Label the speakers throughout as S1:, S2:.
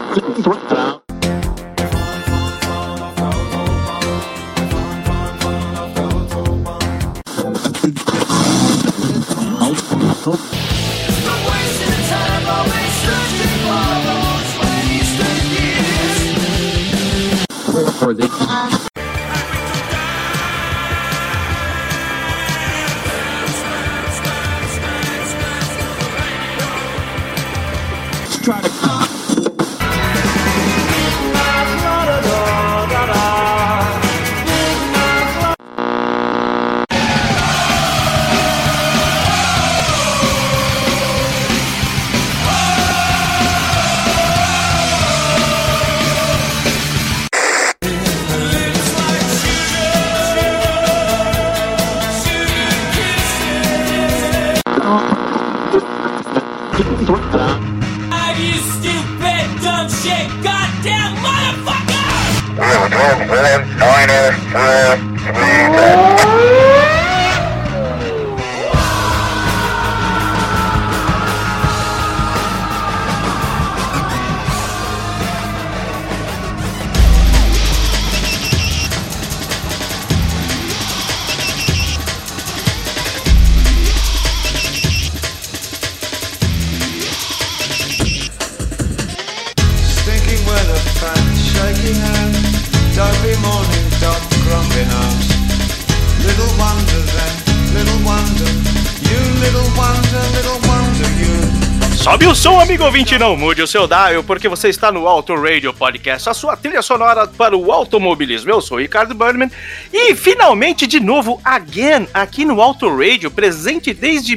S1: Sobe o som, amigo ouvinte, não mude o seu dial, porque você está no Auto Radio Podcast, a sua trilha sonora para o automobilismo. Eu sou o Ricardo Burnman e finalmente, de novo, again, aqui no Auto Radio, presente desde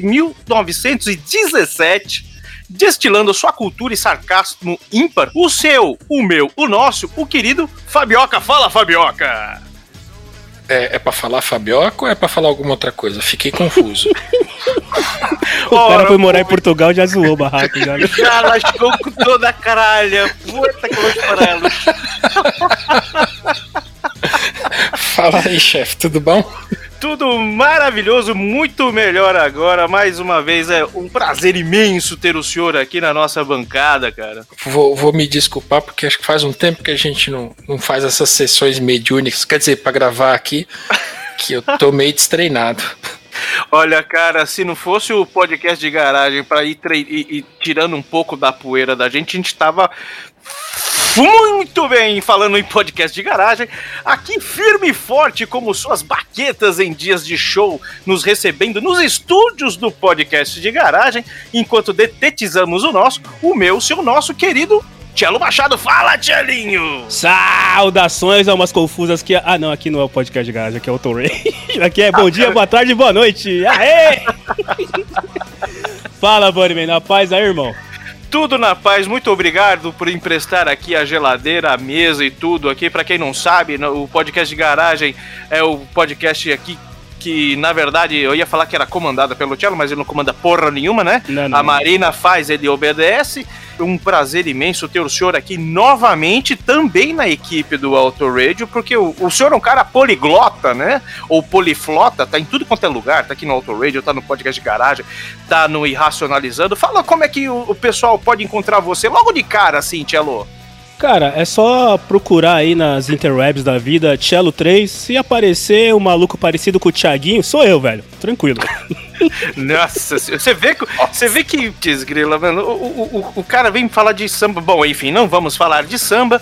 S1: 1917, destilando sua cultura e sarcasmo ímpar, o seu, o meu, o nosso, o querido Fabioca. Fala, Fabioca!
S2: É pra falar Fabioca ou é pra falar alguma outra coisa? Fiquei confuso.
S3: O cara foi morar em Portugal e já zoou o barraco.
S1: Já lascou com toda a caralha. Puta que eu para ela.
S2: Fala aí, chefe, tudo bom?
S1: Tudo maravilhoso, muito melhor agora. Mais uma vez, é um prazer imenso ter o senhor aqui na nossa bancada, cara.
S2: Vou me desculpar, porque acho que faz um tempo que a gente não faz essas sessões mediúnicas. Quer dizer, pra gravar aqui, que eu tô meio destreinado.
S1: Olha, cara, se não fosse o podcast de garagem pra ir tirando um pouco da poeira da gente tava muito bem falando em podcast de garagem, aqui firme e forte como suas baquetas em dias de show, nos recebendo nos estúdios do podcast de garagem, enquanto detetizamos o meu, seu nosso querido Tchelo Machado. Fala, Tchelinho!
S3: Saudações a umas confusas que... Ah, não, aqui não é o podcast de garagem, aqui é o Auto Radio. Aqui é bom dia, boa tarde, boa noite. Aê! Fala, Bunnyman, na paz aí, irmão.
S1: Tudo na paz, muito obrigado por emprestar aqui a geladeira, a mesa e tudo aqui. Pra quem não sabe, o podcast de garagem é o podcast aqui que, na verdade, eu ia falar que era comandada pelo Tchelo, mas ele não comanda porra nenhuma, né? Não. A Marina faz, ele obedece. Um prazer imenso ter o senhor aqui novamente, também na equipe do Auto Radio, porque o senhor é um cara poliglota, né? Ou poliflota, tá em tudo quanto é lugar, tá aqui no Auto Radio, tá no podcast de garagem, tá no Irracionalizando. Fala como é que o pessoal pode encontrar você logo de cara, assim, Tchelo.
S3: Cara, é só procurar aí nas interwebs da vida, Tchelo 3, se aparecer um maluco parecido com o Thiaguinho, sou eu, velho, tranquilo.
S1: Nossa, você vê que desgrila, mano. O cara vem falar de samba. Bom, enfim, não vamos falar de samba.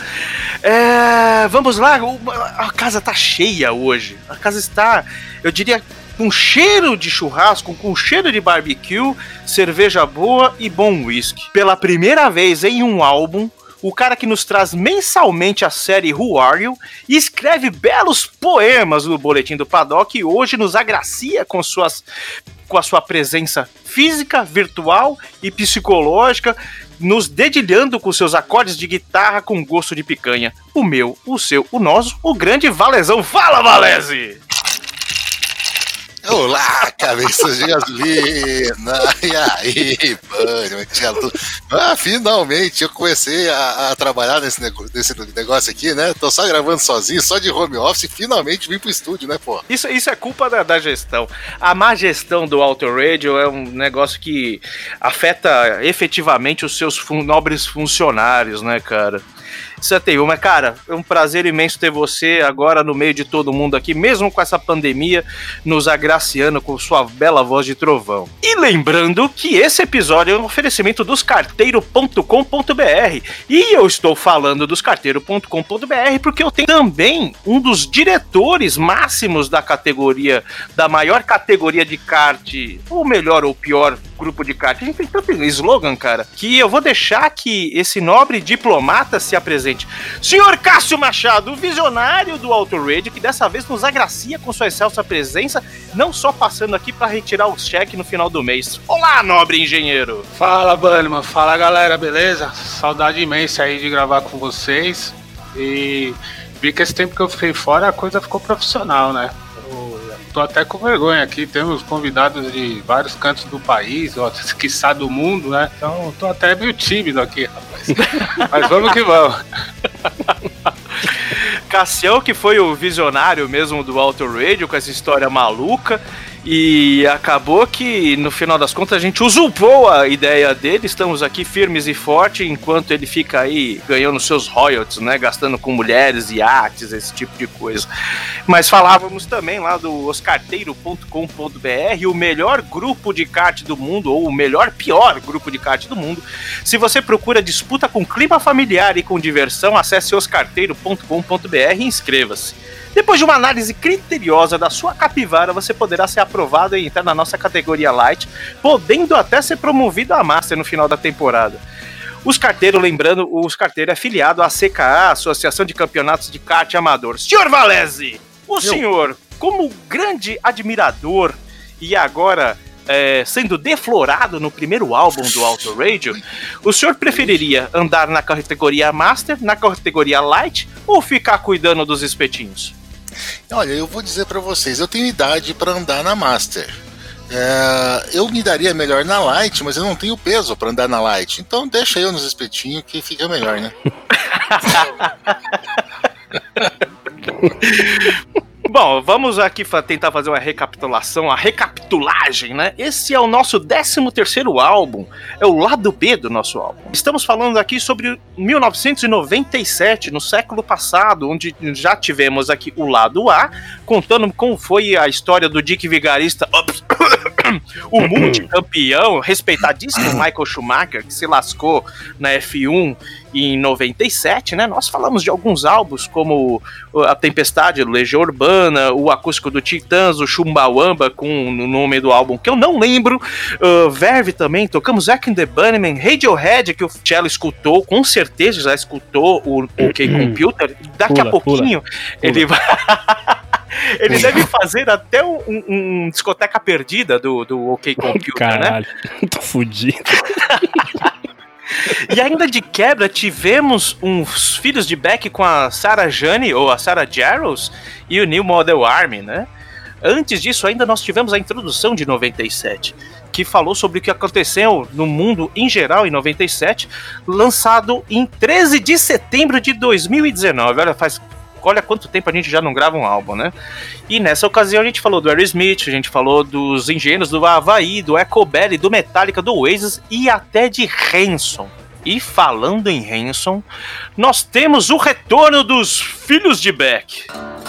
S1: Vamos lá, a casa tá cheia hoje. A casa está, eu diria, com cheiro de churrasco, com cheiro de barbecue, cerveja boa e bom whisky. Pela primeira vez em um álbum, o cara que nos traz mensalmente a série Who Are You e escreve belos poemas no Boletim do Paddock e hoje nos agracia com a sua presença física, virtual e psicológica, nos dedilhando com seus acordes de guitarra com gosto de picanha. O meu, o seu, o nosso, o grande Valezão. Fala, Valese!
S4: Olá, cabeças de gasolina! E aí, Bânima? Finalmente eu comecei a trabalhar nesse negócio aqui, né? Tô só gravando sozinho, só de home office, e finalmente vim pro estúdio, né, pô?
S1: Isso é culpa da gestão. A má gestão do Auto Radio é um negócio que afeta efetivamente os seus nobres funcionários, né, cara? Isso é terrível, mas cara, é um prazer imenso ter você agora no meio de todo mundo aqui, mesmo com essa pandemia, nos agraciando com sua bela voz de trovão. E lembrando que esse episódio é um oferecimento dos carteiro.com.br, e eu estou falando dos carteiro.com.br porque eu tenho também um dos diretores máximos da categoria, da maior categoria de kart, ou melhor ou pior grupo de kart. A gente tem tanto slogan, cara, que eu vou deixar que esse nobre diplomata se apresente. Senhor Cássio Machado, o visionário do Auto Radio, que dessa vez nos agracia com sua excelsa presença, não só passando aqui para retirar o cheque no final do mês. Olá, nobre engenheiro!
S5: Fala, Bânima. Fala, galera, beleza? Saudade imensa aí de gravar com vocês. E vi que esse tempo que eu fiquei fora a coisa ficou profissional, né? Tô até com vergonha aqui, temos convidados de vários cantos do país, ó, quiçá do mundo, né? Então tô até meio tímido aqui, rapaz. Mas vamos que vamos.
S1: Cassião, que foi o visionário mesmo do Auto Radio, com essa história maluca, e acabou que, no final das contas, a gente usurpou a ideia dele. Estamos aqui firmes e fortes, enquanto ele fica aí ganhando seus royalties, né, gastando com mulheres, iates, esse tipo de coisa. Mas falávamos também lá do oscarteiro.com.br, o melhor grupo de kart do mundo, ou o pior grupo de kart do mundo. Se você procura disputa com clima familiar e com diversão, acesse oscarteiro.com.br e inscreva-se. Depois de uma análise criteriosa da sua capivara, você poderá ser aprovado e entrar na nossa categoria Light, podendo até ser promovido a Master no final da temporada. Os carteiros, lembrando, os carteiros é afiliado à CKA, Associação de Campeonatos de Kart Amador. Senhor Valese, senhor, como grande admirador e agora sendo deflorado no primeiro álbum do Auto Radio, o senhor preferiria andar na categoria Master, na categoria Light ou ficar cuidando dos espetinhos?
S4: Olha, eu vou dizer pra vocês, eu tenho idade pra andar na Master. Eu me daria melhor na Light, mas eu não tenho peso pra andar na Light. Então deixa eu nos espetinhos que fica melhor, né?
S1: Bom, vamos aqui tentar fazer uma recapitulagem, né? Esse é o nosso 13º álbum, é o lado B do nosso álbum. Estamos falando aqui sobre 1997, no século passado, onde já tivemos aqui o lado A, contando como foi a história do Dick Vigarista, o multicampeão, respeitadíssimo Michael Schumacher, que se lascou na F1 em 97, né? Nós falamos de alguns álbuns como A Tempestade, Legião Urbana, o acústico do Titãs, o Chumbawamba, com o nome do álbum que eu não lembro, Verve também, tocamos Zack and the Bunnymen, Radiohead, que o Cello escutou, com certeza já escutou o OK Computer, daqui a pouquinho ele vai... Ele deve fazer até um discoteca perdida do OK Computer,
S3: caralho,
S1: né?
S3: Tô fudido.
S1: E ainda de quebra, tivemos uns filhos de Beck com a Sarah Jane, ou a Sarah Jarrows, e o New Model Army, né? Antes disso, ainda nós tivemos a introdução de 97, que falou sobre o que aconteceu no mundo em geral em 97, lançado em 13 de setembro de 2019. Olha quanto tempo a gente já não grava um álbum, né? E nessa ocasião a gente falou do Aerosmith, a gente falou dos Engenheiros do Havaí, do Echo Belly, do Metallica, do Oasis e até de Hanson. E falando em Hanson, nós temos o retorno dos filhos de Beck.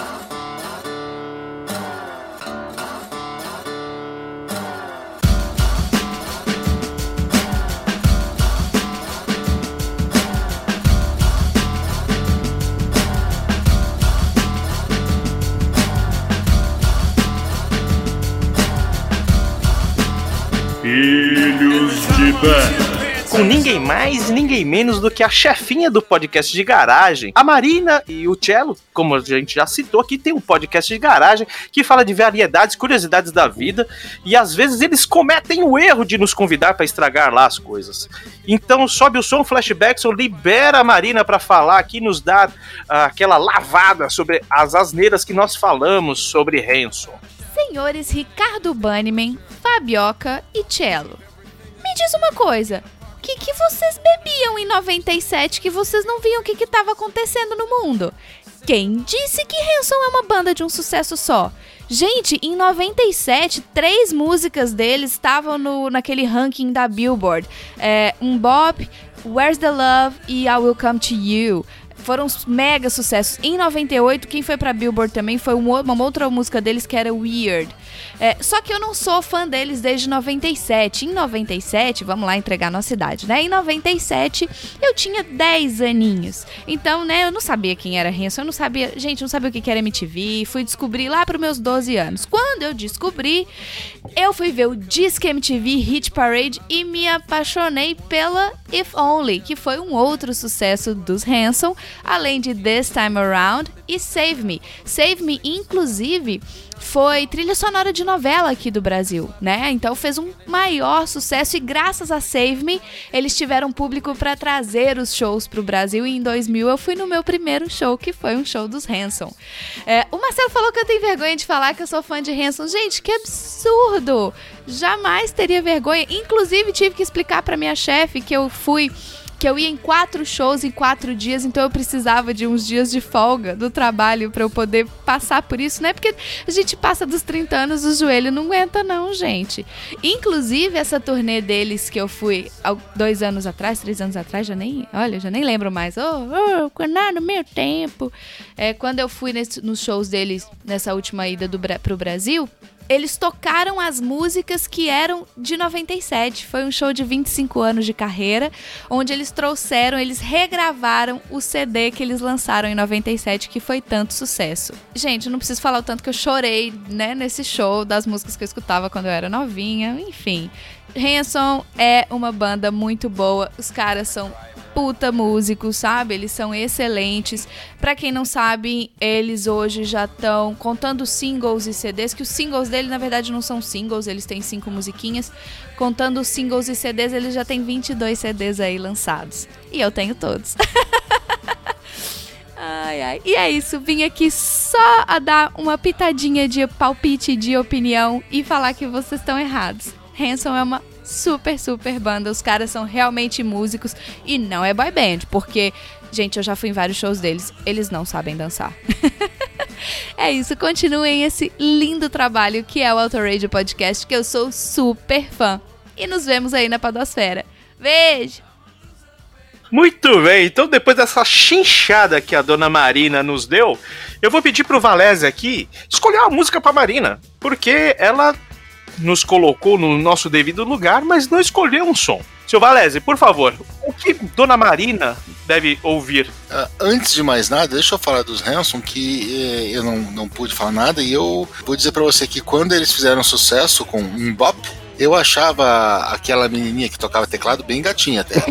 S6: Filhos de Beck.
S1: Com ninguém mais e ninguém menos do que a chefinha do podcast de garagem, a Marina, e o Cello, como a gente já citou aqui, tem um podcast de garagem que fala de variedades, curiosidades da vida, e às vezes eles cometem o erro de nos convidar para estragar lá as coisas. Então sobe o som, Flashbackson, libera a Marina para falar aqui, nos dar aquela lavada sobre as asneiras que nós falamos sobre Hanson.
S6: senhores Ricardo Banniman, Fabioca e Cello. Me diz uma coisa, o que vocês bebiam em 97 que vocês não viam o que estava acontecendo no mundo? Quem disse que Hanson é uma banda de um sucesso só? Gente, em 97, 3 músicas deles estavam naquele ranking da Billboard. Bop, Where's the Love e I Will Come to You. Foram mega sucessos. Em 98, quem foi pra Billboard também foi uma outra música deles que era Weird. Só que eu não sou fã deles desde 97. Em 97, vamos lá entregar nossa idade, né? Em 97, eu tinha 10 aninhos. Então, né, eu não sabia quem era Hanson, eu não sabia o que era MTV. Fui descobrir lá pros meus 12 anos. Quando eu descobri, eu fui ver o Disque MTV Hit Parade e me apaixonei pela If Only, que foi um outro sucesso dos Hanson, além de This Time Around e Save Me. Save Me, inclusive, foi trilha sonora de novela aqui do Brasil, né? Então fez um maior sucesso e graças a Save Me, eles tiveram público para trazer os shows pro Brasil e em 2000 eu fui no meu primeiro show, que foi um show dos Hanson. O Marcelo falou que eu tenho vergonha de falar que eu sou fã de Hanson. Gente, que absurdo! Jamais teria vergonha. Inclusive tive que explicar para minha chefe que eu ia em 4 shows em 4 dias, então eu precisava de uns dias de folga do trabalho pra eu poder passar por isso, né? Porque a gente passa dos 30 anos, o joelho não aguenta não, gente. Inclusive, essa turnê deles que eu fui 2 anos atrás, 3 anos atrás, já nem lembro mais. No meu tempo. Quando eu fui nos shows deles, nessa última ida pro Brasil, eles tocaram as músicas que eram de 97. Foi um show de 25 anos de carreira, onde eles regravaram o CD que eles lançaram em 97, que foi tanto sucesso. Gente, eu não preciso falar o tanto que eu chorei, né, nesse show, das músicas que eu escutava quando eu era novinha, enfim. Hanson é uma banda muito boa, os caras são puta músicos, sabe? Eles são excelentes. Pra quem não sabe, eles hoje já estão contando singles e CDs, que os singles dele, na verdade, não são singles, eles têm 5 musiquinhas. Contando os singles e CDs, eles já têm 22 CDs aí lançados. E eu tenho todos. Ai. E é isso, vim aqui só a dar uma pitadinha de palpite, de opinião e falar que vocês estão errados. Hanson é uma super, super banda. Os caras são realmente músicos e não é boy band, porque, gente, eu já fui em vários shows deles, eles não sabem dançar. É isso, continuem esse lindo trabalho que é o Autoradio Podcast, que eu sou super fã. E nos vemos aí na podosfera. Beijo!
S1: Muito bem, então depois dessa chinchada que a dona Marina nos deu, eu vou pedir pro Valézia aqui escolher uma música pra Marina, porque ela nos colocou no nosso devido lugar, mas não escolheu um som. Seu Valézia, por favor, o que Dona Marina deve ouvir?
S4: Antes de mais nada, deixa eu falar dos Hanson, que eu não pude falar nada, e eu vou dizer pra você que quando eles fizeram sucesso com Bop, eu achava aquela menininha que tocava teclado bem gatinha até.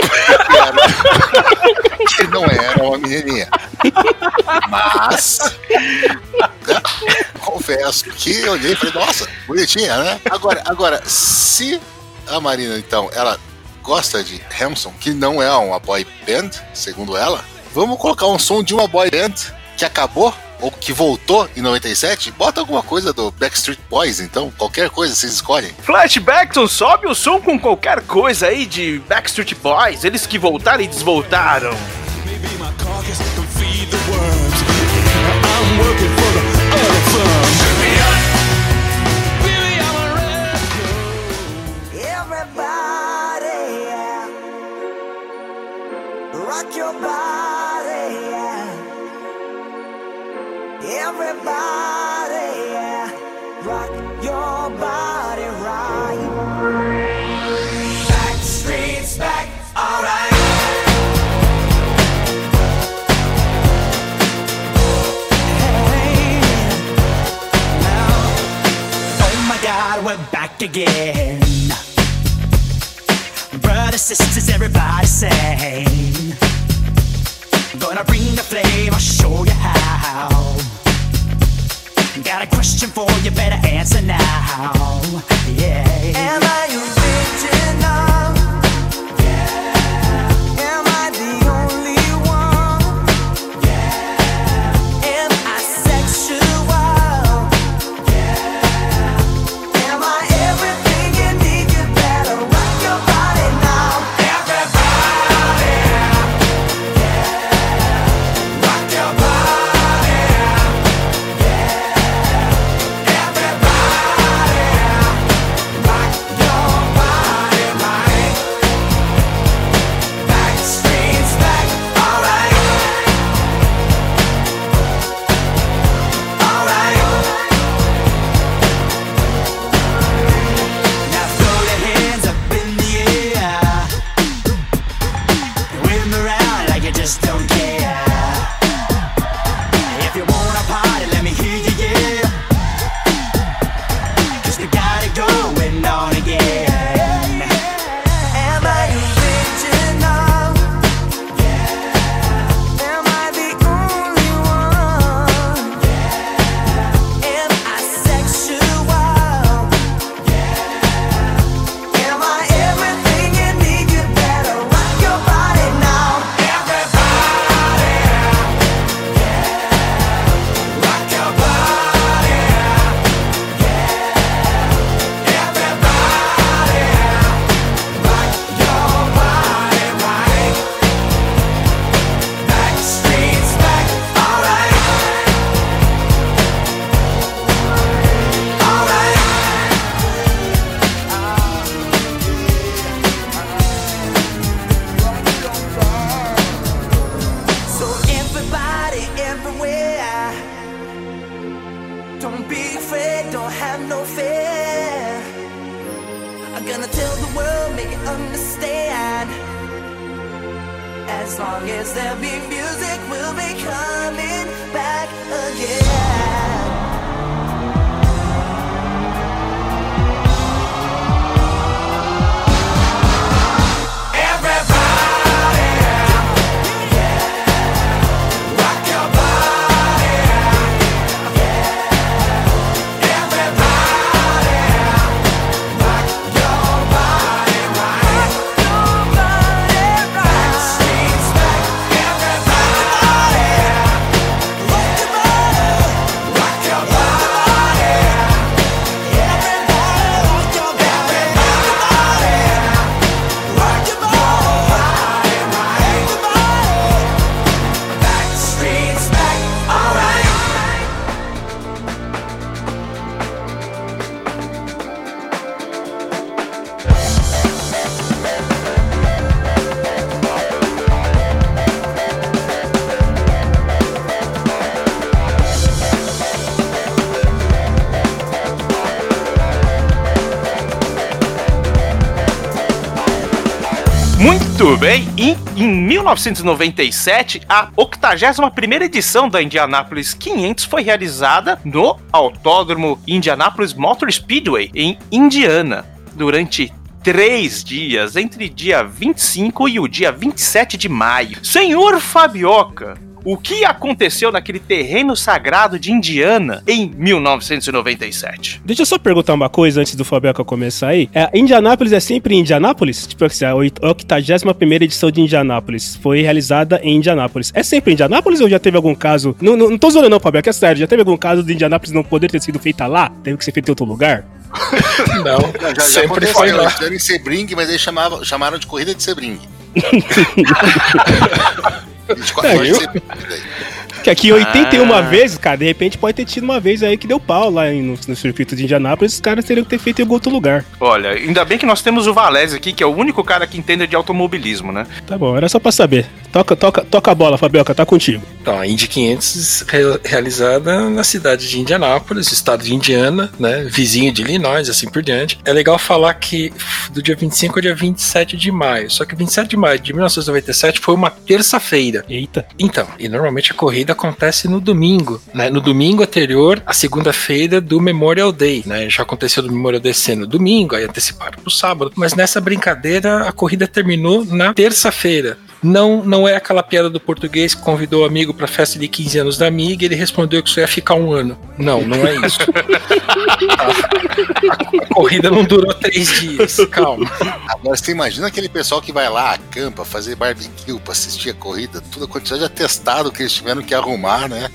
S4: Que não era uma menininha. Mas confesso que eu olhei e falei, nossa, bonitinha, né? Agora, se a Marina, então, ela gosta de Hanson, que não é uma boy band, segundo ela, vamos colocar um som de uma boy band que acabou ou que voltou em 97, bota alguma coisa do Backstreet Boys, então, qualquer coisa vocês escolhem.
S1: Flashbackton, sobe o som com qualquer coisa aí de Backstreet Boys, eles que voltaram e desvoltaram.
S7: Rock your body, yeah. Everybody, yeah. Rock your body right. Backstreet's back, alright. Hey, now, oh my God, we're back again. Brothers, sisters, everybody sing. Gonna bring the flame, I'll show you how. Got a question for you, better answer now. Yeah. Am I original? Yeah. Am I the only one? Yeah. Am I sexual? Yeah. As long as there be music, we'll be coming back again.
S1: Muito bem, e em 1997, a 81ª edição da Indianapolis 500 foi realizada no Autódromo Indianapolis Motor Speedway, em Indiana, durante 3 dias, entre dia 25 e o dia 27 de maio. Senhor Fabioca, o que aconteceu naquele terreno sagrado de Indiana em 1997?
S3: Deixa eu só perguntar uma coisa antes do Fabioca começar aí. Indianápolis é sempre em Indianápolis? Tipo assim, a 81ª edição de Indianápolis foi realizada em Indianápolis. É sempre em Indianápolis ou já teve algum caso... Não tô zoando não, Fabioca, é sério. Já teve algum caso de Indianápolis não poder ter sido feita lá? Teve que ser feita em outro lugar?
S2: Não,
S4: Já
S2: sempre foi
S4: aconteceu,
S2: lá.
S4: eles fizeram em Sebring, mas eles chamaram de corrida de Sebring.
S3: Que aqui 81 vezes, cara, de repente pode ter tido uma vez aí que deu pau lá no circuito de Indianápolis, os caras teriam que ter feito em algum outro lugar.
S1: Olha, ainda bem que nós temos o Valese aqui, que é o único cara que entende de automobilismo, né?
S3: Tá bom, era só pra saber. Toca a bola, Fabioca, tá contigo.
S2: Então, a Indy 500 realizada na cidade de Indianápolis, estado de Indiana, né, vizinho de Illinois, assim por diante. É legal falar que do dia 25 ao dia 27 de maio, só que 27 de maio de 1997 foi uma terça-feira.
S3: Eita.
S2: Então, e normalmente a corrida acontece no domingo, né, no domingo anterior à segunda-feira do Memorial Day, né, já aconteceu do Memorial Day sendo no domingo, aí anteciparam pro sábado, mas nessa brincadeira a corrida terminou na terça-feira. Não é aquela piada do português que convidou o amigo pra festa de 15 anos da amiga e ele respondeu que isso ia ficar 1 ano. Não é isso. A corrida não durou 3 dias, calma.
S4: Agora você imagina aquele pessoal que vai lá, acampa, fazer barbecue pra assistir a corrida, toda a quantidade de atestado que eles tiveram que arrumar, né?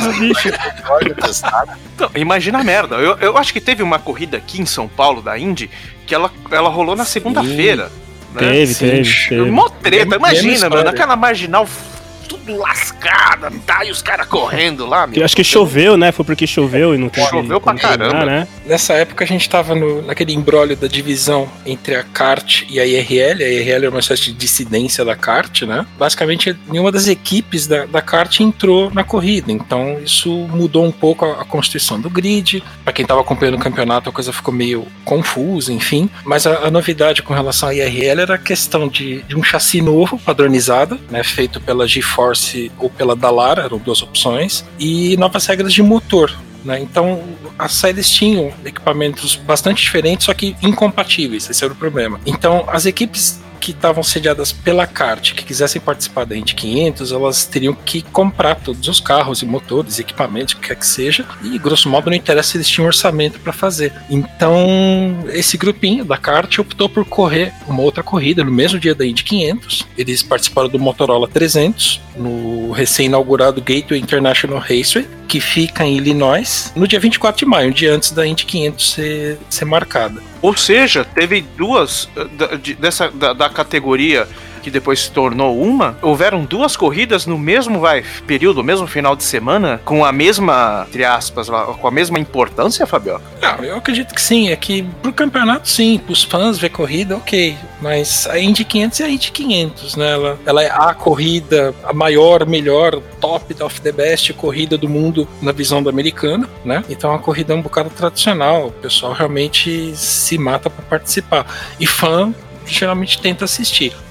S1: Então, imagina a merda. Eu acho que teve uma corrida aqui em São Paulo da Indy que ela rolou na segunda-feira. Né?
S3: Teve.
S1: Mó treta, imagina,
S2: história.
S1: mano, naquela marginal tudo lascada, tá? E os caras correndo lá, meu.
S3: Eu acho que choveu, né? Foi porque choveu e não teve.
S1: Choveu pra
S3: como treinar,
S1: caramba.
S3: né?
S2: Nessa época a gente tava naquele imbróglio da divisão entre a kart e a IRL. A IRL é uma espécie de dissidência da kart, né? Basicamente, nenhuma das equipes da kart entrou na corrida. Então, isso mudou um pouco a constituição do grid. Pra quem tava acompanhando o campeonato, a coisa ficou meio confusa, enfim. Mas a novidade com relação à IRL era a questão de um chassi novo, padronizado, né? Feito pela GeForce ou pela Dallara, eram 2 opções. E novas regras de motor. Né? Então, as séries tinham equipamentos bastante diferentes, só que incompatíveis, esse era o problema. Então, as equipes que estavam sediadas pela kart, que quisessem participar da Indy 500, elas teriam que comprar todos os carros e motores, equipamentos, o que quer que seja, e grosso modo não interessa se eles tinham orçamento para fazer. Então, esse grupinho da kart optou por correr uma outra corrida no mesmo dia da Indy 500. Eles participaram do Motorola 300, no recém-inaugurado Gateway International Raceway, que fica em Illinois, no dia 24 de maio, um dia antes da Indy 500 ser marcada.
S1: Ou seja, teve 2 da categoria que depois se tornou uma. Houveram 2 corridas no mesmo período, mesmo final de semana, com a mesma, entre aspas, com a mesma importância, Fabio?
S2: Não, eu acredito que sim. É que pro campeonato, sim. Pros fãs ver corrida, ok. Mas a Indy 500 é a Indy 500, né? Ela é a corrida, a maior, melhor, top of the best corrida do mundo na visão do americano, né? Então a corrida é um bocado tradicional. O pessoal realmente se mata para participar. E fã geralmente tenta assistir.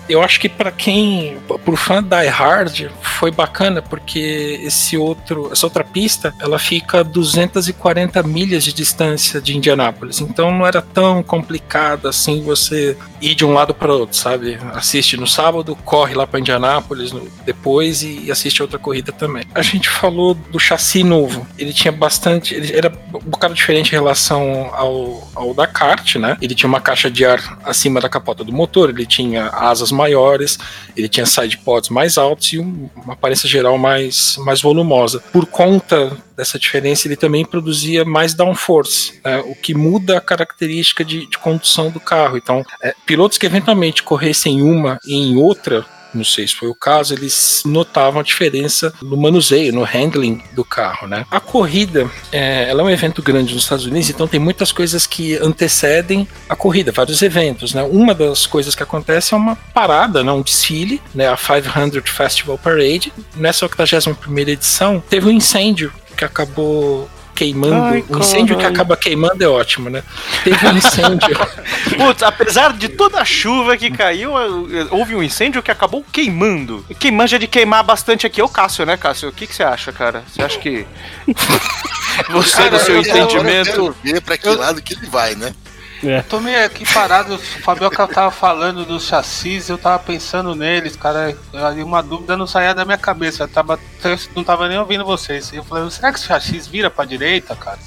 S2: Eu acho que pro fã Die Hard, foi bacana, porque essa outra pista, ela fica a 240 milhas de distância de Indianápolis, então não era tão complicado assim você ir de um lado para outro, sabe? Assiste no sábado, corre lá para Indianápolis depois e assiste outra corrida também. A gente falou do chassi novo, ele tinha bastante, ele era um bocado diferente em relação ao da kart, né? Ele tinha uma caixa de ar acima da capota do motor, ele tinha asas maiores, ele tinha side pods mais altos e uma aparência geral mais volumosa. Por conta dessa diferença, ele também produzia mais downforce, né, o que muda a característica de condução do carro. Então, pilotos que eventualmente corressem uma e em outra, não sei se foi o caso, eles notavam a diferença no manuseio, no handling do carro, né? A corrida, ela é um evento grande nos Estados Unidos, então tem muitas coisas que antecedem a corrida, vários eventos, né? Uma das coisas que acontece é uma parada, né? Um desfile, né? A 500 Festival Parade. Nessa 81ª edição, teve um incêndio que acabou queimando. O incêndio que acaba queimando é ótimo, né? Teve um incêndio.
S1: Putz, apesar de toda a chuva que caiu, houve um incêndio que acabou queimando. Quem manja de queimar bastante aqui é o Cássio, né, Cássio? O que você acha, cara? Você acha que você, cara, do seu entendimento...
S4: Eu quero ver pra que lado que ele vai, né?
S5: Eu tô meio aqui parado, o Fabioca tava falando dos chassis, eu tava pensando neles, cara, uma dúvida não saía da minha cabeça, eu não tava nem ouvindo vocês. Eu falei, será que esse chassis vira pra direita, cara?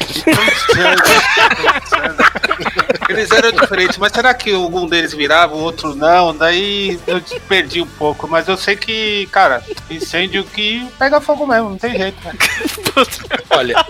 S5: Eles eram diferentes, mas será que algum deles virava, o outro não? Daí eu perdi um pouco, mas eu sei que, cara, incêndio que pega fogo mesmo, não tem jeito, né?
S2: Olha,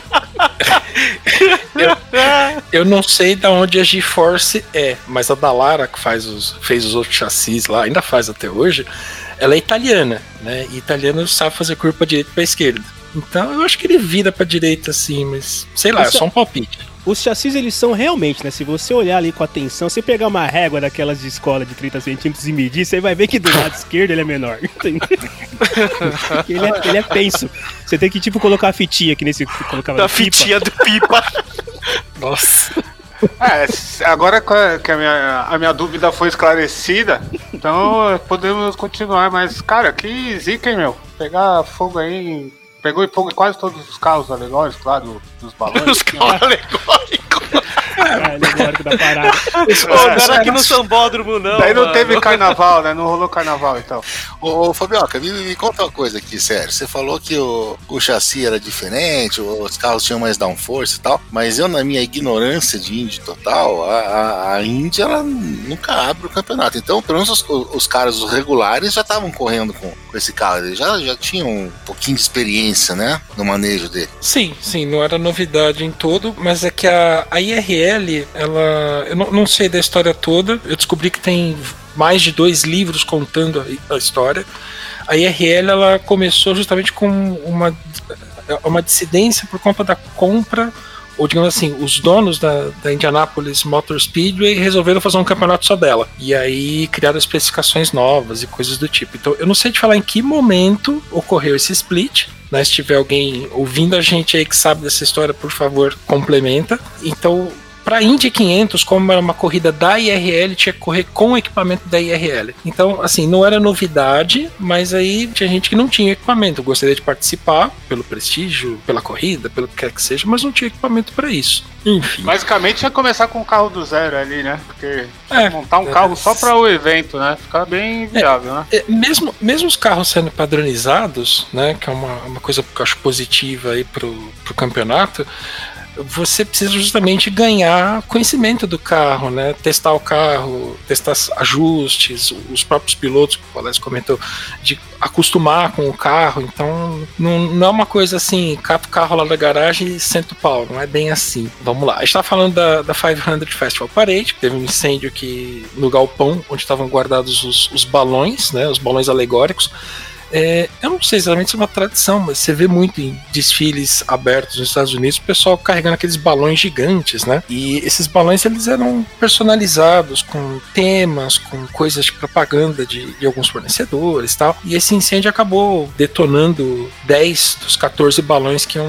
S2: eu não sei de onde a GeForce mas a Dallara, que fez os outros chassis lá, ainda faz até hoje, ela é italiana, né? E italiano sabe fazer curva pra direita e pra esquerda. Então eu acho que ele vira pra direita assim, mas sei lá, é só um palpite.
S3: Os chassis, eles são realmente, né? Se você olhar ali com atenção, você pegar uma régua daquelas de escola de 30 centímetros e medir, você vai ver que do lado esquerdo ele é menor. ele é penso. Você tem que, tipo, colocar a fitinha aqui nesse...
S1: A fitinha do pipa.
S2: Nossa.
S5: Agora que a minha dúvida foi esclarecida, então podemos continuar, mas, cara, que zica, hein, meu? Pegar fogo aí... Pegou fogo em quase todos os carros alegóricos lá dos balões.
S1: Os carros alegóricos.
S3: Alegórico da parada.
S1: Não era aqui no Sambódromo, não.
S5: Daí não teve carnaval, né? Não rolou carnaval, então.
S4: Ô Fabioca, me conta uma coisa aqui, sério. Você falou que o chassi era diferente, os carros tinham mais downforce e tal, mas eu, na minha ignorância de Indy total, a Indy, ela nunca abre o campeonato. Então, pelo menos os caras, os regulares, já estavam correndo com esse carro. Eles já tinham um pouquinho de experiência, né? No manejo dele.
S2: Sim, não era novidade em todo, mas é que a IRL, eu não sei da história toda, eu descobri que tem mais de 2 livros contando a história. A IRL, ela começou justamente com uma dissidência por conta da compra, ou digamos assim, os donos da Indianapolis Motor Speedway resolveram fazer um campeonato só dela, e aí criaram especificações novas e coisas do tipo. Então eu não sei te falar em que momento ocorreu esse split, né? Se tiver alguém ouvindo a gente aí que sabe dessa história, por favor, complementa. Então, para Indy 500, como era uma corrida da IRL, tinha que correr com o equipamento da IRL. Então, assim, não era novidade, mas aí tinha gente que não tinha equipamento. Eu gostaria de participar pelo prestígio, pela corrida, pelo que quer que seja, mas não tinha equipamento para isso. Enfim.
S5: Basicamente ia começar com um carro do zero ali, né? Porque montar um carro só para o evento, né? Fica bem viável, né?
S2: Mesmo os carros sendo padronizados, né? Que é uma coisa que eu acho positiva aí pro campeonato, você precisa justamente ganhar conhecimento do carro, né? Testar o carro, testar ajustes, os próprios pilotos, como o Alex comentou, de acostumar com o carro. Então não é uma coisa assim, cata o carro lá da garagem e senta o pau, não é bem assim. Vamos lá, a gente tá falando da 500 Festival Parade, que teve um incêndio aqui no galpão, onde estavam guardados os balões, né? Os balões alegóricos. Eu não sei exatamente se é uma tradição, mas você vê muito em desfiles abertos nos Estados Unidos o pessoal carregando aqueles balões gigantes, né? E esses balões, eles eram personalizados com temas, com coisas de propaganda de alguns fornecedores e tal. E esse incêndio acabou detonando 10 dos 14 balões que iam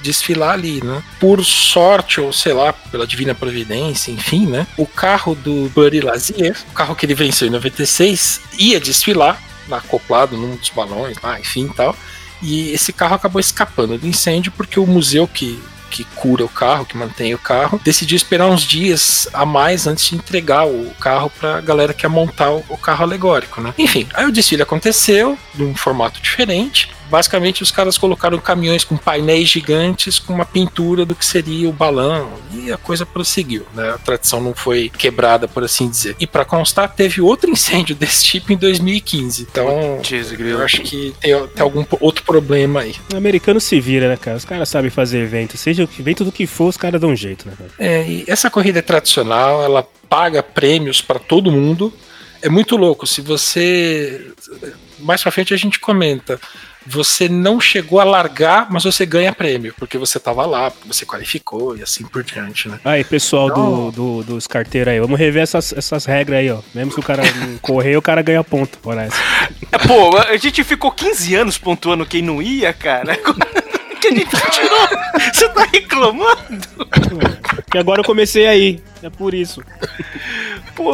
S2: desfilar ali, né? Por sorte, ou sei lá, pela divina providência, enfim, né? O carro do Buddy Lazier, o carro que ele venceu em 96, ia desfilar, acoplado num dos balões lá, enfim e tal. E esse carro acabou escapando do incêndio porque o museu que cura o carro, que mantém o carro, decidiu esperar uns dias a mais antes de entregar o carro pra galera que ia montar o carro alegórico, né? Enfim, aí o desfile aconteceu, num formato diferente. Basicamente, os caras colocaram caminhões com painéis gigantes com uma pintura do que seria o balão e a coisa prosseguiu, né? A tradição não foi quebrada, por assim dizer. E para constar, teve outro incêndio desse tipo em 2015. Então, eu acho que tem algum outro problema aí.
S3: O americano se vira, né, cara? Os caras sabem fazer evento. Seja evento do que for, os caras dão um jeito, né, cara?
S2: E essa corrida é tradicional, ela paga prêmios para todo mundo. É muito louco. Se você... Mais pra frente a gente comenta. Você não chegou a largar, mas você ganha prêmio, porque você tava lá, porque você qualificou e assim por diante, né?
S3: Aí, pessoal dos carteiros aí, vamos rever essas regras aí, ó. Mesmo que o cara correr, o cara ganha ponto, parece.
S1: Pô, a gente ficou 15 anos pontuando quem não ia, cara. Que a gente tirou. Você tá reclamando?
S3: Que agora eu comecei aí. É por isso.
S1: Pô.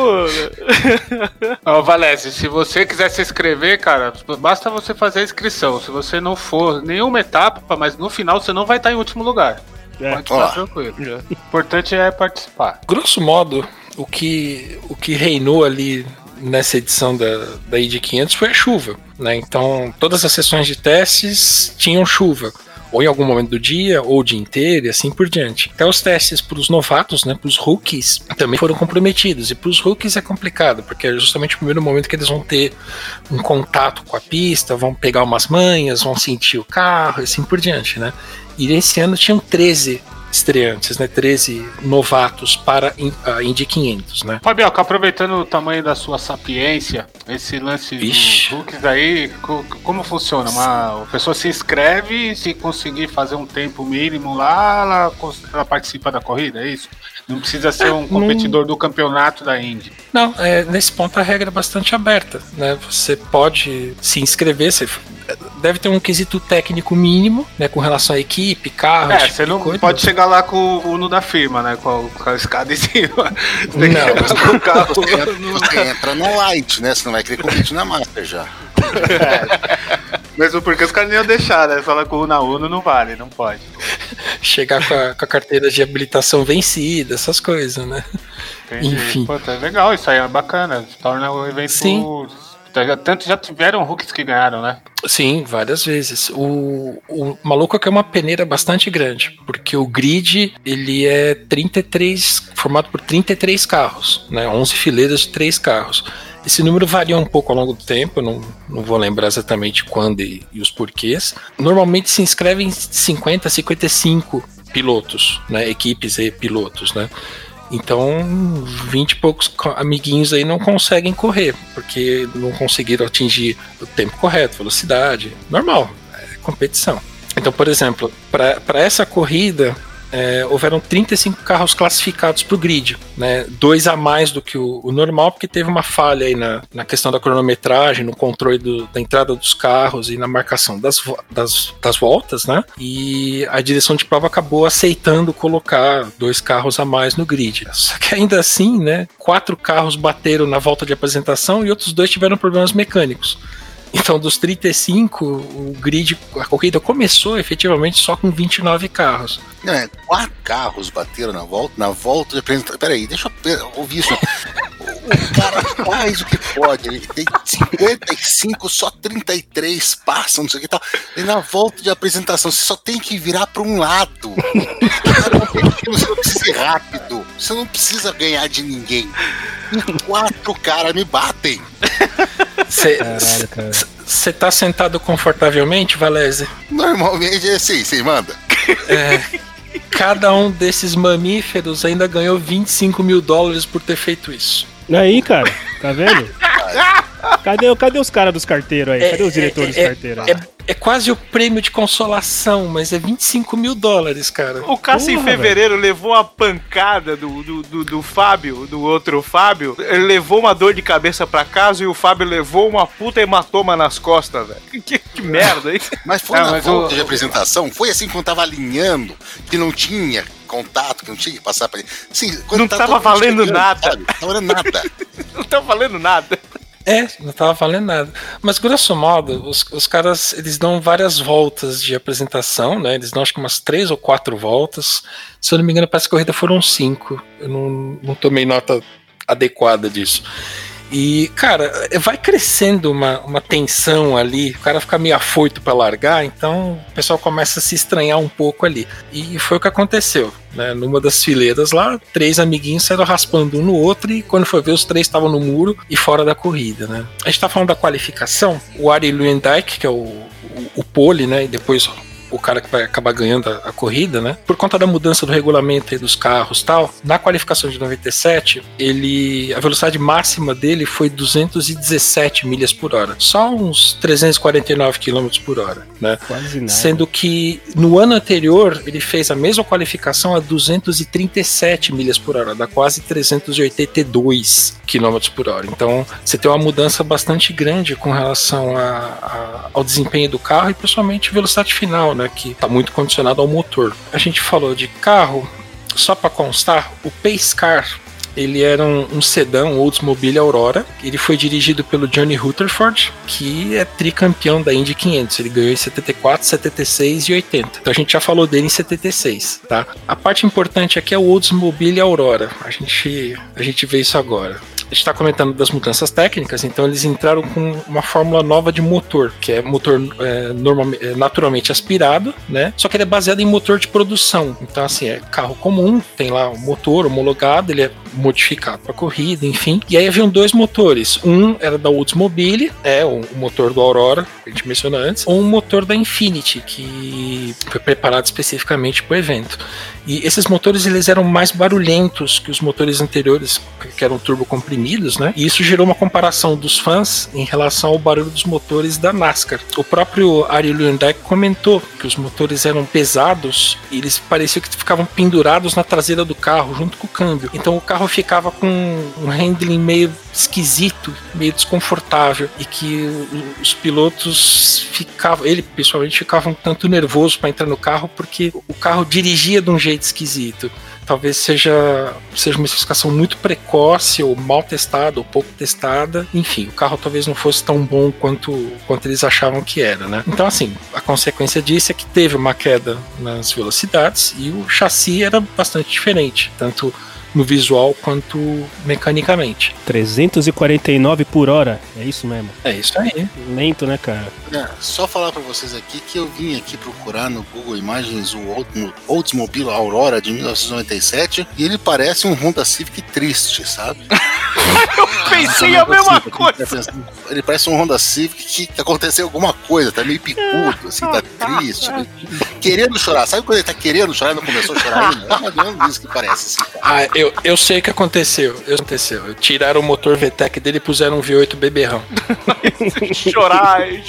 S5: Ó, Valese, se você quiser se inscrever, cara, basta você fazer a inscrição. Se você não for nenhuma etapa, mas no final você não vai estar em último lugar. Pode ficar tranquilo. O importante é participar.
S2: Grosso modo, o que reinou ali nessa edição da Indy 500 foi a chuva, né? Então, todas as sessões de testes tinham chuva. Ou em algum momento do dia, ou o dia inteiro, e assim por diante. Até os testes para os novatos, né, para os rookies, também foram comprometidos. E para os rookies é complicado, porque é justamente o primeiro momento que eles vão ter um contato com a pista, vão pegar umas manhas, vão sentir o carro, e assim por diante, né? E esse ano tinham 13 estreantes, né? 13 novatos para a Indy 500, né?
S5: Fabioca, aproveitando o tamanho da sua sapiência, esse lance dos rookies aí, como funciona? A pessoa se inscreve e se conseguir fazer um tempo mínimo lá, ela participa da corrida, é isso? Não precisa ser um competidor do campeonato da Indy.
S2: Não, nesse ponto a regra é bastante aberta, né? Você pode se inscrever, você deve ter um quesito técnico mínimo, né, com relação à equipe, carro.
S5: Você não pode chegar lá com o Uno da firma, né, com a escada em cima.
S2: Não.
S5: O carro.
S4: Você entra no light, né? Você não vai querer competir na Master já.
S5: Mesmo porque os caras não iam deixar, né? Falar com o Uno não vale, não pode.
S2: Chegar com a carteira de habilitação vencida, essas coisas, né?
S5: Entendi.
S2: Enfim.
S5: Pô, é legal, isso aí é bacana. Torna o evento...
S2: Sim.
S5: Tanto já tiveram rookies que ganharam, né?
S2: Sim, várias vezes. O maluco é que é uma peneira bastante grande, porque o grid, ele é 33, formado por 33 carros, né? 11 fileiras de 3 carros. Esse número varia um pouco ao longo do tempo, eu não vou lembrar exatamente quando e os porquês. Normalmente se inscrevem 50, 55 pilotos, né? Equipes e pilotos, né? Então, 20 e poucos amiguinhos aí não conseguem correr, porque não conseguiram atingir o tempo correto, velocidade. Normal, é competição. Então, por exemplo, para essa corrida, houveram 35 carros classificados para o grid, né? 2 a mais do que o normal, porque teve uma falha aí na questão da cronometragem, no controle da entrada dos carros e na marcação das voltas, né? E a direção de prova acabou aceitando colocar 2 carros a mais no grid. Só que ainda assim, né? 4 carros bateram na volta de apresentação e outros 2 tiveram problemas mecânicos. Então, dos 35, o grid, a corrida começou efetivamente só com 29 carros.
S4: Não, 4 carros bateram na volta de apresentação. Peraí, deixa eu ouvir isso. O cara faz o que pode, ele tem 55, só 33 passam, não sei o que tal. E na volta de apresentação, você só tem que virar para um lado. Você não precisa ir rápido, você não precisa ganhar de ninguém. 4 caras me batem.
S2: Você tá sentado confortavelmente, Valese?
S4: Normalmente é assim, você manda.
S2: Cada um desses mamíferos ainda ganhou $25 mil por ter feito isso.
S3: Aí, cara, tá vendo? Cadê os caras dos carteiros aí? Cadê os diretores dos carteiros?
S2: É quase o prêmio de consolação, mas é $25 mil, cara.
S1: O Cássio em fevereiro levou uma pancada do Fábio, do outro Fábio. Ele levou uma dor de cabeça pra casa e o Fábio levou uma puta hematoma nas costas, velho. Que merda, hein?
S4: Mas foi na volta de apresentação, foi assim quando tava alinhando, que não tinha contato, que não tinha que passar pra ele. Sim,
S1: não tava valendo nada.
S4: Sabe? Não tava valendo nada.
S1: Não tava valendo nada.
S2: Não tava valendo nada. Mas, grosso modo, os caras, eles dão várias voltas de apresentação, né? Eles dão acho que umas 3 ou 4 voltas. Se eu não me engano, parece que a corrida foram 5. Eu não tomei nota adequada disso. E, cara, vai crescendo uma tensão ali, o cara fica meio afoito pra largar, então o pessoal começa a se estranhar um pouco ali. E foi o que aconteceu, né? Numa das fileiras lá, 3 amiguinhos saíram raspando um no outro e quando foi ver, os 3 estavam no muro e fora da corrida, né? A gente tá falando da qualificação, o Arie Luyendyk, que é o pole, né, e depois o cara que vai acabar ganhando a corrida, né? Por conta da mudança do regulamento aí dos carros e tal, na qualificação de 97, a velocidade máxima dele foi 217 milhas por hora. Só uns 349 km por hora, né?
S3: Quase nada.
S2: Sendo que no ano anterior, ele fez a mesma qualificação a 237 milhas por hora, dá quase 382 km por hora. Então, você tem uma mudança bastante grande com relação ao desempenho do carro e principalmente velocidade final, né? Que está muito condicionado ao motor. A gente falou de carro, só para constar, o Pace Car, ele era um sedã, um Oldsmobile Aurora. Ele foi dirigido pelo Johnny Rutherford, que é tricampeão da Indy 500. Ele ganhou em 74, 76 e 80. Então a gente já falou dele em 76, tá? A parte importante aqui é o Oldsmobile Aurora. A gente vê isso agora. A gente está comentando das mudanças técnicas, então eles entraram com uma fórmula nova de motor, que é motor naturalmente aspirado, né? Só que ele é baseado em motor de produção. Então, assim, é carro comum, tem lá o motor homologado, ele é modificado para corrida, enfim. E aí haviam 2 motores. Um era da Oldsmobile, o motor do Aurora, que a gente mencionou antes, ou um motor da Infiniti, que foi preparado especificamente para o evento. E esses motores, eles eram mais barulhentos que os motores anteriores, que eram turbocomprimidos, né? E isso gerou uma comparação dos fãs em relação ao barulho dos motores da NASCAR. O próprio Arie Luyendyk comentou que os motores eram pesados e eles pareciam que ficavam pendurados na traseira do carro, junto com o câmbio. Então o carro ficava com um handling meio esquisito, meio desconfortável, e que os pilotos ele pessoalmente ficava um tanto nervoso para entrar no carro, porque o carro dirigia de um jeito esquisito. Talvez seja uma especificação muito precoce, ou mal testada, ou pouco testada. Enfim, o carro talvez não fosse tão bom quanto eles achavam que era, né? Então, assim, a consequência disso é que teve uma queda nas velocidades e o chassi era bastante diferente, tanto no visual quanto mecanicamente.
S3: 349 por hora, é isso mesmo?
S2: É isso aí.
S3: Lento, né, cara?
S4: Só falar pra vocês aqui que eu vim aqui procurar no Google Imagens o Oldsmobile Aurora de 1997 e ele parece um Honda Civic triste, sabe?
S1: Eu pensei a mesma coisa.
S4: Ele parece um Honda Civic que aconteceu alguma coisa, tá meio picudo, assim, tá triste, querendo chorar. Sabe quando ele tá querendo chorar e não começou a chorar ainda? É mais ou menos isso que parece, assim, cara.
S2: Eu sei o que aconteceu. Tiraram o motor VTEC dele e puseram um V8 beberrão.
S1: Chorai.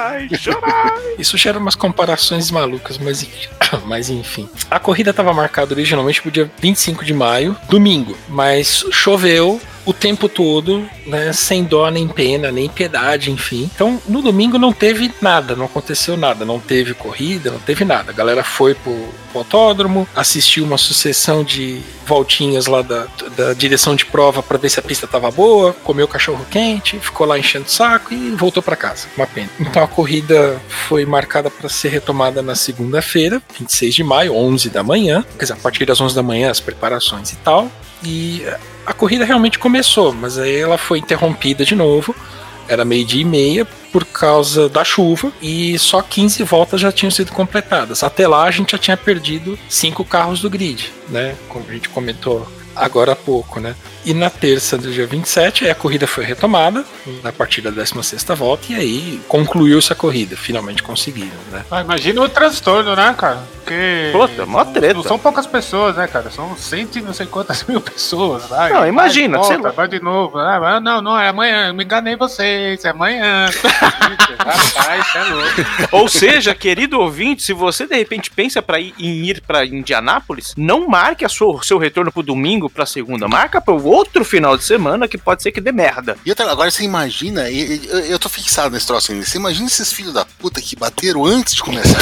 S2: Isso gera umas comparações malucas, mas enfim. A corrida estava marcada originalmente pro dia 25 de maio, domingo, mas choveu o tempo todo, né, sem dó nem pena, nem piedade, enfim. Então, no domingo não teve nada, não aconteceu nada, não teve corrida, não teve nada. A galera foi pro autódromo, assistiu uma sucessão de voltinhas lá da direção de prova para ver se a pista tava boa, comeu cachorro quente, ficou lá enchendo o saco e voltou para casa. Uma pena. Então a corrida foi marcada para ser retomada na segunda-feira, 26 de maio, 11 da manhã. Quer dizer, a partir das 11 da manhã, as preparações e tal. E a corrida realmente começou, mas aí ela foi interrompida de novo. Era 12:30 por causa da chuva e só 15 voltas já tinham sido completadas. Até lá a gente já tinha perdido 5 carros do grid, né? Como a gente comentou agora há pouco, né? E na terça do dia 27, aí a corrida foi retomada, a partir da 16ª volta, e aí concluiu-se a corrida, finalmente conseguiram, né?
S5: Imagina o transtorno, né, cara? Porque
S1: Puta, mó treta.
S5: não são poucas pessoas, né, cara? São 100 e não sei quantas mil pessoas. Vai,
S1: Não, imagina,
S5: vai,
S1: sei
S5: volta,
S1: lá.
S5: vai de novo. Ah, não, é amanhã. Eu me enganei vocês, é amanhã. Rapaz, é louco.
S1: Ou seja, querido ouvinte, se você de repente pensa em ir para Indianápolis, não marque seu retorno pro domingo, pra segunda, marca para o outro final de semana que pode ser que dê merda.
S4: E outra, agora você imagina, eu tô fixado nesse troço ainda, você imagina esses filhos da puta que bateram antes de começar.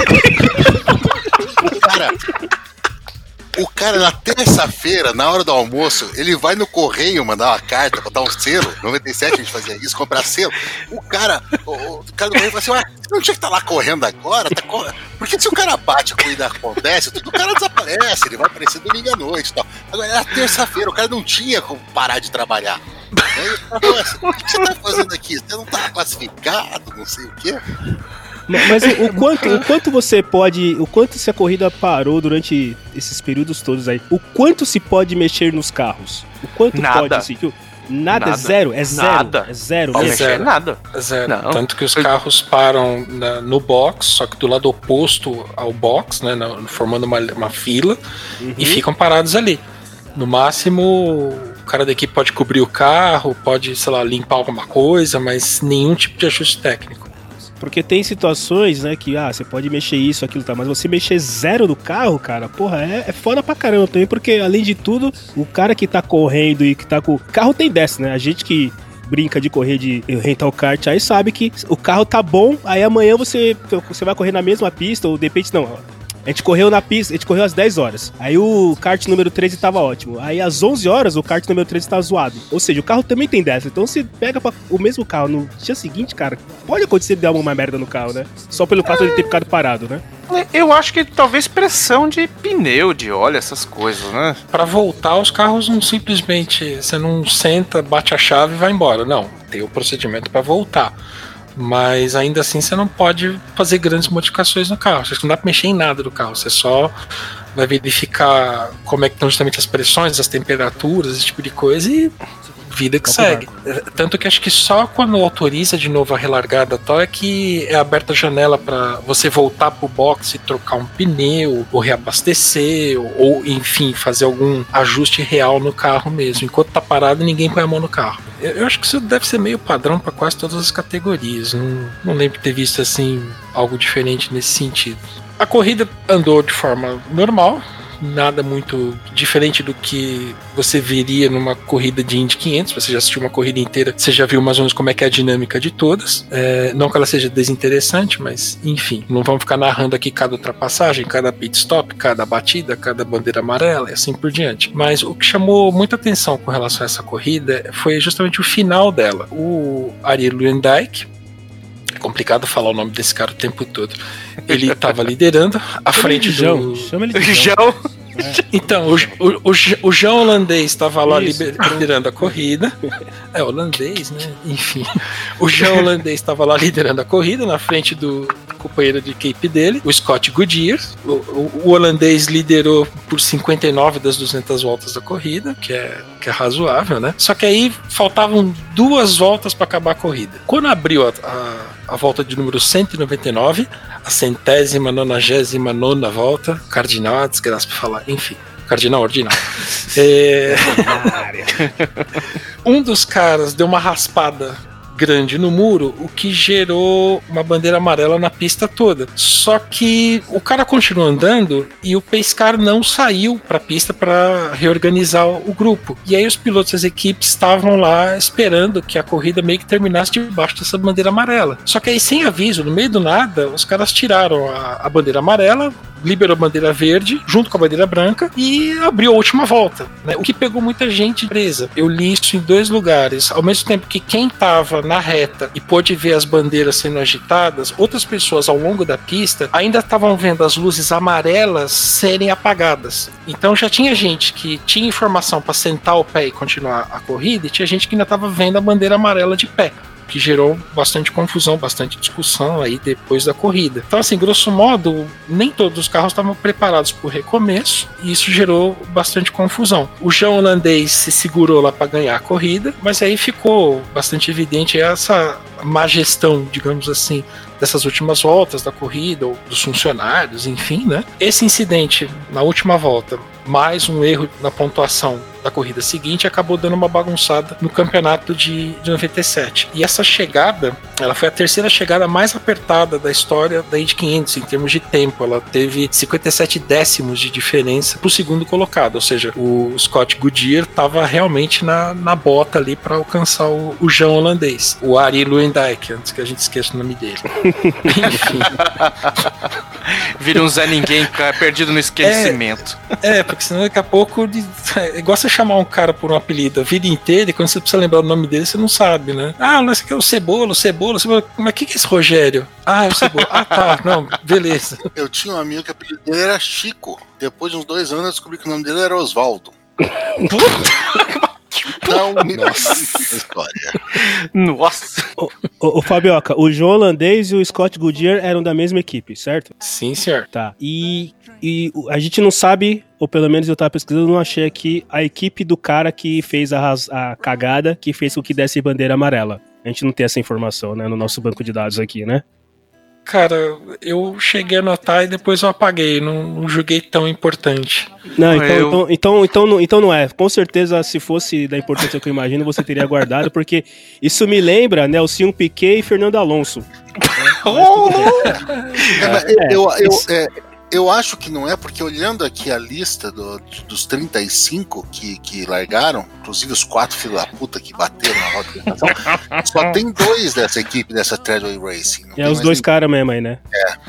S4: O cara na terça-feira, na hora do almoço, ele vai no correio mandar uma carta, botar um selo. 97 a gente fazia isso, comprar selo. O cara do correio fala assim: ué, você não tinha que estar lá correndo agora? Porque se o cara bate, a corrida acontece, tudo, o cara desaparece, ele vai aparecer domingo à noite e tal. Agora era terça-feira, o cara não tinha como parar de trabalhar. Aí eu falo, o que você tá fazendo aqui? Você não tá classificado, não sei o quê.
S3: Mas o quanto você pode. O quanto se a corrida parou durante esses períodos todos aí? O quanto se pode mexer nos carros? O quanto
S1: Nada.
S3: pode, assim? Nada, é
S1: Nada.
S3: zero? É zero.
S1: Nada.
S3: É zero
S1: Pode
S3: mesmo.
S1: mexer nada.
S2: Zero.
S1: Não.
S2: Tanto que os carros param no box, só que do lado oposto ao box, né, formando uma fila, e ficam parados ali. No máximo, o cara da equipe pode cobrir o carro, pode, sei lá, limpar alguma coisa, mas nenhum tipo de ajuste técnico.
S3: Porque tem situações, né, que você pode mexer isso, aquilo, tá, mas você mexer zero do carro, cara, porra, é foda pra caramba também, porque além de tudo, o cara que tá correndo e que tá com... Carro tem dessa, né, a gente que brinca de correr de rental kart aí sabe que o carro tá bom, aí amanhã você vai correr na mesma pista, ou de repente não... A gente correu na pista, a gente correu às 10 horas. Aí o kart número 13 tava ótimo. Aí às 11 horas o kart número 13 tava zoado. Ou seja, o carro também tem dessa. Então você pega o mesmo carro no dia seguinte, cara, pode acontecer de dar uma merda no carro, né? Só pelo fato de ter ficado parado, né?
S1: Eu acho que talvez pressão de pneu, de óleo, essas coisas, né?
S2: Pra voltar, os carros não simplesmente... Você não senta, bate a chave e vai embora. Não, tem o procedimento pra voltar. Mas ainda assim você não pode fazer grandes modificações no carro. Você não dá pra mexer em nada do carro. Você só vai verificar como é que estão justamente as pressões, as temperaturas, esse tipo de coisa, e vida que segue. Tanto que acho que só quando autoriza de novo a relargada tal é que é aberta a janela para você voltar pro box e trocar um pneu, ou reabastecer, ou enfim, fazer algum ajuste real no carro mesmo. Enquanto tá parado, ninguém põe a mão no carro. Eu acho que isso deve ser meio padrão para quase todas as categorias. Não lembro de ter visto assim algo diferente nesse sentido. A corrida andou de forma normal, nada muito diferente do que você veria numa corrida de Indy 500. Você já assistiu uma corrida inteira, você já viu mais ou menos como é que é a dinâmica de todas. Não que ela seja desinteressante, mas enfim, não vamos ficar narrando aqui cada ultrapassagem, cada pit stop, cada batida, cada bandeira amarela e assim por diante. Mas o que chamou muita atenção com relação a essa corrida foi justamente o final dela. O Ariel Luyendijk, é complicado falar o nome desse cara o tempo todo. Ele estava liderando à frente do...
S3: Chama ele de
S1: João.
S2: Então, o João holandês estava lá liderando a corrida. É holandês, né? Enfim. O João holandês estava lá liderando a corrida na frente do companheiro de equipe dele, o Scott Goodyear. O holandês liderou por 59 das 200 voltas da corrida, que é razoável, né? Só que aí faltavam 2 voltas para acabar a corrida. Quando abriu a volta de número 199, a 199ª volta, cardinal, desgraça pra falar, enfim, cardinal ordinal. Um dos caras deu uma raspada grande no muro, o que gerou uma bandeira amarela na pista toda. Só que o cara continuou andando e o pace car não saiu pra pista para reorganizar o grupo. E aí os pilotos das equipes estavam lá esperando que a corrida meio que terminasse debaixo dessa bandeira amarela. Só que aí, sem aviso, no meio do nada, os caras tiraram a bandeira amarela, liberou a bandeira verde junto com a bandeira branca e abriu a última volta, né? O que pegou muita gente presa. Eu li isso em 2 lugares. Ao mesmo tempo que quem estava na reta e pôde ver as bandeiras sendo agitadas, outras pessoas ao longo da pista ainda estavam vendo as luzes amarelas serem apagadas. Então já tinha gente que tinha informação para sentar o pé e continuar a corrida, e tinha gente que ainda estava vendo a bandeira amarela de pé. que gerou bastante confusão, bastante discussão aí depois da corrida. Então, assim, grosso modo, nem todos os carros estavam preparados para o recomeço, e isso gerou bastante confusão. O Jean holandês se segurou lá para ganhar a corrida, mas aí ficou bastante evidente essa má gestão, digamos assim, dessas últimas voltas da corrida, ou dos funcionários, enfim, né? Esse incidente na última volta, mais um erro na pontuação da corrida seguinte, acabou dando uma bagunçada no campeonato de 97. E essa chegada, ela foi a terceira chegada mais apertada da história da Indy 500 em termos de tempo. Ela teve 57 décimos de diferença pro segundo colocado, ou seja, o Scott Goodyear estava realmente na bota ali para alcançar o Jean holandês, o Arie Luyendyk, antes que a gente esqueça o nome dele. Enfim.
S1: Vira um Zé Ninguém perdido no esquecimento.
S2: Porque senão daqui a pouco é igual você chamar um cara por um apelido a vida inteira, e quando você precisa lembrar o nome dele, você não sabe, né? Ah, esse aqui é o Cebola. Mas o que é esse Rogério? Ah, é o Cebola. Ah, tá, não, beleza.
S4: Eu tinha um amigo que o apelido dele era Chico. Depois de uns 2 anos eu descobri que o nome dele era Osvaldo. Não, nossa história.
S1: Nossa.
S3: Ô Fabioca, o João holandês e o Scott Goodyear eram da mesma equipe, certo?
S2: Sim, senhor.
S3: Tá. E a gente não sabe, ou pelo menos eu tava pesquisando, não achei aqui a equipe do cara que fez a cagada, que fez com que desse bandeira amarela. A gente não tem essa informação, né, no nosso banco de dados aqui, né?
S2: Cara, eu cheguei a notar e depois eu apaguei, não julguei tão importante.
S3: Não, então não é. Com certeza, se fosse da importância que eu imagino, você teria guardado, porque isso me lembra Nelson Piquet e Fernando Alonso.
S4: Eu acho que não é, porque olhando aqui a lista dos 35 que largaram, inclusive os 4 filhos da puta que bateram na roda de alimentação, só tem 2 dessa equipe, dessa Treadway Racing.
S3: É os 2 caras mesmo aí, né?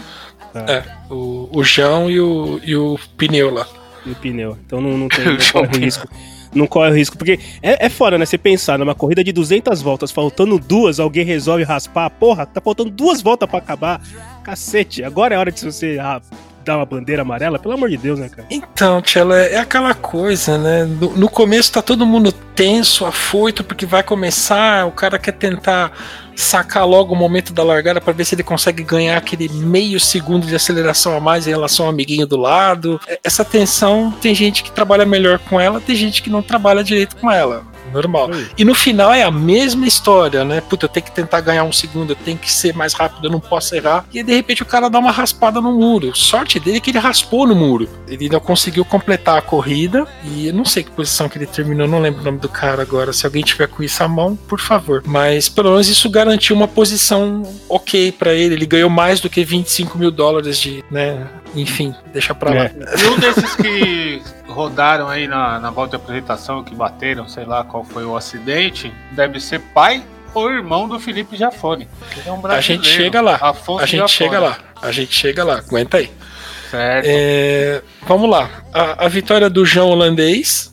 S2: O João e o pneu lá.
S3: E o pneu. Então não corre risco. Não corre o risco, porque é foda, né? Você pensar numa corrida de 200 voltas, faltando 2, alguém resolve raspar. Porra, tá faltando 2 voltas pra acabar. Cacete, agora é hora de você dar uma bandeira amarela, pelo amor de Deus, né, cara?
S2: Então, Tchela, é aquela coisa, né? No começo tá todo mundo tenso, afoito, porque vai começar, o cara quer tentar sacar logo o momento da largada para ver se ele consegue ganhar aquele meio segundo de aceleração a mais em relação ao amiguinho do lado. Essa tensão, tem gente que trabalha melhor com ela, tem gente que não trabalha direito com ela. Normal. E no final é a mesma história, né? Puta, eu tenho que tentar ganhar um segundo, eu tenho que ser mais rápido, eu não posso errar. E de repente o cara dá uma raspada no muro. Sorte dele é que ele raspou no muro. Ele não conseguiu completar a corrida. E eu não sei que posição que ele terminou, não lembro o nome do cara agora. Se alguém tiver com isso à mão, por favor. Mas pelo menos isso garantiu uma posição ok pra ele. Ele ganhou mais do que $25 mil de, né? Enfim, deixa pra lá.
S5: E um desses que rodaram aí na volta de apresentação, que bateram, sei lá qual foi o acidente, deve ser pai ou irmão do Felipe Jafone. Que é um brasileiro.
S2: A gente chega lá.
S5: Afonso
S2: A gente
S5: Jafone.
S2: chega lá. A gente chega lá. Aguenta aí.
S5: Certo.
S2: Vamos lá. A vitória do João holandês.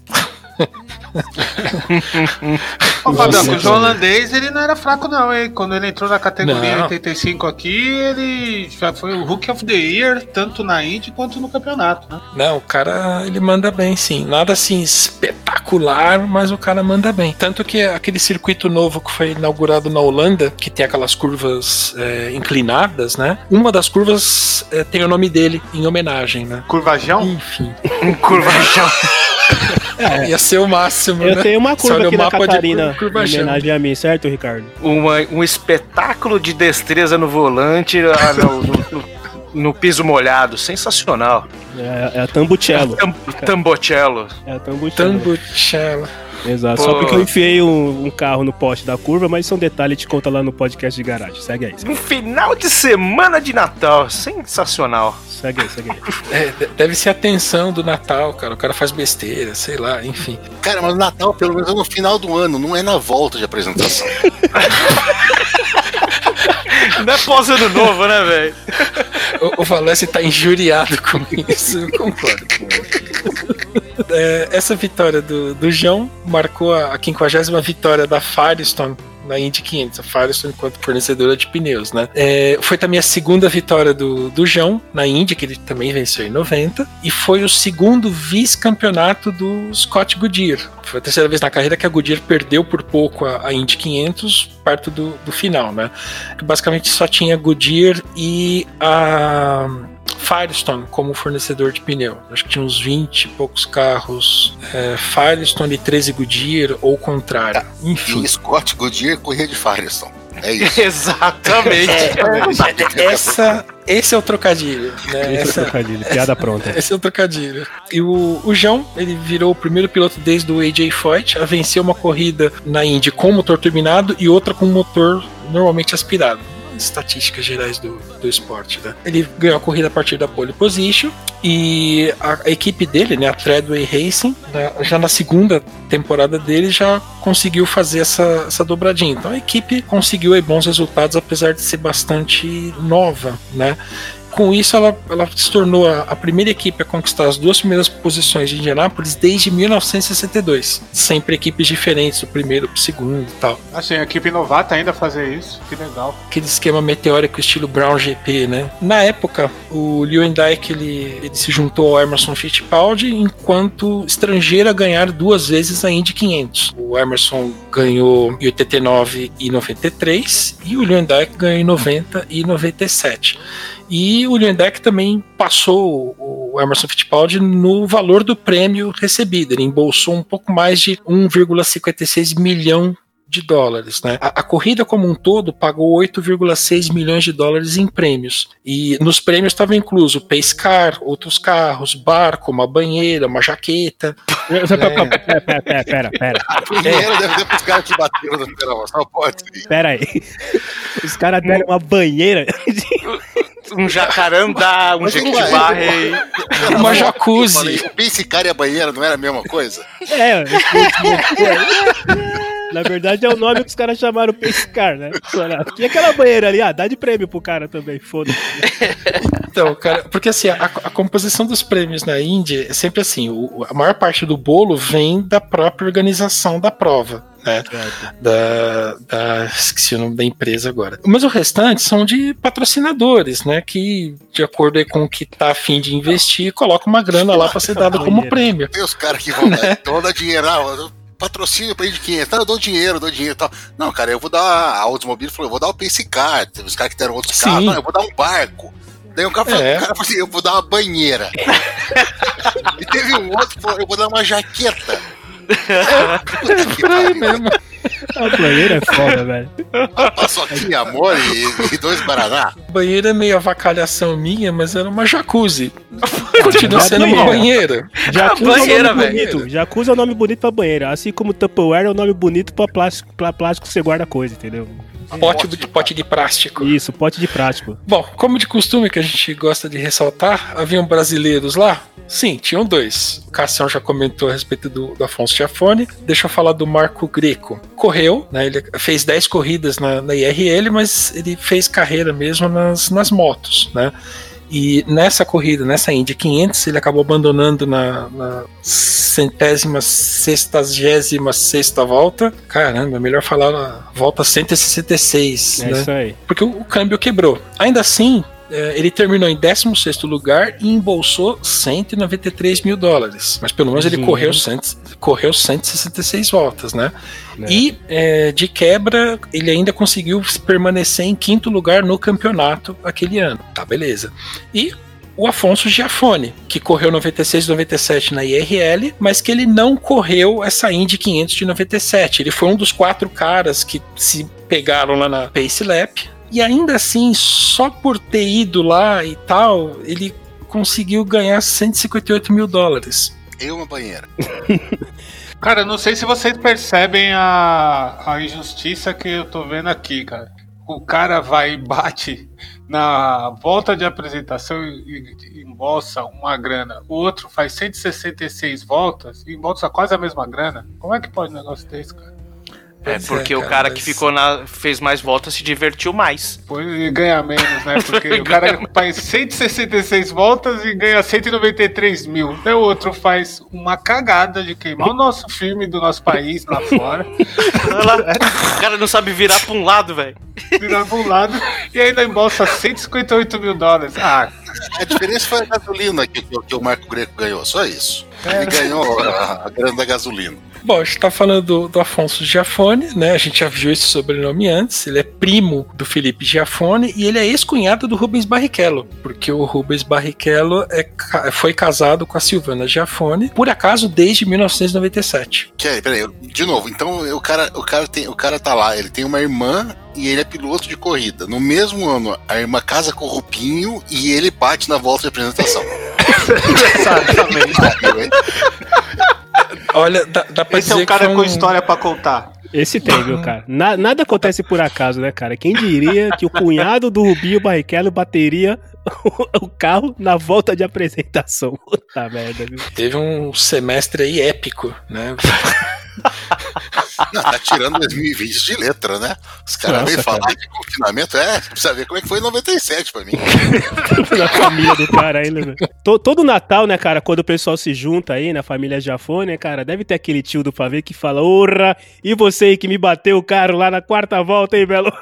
S5: Ô, Fabiano, o João holandês, ele não era fraco não, hein? Quando ele entrou na categoria 85 aqui, ele já foi o Rookie of the Year, tanto na Indy quanto no campeonato, né?
S2: Não, o cara, ele manda bem, sim. Nada assim espetacular, mas o cara manda bem. Tanto que aquele circuito novo que foi inaugurado na Holanda, que tem aquelas curvas inclinadas, né? Uma das curvas tem o nome dele, em homenagem, né?
S5: Curvajão?
S2: Enfim.
S1: Curvajão.
S2: Ia ser o máximo,
S3: Eu
S2: né?
S3: tenho uma curva aqui na Catarina, em
S2: homenagem
S3: homenagem a mim, certo, Ricardo?
S1: Um espetáculo de destreza no volante, no piso molhado. Sensacional.
S3: É a Tambucello.
S1: Tambocello.
S3: É a Tambucello.
S2: Tambucello.
S3: Exato,
S1: Pô.
S3: só porque eu enfiei um carro no poste da curva, mas isso é um detalhe, te conta lá no podcast de garagem. Segue aí.
S1: Um final de semana de Natal. Sensacional.
S3: Segue aí.
S2: Deve ser a tensão do Natal, cara. O cara faz besteira, sei lá, enfim.
S4: Cara, mas o Natal, pelo menos, é no final do ano, não é na volta de apresentação.
S1: Não é pós-ano novo, né, velho?
S2: O Valessi tá injuriado com isso, eu concordo com ele. Essa vitória do João marcou a 50ª vitória da Firestone na Indy 500, a Firestone enquanto fornecedora de pneus, né? Foi também a segunda vitória do João na Indy, que ele também venceu em 90, e foi o segundo vice-campeonato do Scott Goodyear. Foi a terceira vez na carreira que a Goodyear perdeu por pouco a Indy 500, perto do final, né? Que basicamente só tinha Goodyear e a Firestone como fornecedor de pneu. Acho que tinha uns 20 e poucos carros Firestone e 13 Goodyear, ou o contrário. Enfim.
S4: E Scott Goodyear corria de Firestone. É isso.
S1: Exatamente.
S2: Esse é o trocadilho, né?
S3: Esse é o trocadilho, piada pronta.
S2: Esse é o trocadilho. E o João, ele virou o primeiro piloto desde o AJ Foyt a vencer uma corrida na Indy com motor turbinado e outra com motor normalmente aspirado. Estatísticas gerais do esporte, né? Ele ganhou a corrida a partir da pole position e a equipe dele, né, a Treadway Racing, né, já na segunda temporada dele já conseguiu fazer essa dobradinha. Então a equipe conseguiu aí bons resultados, apesar de ser bastante nova, né? Com isso, ela se tornou a primeira equipe a conquistar as duas primeiras posições de Indianápolis desde 1962. Sempre equipes diferentes, do primeiro pro segundo e tal.
S5: Assim, a equipe novata ainda fazer isso, que legal.
S2: Aquele esquema meteórico estilo Brown GP, né? Na época, o Lewandike ele se juntou ao Emerson Fittipaldi enquanto estrangeiro a ganhar duas vezes a Indy 500. O Emerson ganhou em 89 e 93 e o Lewandike ganhou em 90 e 97. E o Lewandike também passou o Emerson Fittipaldi no valor do prêmio recebido. Ele embolsou um pouco mais de 1,56 milhão de dólares, né? A corrida como um todo pagou 8,6 milhões de dólares em prêmios. E nos prêmios estava incluso pace car, outros carros, barco, uma banheira, uma jaqueta.
S3: Pera.
S4: Dinheiro deve ter pros caras que bateram no Perão, só pode ser.
S3: Pera aí. Os caras deram uma banheira.
S1: Um jacarandá, um jequitibá-rei.
S2: Uma jacuzzi.
S4: O pace car e a banheira não era a mesma coisa?
S3: Na verdade é o nome que os caras chamaram Pace Car, né? E aquela banheira ali, dá de prêmio pro cara também, foda-se.
S2: Então, cara, porque assim, a composição dos prêmios na Indy é sempre assim, a maior parte do bolo vem da própria organização da prova, né? Esqueci o nome da empresa agora. Mas o restante são de patrocinadores, né? Que, de acordo aí com o que tá a fim de investir, coloca uma grana lá pra ser dada como prêmio.
S4: Tem os caras que vão dar dinheiro, patrocínio pra Indy 500, eu dou dinheiro e tal. Não, cara, eu vou dar, a Automobile falou, eu vou dar o Pace Car, teve os caras que deram outros carros, não, eu vou dar um barco. Daí o cara falou assim, eu vou dar uma banheira. E teve um outro que falou, eu vou dar uma jaqueta.
S2: Por aí mesmo.
S3: A banheira é foda, velho.
S4: Uma paçoquinha, amor e 2 Guaraná.
S2: A banheira é meio avacalhação minha, mas era uma jacuzzi. Continua sendo uma banheira.
S3: Jacuzzi
S1: banheira,
S3: é o nome bonito. Jacuzzi é o nome bonito pra banheira. Assim como Tupperware é o nome bonito pra plástico que você guarda coisa, entendeu?
S2: Pote de plástico.
S3: Isso, pote de plástico.
S2: Bom, como de costume que a gente gosta de ressaltar, haviam brasileiros lá? Sim, tinham 2. O Cassião já comentou a respeito do Afonso Giafone. Deixa eu falar do Marco Greco. Correu, né? Ele fez 10 corridas na IRL, mas ele fez carreira mesmo nas motos, né? E nessa corrida, nessa Indy 500, ele acabou abandonando na 166ª volta. Caramba, melhor falar na volta 166, né?
S3: Isso aí.
S2: Porque o câmbio quebrou. Ainda assim, ele terminou em 16º lugar e embolsou 193 mil dólares. Mas pelo menos ele correu 166 voltas, né? E de quebra, ele ainda conseguiu permanecer em 5º lugar no campeonato aquele ano. Tá, beleza. E o Afonso Giafone, que correu 96 e 97 na IRL, mas que ele não correu essa Indy 500 de 97. Ele foi um dos 4 caras que se pegaram lá na Pace Lap. E ainda assim, só por ter ido lá e tal, ele conseguiu ganhar 158 mil dólares.
S4: E uma banheira.
S5: Cara, não sei se vocês percebem a injustiça que eu tô vendo aqui, cara. O cara vai e bate na volta de apresentação e embolsa uma grana. O outro faz 166 voltas e embolsa quase a mesma grana. Como é que pode um negócio desse, cara?
S1: Porque o cara que fez mais voltas se divertiu mais.
S5: Pois e ganha menos, né? Porque o cara faz 166 voltas e ganha 193 mil. Daí o outro faz uma cagada de queimar o nosso filme do nosso país lá fora.
S1: O cara não sabe virar pra um lado, velho.
S5: Virar pra um lado e ainda embolsa 158 mil dólares. Ah,
S4: A diferença foi a gasolina que o Marco Greco ganhou, só isso. Ele ganhou a grana da gasolina.
S2: Bom, a gente tá falando do Afonso Giafone, né? A gente já viu esse sobrenome antes. Ele é primo do Felipe Giafone e ele é ex-cunhado do Rubens Barrichello, porque o Rubens Barrichello foi casado com a Silvana Giafone, por acaso, desde 1997.
S4: Peraí, de novo, então o cara tá lá, ele tem uma irmã e ele é piloto de corrida. No mesmo ano, a irmã casa com o Rupinho e ele bate na volta de apresentação.
S5: exatamente.
S2: Olha, dá pra
S5: Esse
S2: dizer
S5: é um cara
S2: que
S5: com história pra contar.
S3: Esse tem, viu, cara? Nada acontece por acaso, né, cara? Quem diria que o cunhado do Rubinho Barrichello bateria o carro na volta de apresentação? Puta merda, viu?
S2: Teve um semestre aí épico, né?
S4: Não, tá tirando 2020 de letra, né? Os caras vêm falar de confinamento, precisa ver como é que foi em 97 pra mim.
S3: Na família do cara aí, né, velho? Todo Natal, né, cara, quando o pessoal se junta aí, na família Giafone, né, cara, deve ter aquele tio do pavê que fala, orra, e você aí que me bateu o carro lá na quarta volta, hein, Belo?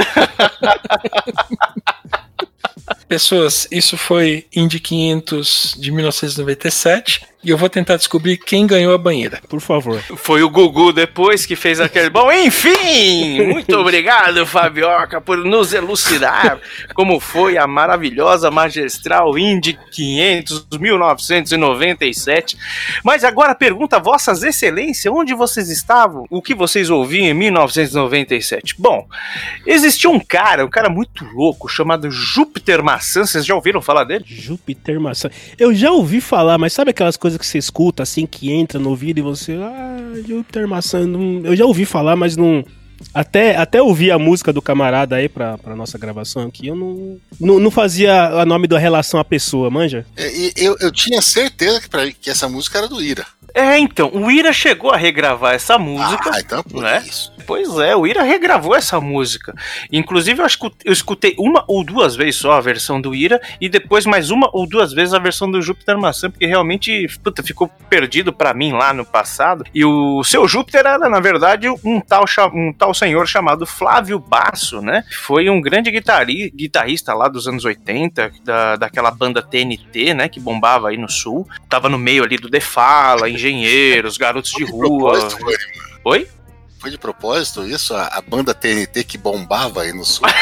S2: Pessoas, isso foi Indy 500 de 1997 e eu vou tentar descobrir quem ganhou a banheira.
S3: Por favor.
S1: Foi o Gugu depois que fez aquele... Bom, enfim! Muito obrigado, Fabioca, por nos elucidar como foi a maravilhosa, magistral Indy 500 1997. Mas agora pergunta, vossas excelências, onde vocês estavam? O que vocês ouviam em 1997? Bom, existia um cara muito louco, chamado Júpiter Maçã. Vocês já ouviram falar dele?
S3: Júpiter Maçã. Eu já ouvi falar, mas sabe aquelas coisas que você escuta assim, que entra no ouvido e você... Júpiter Maçã... Não... Eu já ouvi falar, mas não... Até ouvir a música do camarada aí pra nossa gravação aqui, eu não fazia o nome da relação à pessoa, manja?
S4: Eu tinha certeza que essa música era do Ira.
S1: Então, o Ira chegou a regravar essa música.
S4: Então por isso.
S1: Pois é, o Ira regravou essa música. Inclusive, eu acho que eu escutei uma ou duas vezes só a versão do Ira e depois mais uma ou duas vezes a versão do Júpiter Maçã, porque realmente, ficou perdido pra mim lá no passado. E o seu Júpiter era, na verdade, um tal senhor chamado Flávio Basso, né? Foi um grande guitarrista lá dos anos 80, daquela banda TNT, né? Que bombava aí no Sul. Tava no meio ali do The Fala, Engenheiros, Garotos de Rua. Oi?
S4: Foi de propósito isso? A banda TNT que bombava aí no Sul?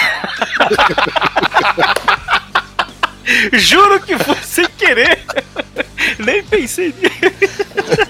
S1: Juro que foi sem querer. Nem pensei nisso.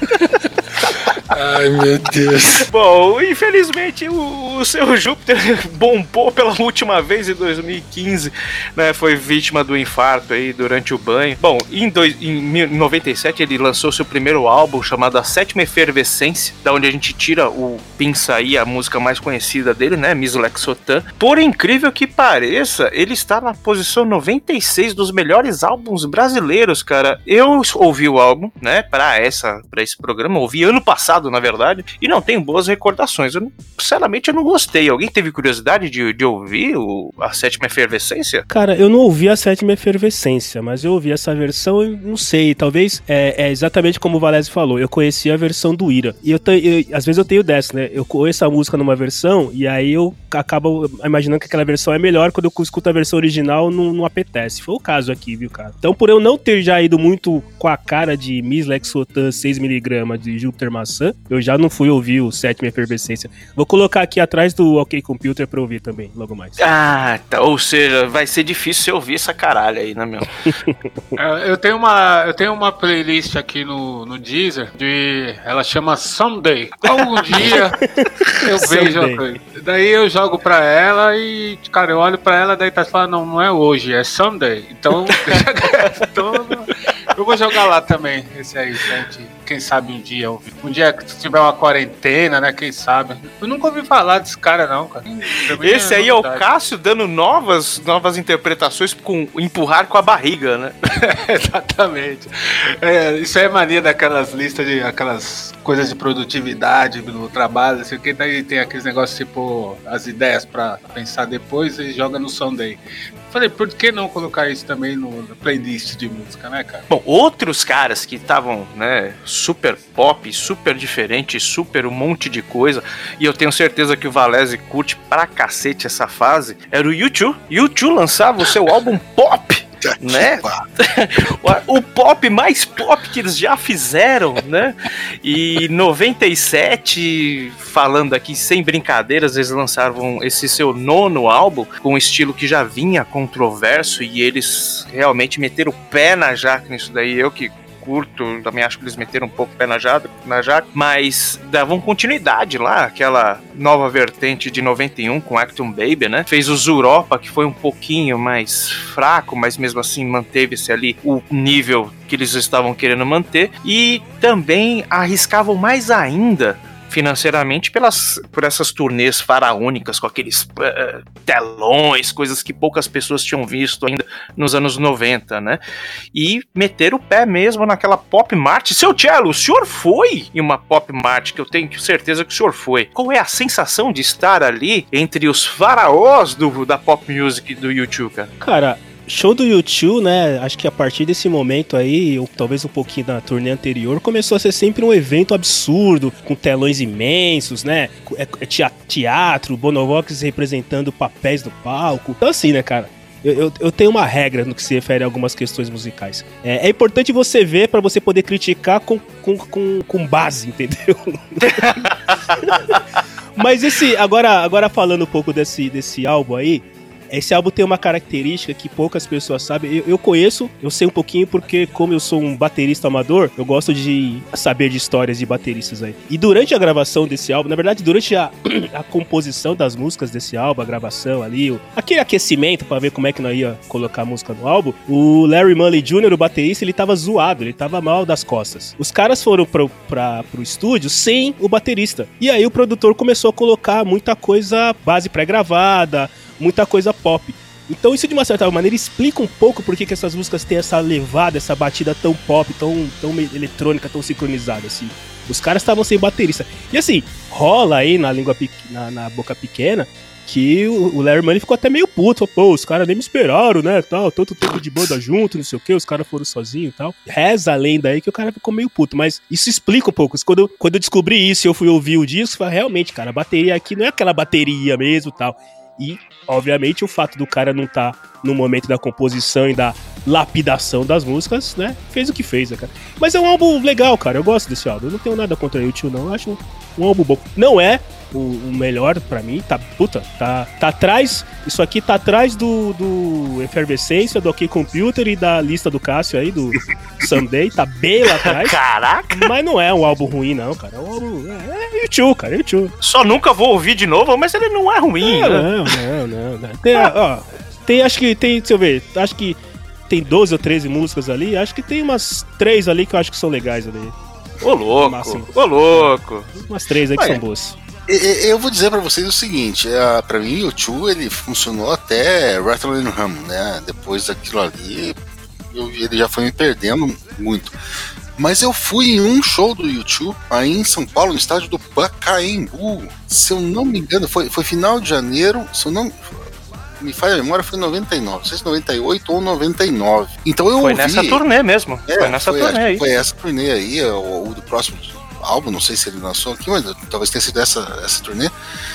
S2: Ai, meu Deus.
S1: Bom, infelizmente o seu Júpiter bombou pela última vez em 2015, né? Foi vítima do infarto aí durante o banho. Bom, em 97 ele lançou seu primeiro álbum chamado A Sétima Efervescência, da onde a gente tira o pinça aí, a música mais conhecida dele, né? Miss Lexotan. Por incrível que pareça, ele está na posição 96 dos melhores álbuns brasileiros, cara. Eu ouvi o álbum, né? Pra esse programa, ouvi ano passado, na verdade, e não tenho boas recordações. Sinceramente, eu não gostei. Alguém teve curiosidade de ouvir a Sétima Efervescência?
S3: Cara, eu não ouvi a Sétima Efervescência, mas eu ouvi essa versão e não sei, talvez é exatamente como o Valese falou, eu conheci a versão do Ira, e às vezes eu tenho dessa, né? Eu conheço a música numa versão e aí eu acabo imaginando que aquela versão é melhor, quando eu escuto a versão original não apetece. Foi o caso aqui, viu, cara? Então, por eu não ter já ido muito com a cara de Miss Lexotan 6mg de Júpiter Maçã, eu já não fui ouvir o Sétima Efervescência. Vou colocar aqui atrás do OK Computer pra ouvir também, logo mais.
S1: Tá. Ou seja, vai ser difícil você ouvir essa caralho aí, né, meu?
S5: Eu tenho uma playlist aqui no Deezer, ela chama Someday. Algum dia eu vejo a coisa. Daí eu jogo pra ela e, cara, eu olho pra ela, daí tá falando, não é hoje, é Someday. Então, Eu vou jogar lá também, esse aí, gente. Quem sabe um dia ouvir. Um dia que tiver uma quarentena, né? Quem sabe. Eu nunca ouvi falar desse cara, não, cara.
S1: Esse aí é o Cássio dando novas interpretações com empurrar com a barriga, né?
S5: Exatamente. Isso aí é mania daquelas listas de aquelas coisas de produtividade no trabalho, não sei o que, daí tem aqueles negócios tipo as ideias pra pensar depois e joga no Sunday. Falei, por que não colocar isso também no playlist de música, né, cara?
S1: Bom, outros caras que estavam, né, super pop, super diferente, super um monte de coisa, e eu tenho certeza que o Valese curte pra cacete essa fase, era o U2. U2 lançava o seu álbum pop, né? O pop mais pop que eles já fizeram, né? E 97, falando aqui sem brincadeiras, eles lançaram esse seu 9º álbum com um estilo que já vinha controverso e eles realmente meteram o pé na jaca nisso daí. Eu que curto, também acho que eles meteram um pouco o pé na jaca, mas davam continuidade lá, aquela nova vertente de 91 com Acton Baby, né? Fez o Zuropa, que foi um pouquinho mais fraco, mas mesmo assim manteve-se ali o nível que eles estavam querendo manter, e também arriscavam mais ainda financeiramente por essas turnês faraônicas com aqueles telões, coisas que poucas pessoas tinham visto ainda nos anos 90, né? E meter o pé mesmo naquela Pop Mart. Seu Cello, o senhor foi em uma Pop Mart, que eu tenho certeza que o senhor foi. Qual é a sensação de estar ali entre os faraós da pop music do U2, cara?
S3: Cara, show do U2, né? Acho que a partir desse momento aí, ou talvez um pouquinho da turnê anterior, começou a ser sempre um evento absurdo, com telões imensos, né? Teatro, Bonovox representando papéis no palco. Então assim, né, cara? Eu tenho uma regra no que se refere a algumas questões musicais. É importante você ver pra você poder criticar com base, entendeu? Mas agora falando um pouco desse álbum aí, esse álbum tem uma característica que poucas pessoas sabem. Eu conheço, eu sei um pouquinho porque, como eu sou um baterista amador, eu gosto de saber de histórias de bateristas aí. E durante a gravação desse álbum, na verdade, durante a composição das músicas desse álbum, a gravação ali, aquele aquecimento pra ver como é que nós ia colocar a música no álbum, o Larry Mullen Jr., o baterista, ele tava zoado, ele tava mal das costas. Os caras foram pro estúdio sem o baterista. E aí o produtor começou a colocar muita coisa, base pré-gravada, muita coisa pop. Então isso de uma certa maneira explica um pouco por que essas músicas têm essa levada, essa batida tão pop, tão eletrônica, tão sincronizada assim. Os caras estavam sem baterista. E assim, rola aí na boca pequena que o Larry Mullen ficou até meio puto. Pô, os caras nem me esperaram, né, tal, tanto tempo de banda junto, não sei o que, os caras foram sozinhos e tal. Reza a lenda aí que o cara ficou meio puto, mas isso explica um pouco. Quando eu descobri isso e eu fui ouvir o disco, eu falei, realmente, cara, a bateria aqui não é aquela bateria mesmo e tal. E, obviamente, o fato do cara não estar no momento da composição e da lapidação das músicas, né, fez o que fez, né, cara. Mas é um álbum legal, cara, eu gosto desse álbum. Eu não tenho nada contra o U2, não. Eu acho um álbum bom. Não é o melhor pra mim, tá atrás, isso aqui tá atrás do Efervescência, do OK Computer e da lista do Cássio aí, do Someday, tá bem lá atrás.
S1: Caraca!
S3: Mas não é um álbum ruim, não, cara. É um álbum, é U2, cara, é U2.
S1: Só nunca vou ouvir de novo, mas ele não é ruim, né?
S3: Não. Tem, acho que tem, deixa eu ver, acho que tem 12 ou 13 músicas ali, acho que tem umas 3 ali que eu acho que são legais ali.
S1: Ô louco!
S3: Umas 3 aí que são boas.
S4: Eu vou dizer pra vocês o seguinte, pra mim o U2 ele funcionou até Rattle and Hum, né? Depois daquilo ali, ele já foi me perdendo muito. Mas eu fui em um show do U2 aí em São Paulo, no estádio do Pacaembu. Se eu não me engano, foi final de janeiro, se eu não me falha a memória, foi em 99, não sei se 98 ou 99. Então eu ouvi...
S1: nessa turnê mesmo. Foi nessa turnê aí.
S4: Foi essa turnê aí, o do próximo álbum, não sei se ele lançou aqui, mas talvez tenha sido essa turnê.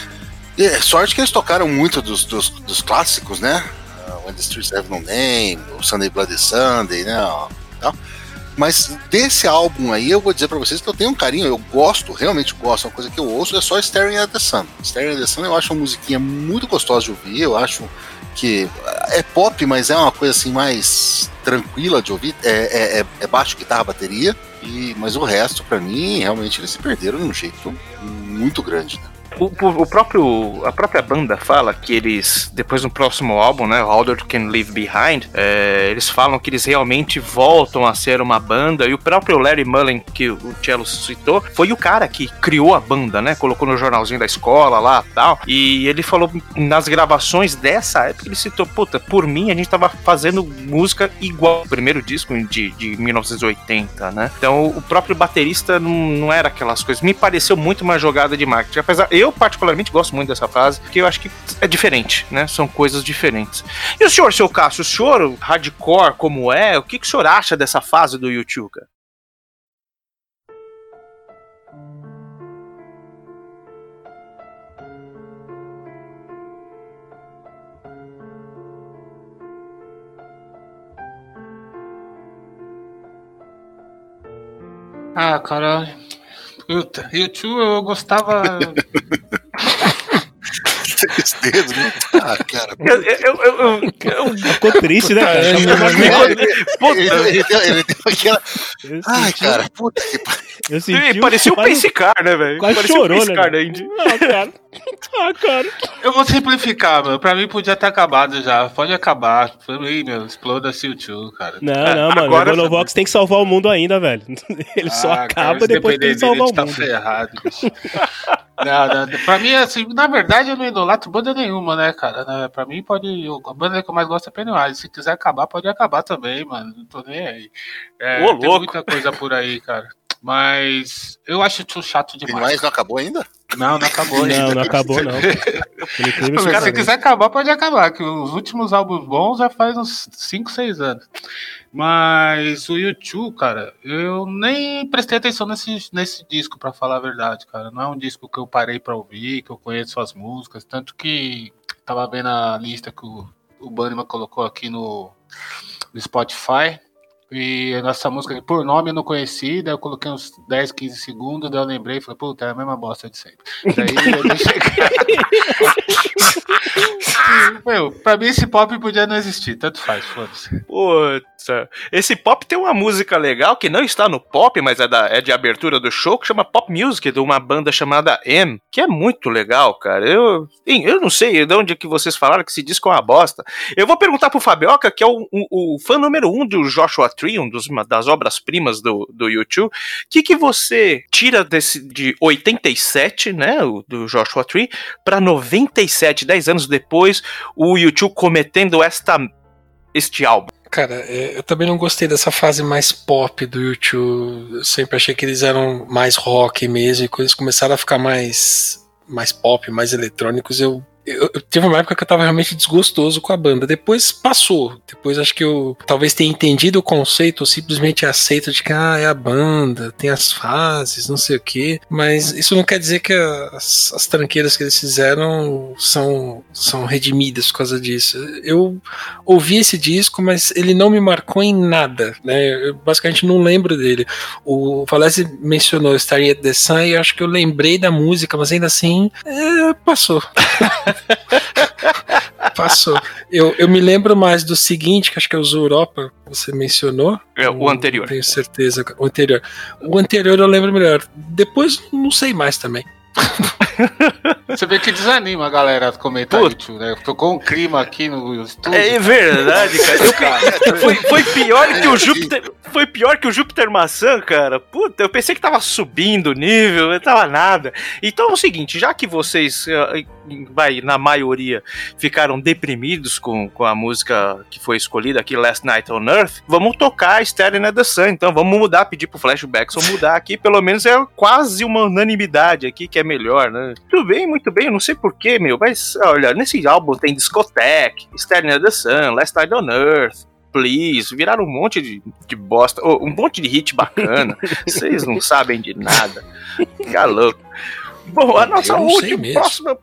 S4: E sorte que eles tocaram muito dos clássicos, né? When the Streets Have No Name, o Sunday Bloody Sunday, né? Tal. Mas desse álbum aí, eu vou dizer pra vocês que eu tenho um carinho, eu gosto, realmente gosto, uma coisa que eu ouço é só Staring at the Sun. Staring at the Sun eu acho uma musiquinha muito gostosa de ouvir, eu acho que é pop, mas é uma coisa assim mais tranquila de ouvir, é baixo, guitarra, bateria, mas o resto, pra mim, realmente eles se perderam de um jeito muito grande, né?
S1: A própria banda fala que eles, depois no próximo álbum, né, All That Can Leave Behind, eles falam que eles realmente voltam a ser uma banda, e o próprio Larry Mullen, que o Cello citou, foi o cara que criou a banda, né, colocou no jornalzinho da escola lá e tal, e ele falou nas gravações dessa época, ele citou, puta, por mim a gente tava fazendo música igual ao primeiro disco de 1980, né, então o próprio baterista não era aquelas coisas, me pareceu muito uma jogada de marketing, apesar, eu particularmente gosto muito dessa fase, porque eu acho que é diferente, né, são coisas diferentes. E o senhor, seu Cássio, o senhor, hardcore como é, o que o senhor acha dessa fase do YouTube, cara?
S5: Ah, cara, puta, YouTube eu gostava.
S4: Os dedos, né? Ah, cara.
S3: Ficou triste, né, cara?
S4: Ele deu aquela. Ai, cara, puta que pariu.
S1: Parecia um Pensicar, né, velho?
S3: Quase
S1: parecia
S3: chorou,
S1: Pensicar,
S3: né? Cara.
S5: Eu vou simplificar, meu. Pra mim podia ter acabado já. Pode acabar. Pra mim, meu, exploda-se o YouTube, cara.
S3: Não, mano.
S1: Agora
S3: O Bonovox tem que salvar o mundo ainda, velho. Ele só acaba
S5: cara,
S3: depois que ele salvar o
S5: tá
S3: mundo.
S5: ferrado, bicho. Não. Pra mim, assim, na verdade, eu não idolatro banda nenhuma, né, cara? Pra mim, a banda que eu mais gosto é Pennywise. Se quiser acabar, pode acabar também, mano. Não tô nem aí. Tem muita coisa por aí, cara. Mas eu acho o chato demais.
S4: Pennywise não acabou ainda?
S5: Não acabou ainda.
S3: Não acabou, não.
S5: Se quiser acabar, pode acabar. Que os últimos álbuns bons já faz uns 5, 6 anos. Mas o YouTube, cara, eu nem prestei atenção nesse disco, pra falar a verdade, cara. Não é um disco que eu parei pra ouvir, que eu conheço as músicas. Tanto que tava vendo a lista que o Bannerman colocou aqui no Spotify. E a nossa música, por nome eu não conheci, daí eu coloquei uns 10, 15 segundos, daí eu lembrei e falei, puta, é a mesma bosta de sempre. Daí eu deixei. Meu, pra mim esse pop podia não existir, tanto faz, foda-se.
S1: Puta, esse pop tem uma música legal que não está no pop, mas é de abertura do show, que chama Pop Music, de uma banda chamada M, que é muito legal, cara. Eu não sei de onde é que vocês falaram que esse disco é uma bosta. Eu vou perguntar pro Fabioca, que é o fã número 1 do Joshua Tree, uma das obras-primas do YouTube. O que você tira de 87, né, do Joshua Tree, pra 97, 10 anos depois, o YouTube cometendo este álbum?
S2: Cara, eu também não gostei dessa fase mais pop do YouTube. Eu sempre achei que eles eram mais rock mesmo, e quando eles começaram a ficar mais pop, mais eletrônicos, eu tive uma época que eu tava realmente desgostoso com a banda. Depois passou. Depois acho que eu talvez tenha entendido o conceito, ou simplesmente aceito de que é a banda, tem as fases, não sei o quê. Mas isso não quer dizer que as tranqueiras que eles fizeram são redimidas por causa disso. Eu ouvi esse disco, mas ele não me marcou em nada, né? Eu basicamente não lembro dele. O Valese mencionou Starry at the Sun e eu acho que eu lembrei da música, mas ainda assim, passou. Passou. Eu me lembro mais do seguinte, que acho que é o Europa, que você mencionou.
S1: O anterior.
S2: Tenho certeza. O anterior eu lembro melhor. Depois não sei mais também.
S5: Você vê que desanima a galera a comentar YouTube, né? Tocou um clima aqui no estúdio.
S1: É verdade, cara. Foi pior que o Júpiter. Foi pior que o Júpiter Maçã, cara. Puta, eu pensei que tava subindo o nível, não tava nada. Então é o seguinte, já que vocês, na maioria, ficaram deprimidos com a música que foi escolhida aqui, Last Night on Earth, vamos tocar Staring at the Sun. Então vamos mudar, pedir pro Flashbacks ou mudar aqui. Pelo menos é quase uma unanimidade aqui, que é melhor, né? Muito bem, eu não sei porquê, mas olha, nesse álbum tem Discotheque, Staring at the Sun, Last Night on Earth, Please, viraram um monte de bosta, um monte de hit bacana. Vocês não sabem de nada. Fica louco. Bom, a nossa próxima.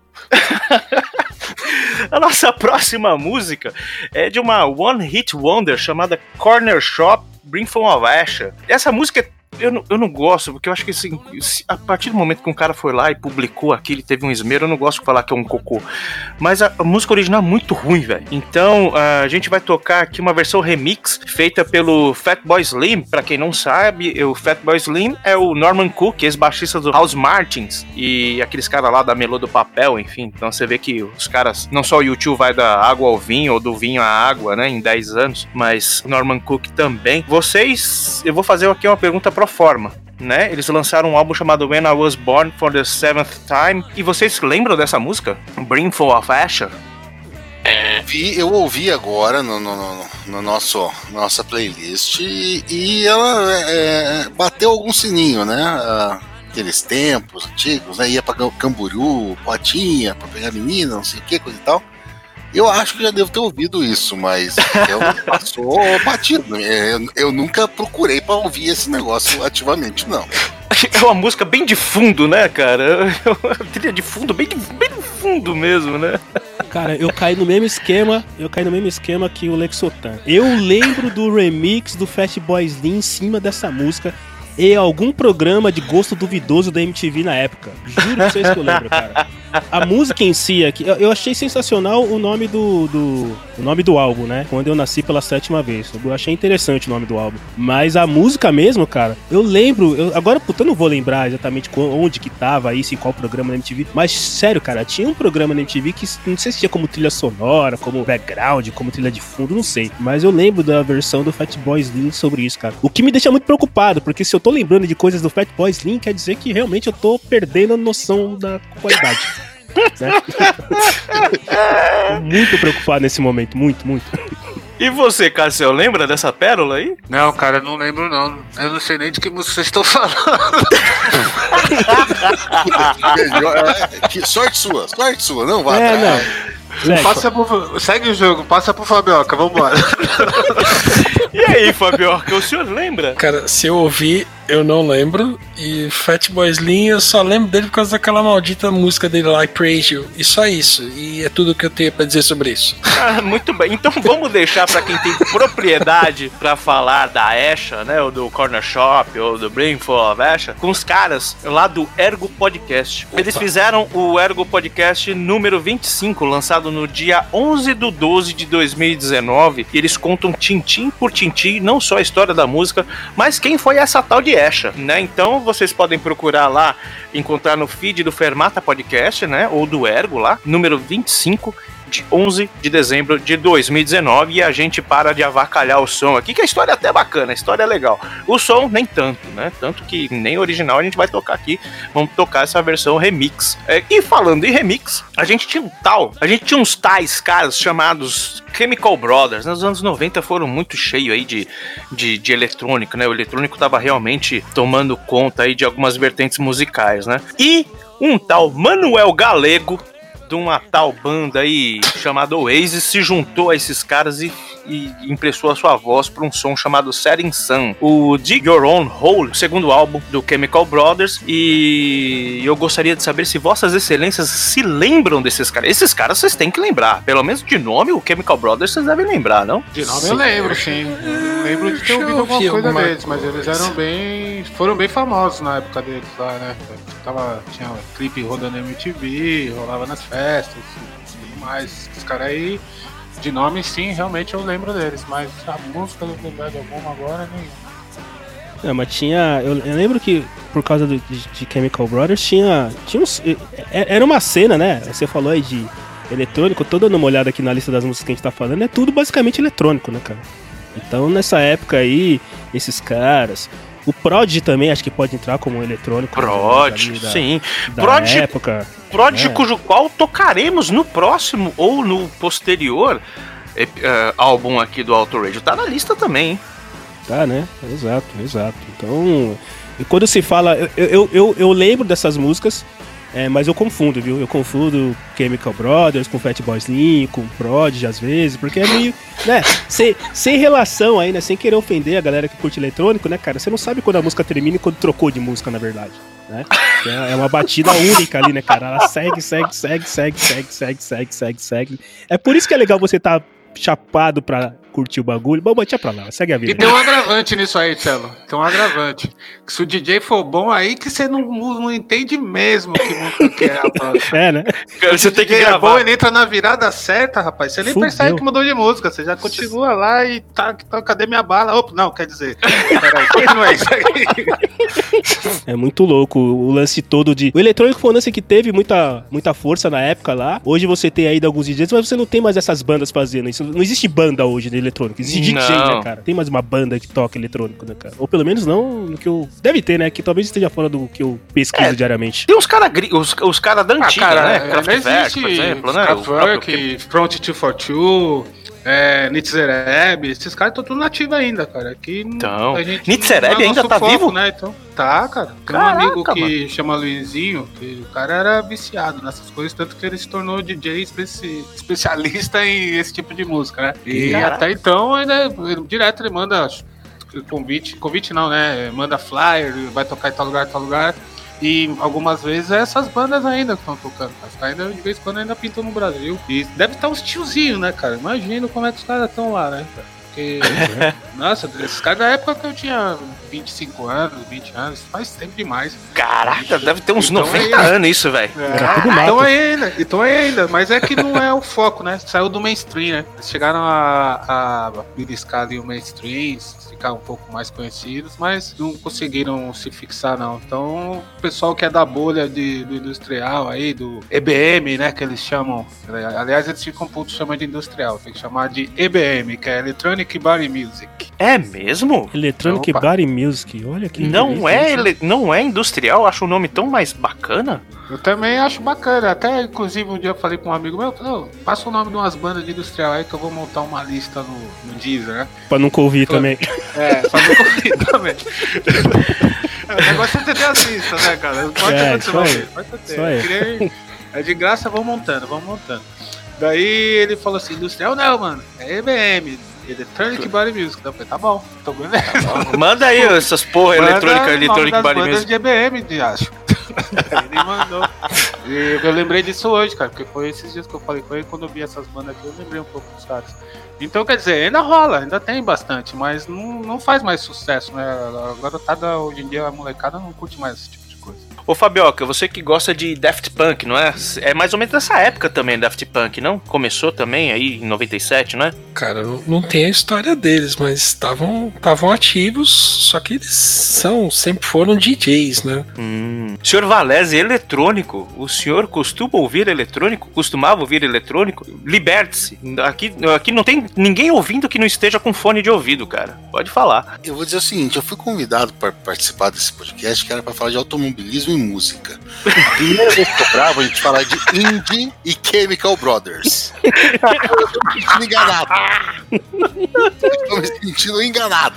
S1: A nossa próxima música é de uma One Hit Wonder chamada Corner Shop Brimful of Asher. Essa música eu não gosto, porque eu acho que assim, a partir do momento que um cara foi lá e publicou aquilo, teve um esmero, eu não gosto de falar que é um cocô. Mas a música original é muito ruim, velho. Então a gente vai tocar aqui uma versão remix feita pelo Fatboy Slim. Pra quem não sabe, o Fatboy Slim é o Norman Cook, ex-baixista do House Martins e aqueles caras lá da Melô do Papel, enfim. Então você vê que os caras, não só o U2 vai da água ao vinho ou do vinho à água, né, em 10 anos, mas Norman Cook também. Eu vou fazer aqui uma pergunta pro forma, né? Eles lançaram um álbum chamado When I Was Born for the Seventh Time. E vocês lembram dessa música? Brimful of Asher?
S4: Eu ouvi agora no nossa playlist e ela bateu algum sininho, né? Aqueles tempos antigos, né? Ia pra Camboriú, Potinha, pra pegar menina, não sei o que, coisa e tal. Eu acho que já devo ter ouvido isso, mas passou batido. Eu nunca procurei pra ouvir esse negócio ativamente, não.
S1: É uma música bem de fundo, né, cara? Trilha de fundo, bem de fundo mesmo, né?
S3: Cara, eu caí no mesmo esquema que o Lexotan. Eu lembro do remix do Fatboy Slim em cima dessa música em algum programa de gosto duvidoso da MTV na época. Juro pra vocês que eu lembro, cara. A música em si aqui, eu achei sensacional o nome do álbum, né? Quando eu nasci pela 7ª vez. Eu achei interessante o nome do álbum. Mas a música mesmo, cara, eu lembro. Agora, puta, eu não vou lembrar exatamente onde que tava isso, em qual programa na MTV. Mas, sério, cara, tinha um programa na MTV que não sei se tinha como trilha sonora, como background, como trilha de fundo, não sei. Mas eu lembro da versão do Fatboy Slim sobre isso, cara. O que me deixa muito preocupado, porque se eu tô lembrando de coisas do Fatboy Slim, quer dizer que realmente eu tô perdendo a noção da qualidade. Né? Tô muito preocupado nesse momento, muito.
S1: E você, Cássio, lembra dessa pérola aí?
S5: Não, cara, não lembro não. Eu não sei nem de que música vocês estão falando.
S4: Sorte sua, não vai.
S3: Não.
S5: Segue o jogo, passa pro Fabioca, vambora.
S1: E aí, Fabioca, o senhor lembra?
S2: Cara, se eu ouvir, eu não lembro. E Fatboy Slim, eu só lembro dele por causa daquela maldita música dele lá, I Praise You. E só isso. E é tudo que eu tenho pra dizer sobre isso.
S1: Muito bem. Então vamos deixar pra quem tem propriedade pra falar da Asha, né? Ou do Corner Shop, ou do Brimful of Asha, com os caras lá do Ergo Podcast. Opa. Eles fizeram o Ergo Podcast número 25, lançado no dia 11/12 de 2019. E eles contam tintim por tintim, não só a história da música, mas quem foi essa tal de Asha, né? Então vocês podem procurar lá, encontrar no feed do Fermata Podcast, né? Ou do Ergo lá, número 25, de 11 de dezembro de 2019, e a gente para de avacalhar o som aqui, que a história é até bacana, a história é legal. O som nem tanto, né? Tanto que nem original a gente vai tocar aqui, vamos tocar essa versão remix. E falando em remix, a gente tinha uns tais caras chamados Chemical Brothers. Nos anos 90 foram muito cheios aí de eletrônico, né? O eletrônico tava realmente tomando conta aí de algumas vertentes musicais, né? E um tal Manuel Galego, de uma tal banda aí chamada Oasis, se juntou a esses caras e emprestou a sua voz para um som chamado Setting Sun, o Dig Your Own Hole, o segundo álbum do Chemical Brothers. E eu gostaria de saber se vossas excelências se lembram desses caras. Esses caras vocês têm que lembrar, pelo menos de nome, o Chemical Brothers vocês devem lembrar, não?
S5: De nome eu lembro, sim. Eu lembro de ter ouvido alguma coisa deles, mas eles foram bem famosos na época deles lá, né? Tinha clipe rodando na MTV, rolava nas festas e tudo mais. Os caras aí, de nome sim, realmente eu lembro deles, mas a música eu lembrar de alguma agora nem.
S3: Não, mas tinha. Eu lembro que por causa de Chemical Brothers tinha uns. Era uma cena, né? Você falou aí de eletrônico, tô dando uma olhada aqui na lista das músicas que a gente tá falando, é tudo basicamente eletrônico, né, cara? Então nessa época aí, esses caras. O Prodigy também acho que pode entrar como eletrônico.
S1: Prodigy, sim.
S3: Prodigy,
S1: cujo qual tocaremos no próximo ou no posterior álbum aqui do Auto Radio. Tá na lista também, hein?
S3: Tá, né? Exato. Então, e quando se fala... Eu lembro dessas músicas, mas eu confundo, viu? Eu confundo Chemical Brothers com Fatboy Slim, com Prodigy às vezes, porque é meio... né? Sem relação aí, né? Sem querer ofender a galera que curte eletrônico, né, cara? Você não sabe quando a música termina e quando trocou de música, na verdade, né? É uma batida única ali, né, cara? Ela segue. É por isso que é legal você tá chapado pra curtir o bagulho. Bom, deixa pra lá, segue a
S5: E
S3: vida.
S5: tem um agravante nisso aí, Telo. Tem um agravante. Que se o DJ for bom, aí que você não entende mesmo que música que é, rapaz.
S3: É, né?
S1: Você tem que
S5: DJ é bom,
S1: gravar.
S5: ele entra na virada certa, rapaz. Você nem
S3: Fudeu.
S5: percebe que mudou de música. Você já continua lá e tá cadê minha bala? Opa, não, quer dizer. Peraí, continua isso aí.
S3: É muito louco o lance todo de... O eletrônico foi um lance que teve muita força na época lá. Hoje você tem ainda alguns DJs, mas você não tem mais essas bandas fazendo isso. Não existe banda hoje de eletrônico. Existe DJ,
S1: Não.
S3: né, cara? Tem mais uma banda que toca eletrônico, né, cara? Ou pelo menos não no que eu... Deve ter, né? Que talvez esteja fora do que eu pesquiso diariamente.
S1: Tem uns caras os cara da antiga, né?
S5: não
S1: Kraftwerk,
S5: existe
S1: por exemplo, né? O
S5: Kraftwerk, Front 242, Nitzereb, esses caras estão tudo nativos ainda, cara. Aqui
S1: Então,
S5: a gente
S1: Nitzereb
S5: não é
S1: ainda
S5: nosso
S1: tá
S5: foco,
S1: vivo?
S5: né? Então, tá, cara. Tem
S1: Caraca,
S5: um amigo que
S1: mano.
S5: chama Luizinho, que o cara era viciado nessas coisas, tanto que ele se tornou DJ especialista em esse tipo de música, né? E
S1: Caraca.
S5: até então, direto ele manda convite não, né? Manda flyer, vai tocar em tal lugar. E algumas vezes é essas bandas ainda que estão tocando. Os caras ainda, de vez em quando ainda pintam no Brasil. E deve estar uns tiozinhos, né, cara? Imagina como é que os caras estão lá, né? Porque, nossa, esses caras da época que eu tinha 25 anos, 20 anos, faz tempo demais.
S1: Caraca, deve ter uns
S5: Então
S1: 90
S5: aí-
S1: anos isso, velho.
S3: Era tudo mato.
S5: Então ainda, mas é que não é o foco, né? Saiu do mainstream, né? Eles chegaram a beliscar ali o mainstream, ficar um pouco mais conhecidos, mas não conseguiram se fixar, não. Então, o pessoal que é da bolha do industrial aí, do EBM, né? Que eles chamam. Aliás, eles ficam putos chamando de industrial, tem que chamar de EBM, que é Electronic Body Music.
S1: É mesmo?
S3: Electronic
S5: Opa.
S3: Body Music, olha que...
S1: Não é industrial? Acho o nome tão mais bacana.
S5: Eu também acho bacana. Até, inclusive, um dia eu falei com um amigo meu, falei, "Ô, passa o nome de umas bandas de industrial aí que eu vou montar uma lista no Deezer, né?"
S3: Pra nunca ouvir também.
S5: Só não convido também. O negócio é ter as listas, né, cara? Pode
S3: É,
S5: acontecer
S3: isso
S5: uma
S3: aí.
S5: vez, pode ter.
S3: Isso aí.
S5: Eu queria- É de graça, vamos montando. Daí ele falou assim, industrial não, mano, é EBM, Electronic Body Music. Eu falei, tá bom, tô beleza.
S1: Manda aí essas porra Electronic Body
S5: bandas
S1: Music.
S5: de EBM, de acho. Ele mandou. E eu lembrei disso hoje, cara, porque foi esses dias que eu falei com ele, quando eu vi essas bandas aqui, eu lembrei um pouco dos caras. Então, quer dizer, ainda rola, ainda tem bastante, mas não faz mais sucesso, né? A garotada, hoje em dia, a molecada não curte mais esse tipo de coisa.
S1: Ô Fabioca, você que gosta de Daft Punk, não é? É mais ou menos dessa época também, Daft Punk, não? Começou também aí em 97, não é?
S2: Cara, não tem a história deles, mas estavam ativos, só que eles sempre foram DJs, né?
S1: Senhor Valese, eletrônico. O senhor costuma ouvir eletrônico? Costumava ouvir eletrônico? Liberte-se. Aqui não tem ninguém ouvindo que não esteja com fone de ouvido, cara. Pode falar.
S4: Eu vou dizer o seguinte, eu fui convidado para participar desse podcast que era para falar de automobilismo e música. Primeira vez que eu gravo, a gente fala de Indie e Chemical Brothers. Eu tô me sentindo enganado. Eu tô me sentindo enganado.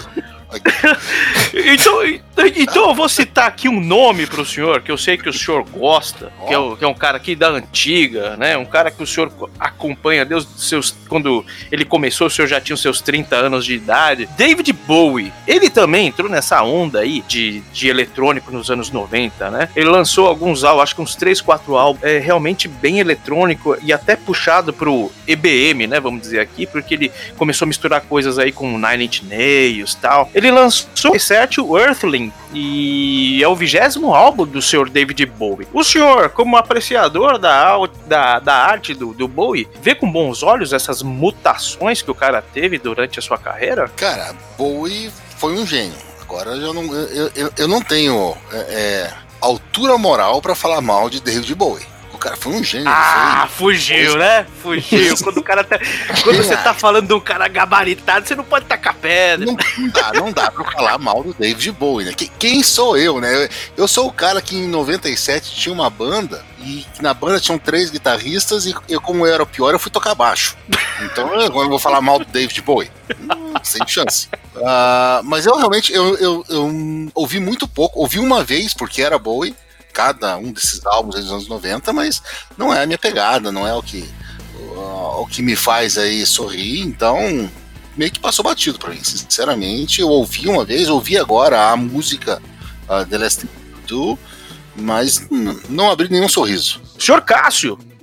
S1: Então eu vou citar aqui um nome pro senhor, que eu sei que o senhor gosta, que é um cara aqui da antiga, né? Um cara que o senhor acompanha desde os seus... Quando ele começou, o senhor já tinha os seus 30 anos de idade. David Bowie. Ele também entrou nessa onda aí de eletrônico nos anos 90, né? Ele lançou alguns álbuns, acho que uns 3, 4 álbuns, realmente bem eletrônico e até puxado pro EBM, né? Vamos dizer aqui, porque ele começou a misturar coisas aí com Nine Inch Nails e tal. Ele lançou em 7 o Earthling e é o 20º álbum do senhor David Bowie. O senhor, como apreciador da arte do Bowie, vê com bons olhos essas mutações que o cara teve durante a sua carreira?
S4: Cara, Bowie foi um gênio. Agora eu não tenho altura moral pra falar mal de David Bowie. O cara foi um gênio.
S1: Fugiu, né? Fugiu. Quando o cara quando você tá falando de um cara gabaritado, você não pode tacar pedra.
S4: Não dá pra falar mal do David Bowie, né? Quem sou eu, né? Eu sou o cara que em 97 tinha uma banda e na banda tinham 3 guitarristas e eu, como eu era o pior, eu fui tocar baixo. Então eu vou falar mal do David Bowie. Sem chance. Mas eu realmente eu ouvi muito pouco. Ouvi uma vez porque era Bowie. Cada um desses álbuns dos anos 90, mas não é a minha pegada, não é o que me faz aí sorrir, então meio que passou batido pra mim, sinceramente. Eu ouvi uma vez, ouvi agora a música The Last Thing to Do, mas não abri nenhum sorriso.
S1: Senhor Cássio,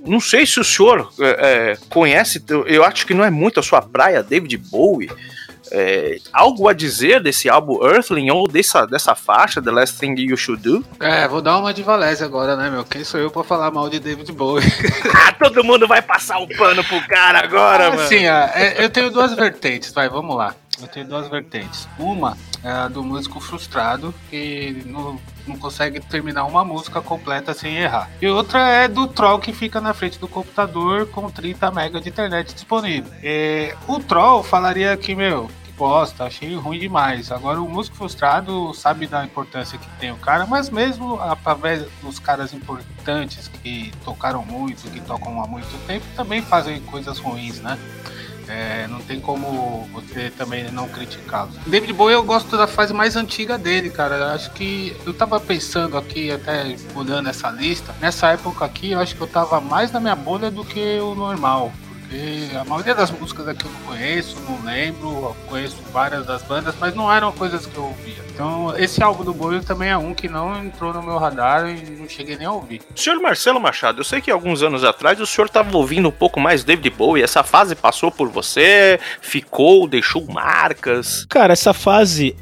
S1: não sei se o senhor conhece, eu acho que não é muito a sua praia, David Bowie. Algo a dizer desse álbum Earthling ou dessa faixa, The Last Thing You Should Do?
S5: Vou dar uma de Valézia agora, né, meu? Quem sou eu pra falar mal de David Bowie?
S1: Todo mundo vai passar o pano pro cara agora, mano.
S5: Assim, eu tenho duas vertentes, vamos lá. Eu tenho duas vertentes. Uma é a do músico frustrado, que não consegue terminar uma música completa sem errar. E outra é do troll que fica na frente do computador com 30 MB de internet disponível. O troll falaria que, meu, que bosta, achei ruim demais. Agora o músico frustrado sabe da importância que tem o cara, mas mesmo através dos caras importantes que tocaram muito, que tocam há muito tempo, também fazem coisas ruins, né? Não tem como você também não criticá-los. David Bowie, eu gosto da fase mais antiga dele, cara. Acho que eu tava pensando aqui, até olhando essa lista, nessa época aqui, eu acho que eu tava mais na minha bolha do que o normal. Porque a maioria das músicas aqui eu não conheço, não lembro, eu conheço várias das bandas, mas não eram coisas que eu ouvia. Então, esse álbum do Bowie também é um que não entrou no meu radar e não cheguei nem a ouvir.
S1: Senhor Marcelo Machado, eu sei que alguns anos atrás o senhor estava ouvindo um pouco mais David Bowie. Essa fase passou por você? Ficou? Deixou marcas?
S3: Cara, essa fase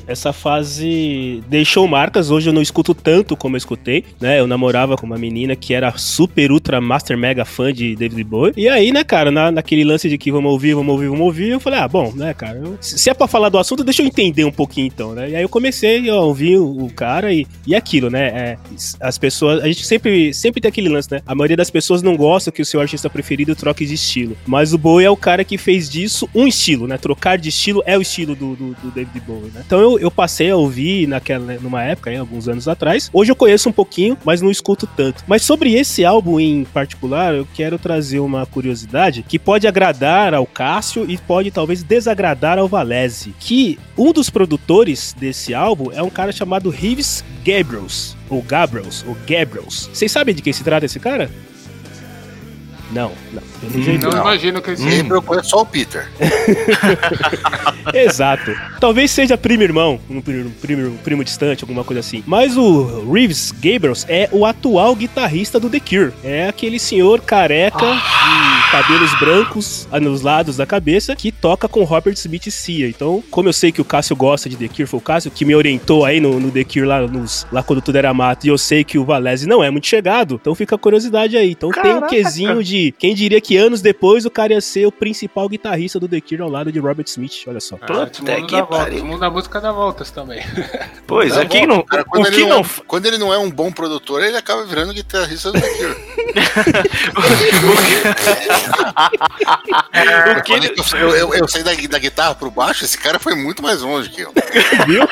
S3: deixou marcas. Hoje eu não escuto tanto como eu escutei, né? Eu namorava com uma menina que era super, ultra, master, mega fã de David Bowie. E aí, né, cara, naquele lance de que vamos ouvir, eu falei, bom, né, cara, se é pra falar do assunto, deixa eu entender um pouquinho então, né? E aí eu comecei a ouvir o cara e aquilo, né? As pessoas, a gente sempre tem aquele lance, né? A maioria das pessoas não gosta que o seu artista preferido troque de estilo. Mas o Bowie é o cara que fez disso um estilo, né? Trocar de estilo é o estilo do David Bowie, né? Então eu passei a ouvir numa época, alguns anos atrás. Hoje eu conheço um pouquinho, mas não escuto tanto. Mas sobre esse álbum em particular, eu quero trazer uma curiosidade que pode agradar ao Cássio e pode talvez desagradar ao Valese. Que um dos produtores desse álbum é um cara chamado Reeves Gabrels. Ou Gabrels. Vocês sabem de quem se trata esse cara? Não.
S5: Não imagino que esse
S4: eu conheço só o Peter.
S3: Exato. Talvez seja primo irmão, primo distante, alguma coisa assim. Mas o Reeves Gabrels é o atual guitarrista do The Cure. É aquele senhor careca de cabelos brancos nos lados da cabeça que toca com Robert Smith e Sia. Então, como eu sei que o Cássio gosta de The Cure, foi o Cássio que me orientou aí no The Cure lá quando tudo era mato, e eu sei que o Valese não é muito chegado, então fica a curiosidade aí. Então tem um quesinho de quem diria que anos depois o cara ia ser o principal guitarrista do The Cure ao lado de Robert Smith, olha só.
S5: O mundo da música dá voltas também.
S1: Pois, quem não...
S4: Cara, quando ele não é um bom produtor, ele acaba virando guitarrista do The Cure. Eu saí da guitarra pro baixo, esse cara foi muito mais longe que eu.
S3: Viu?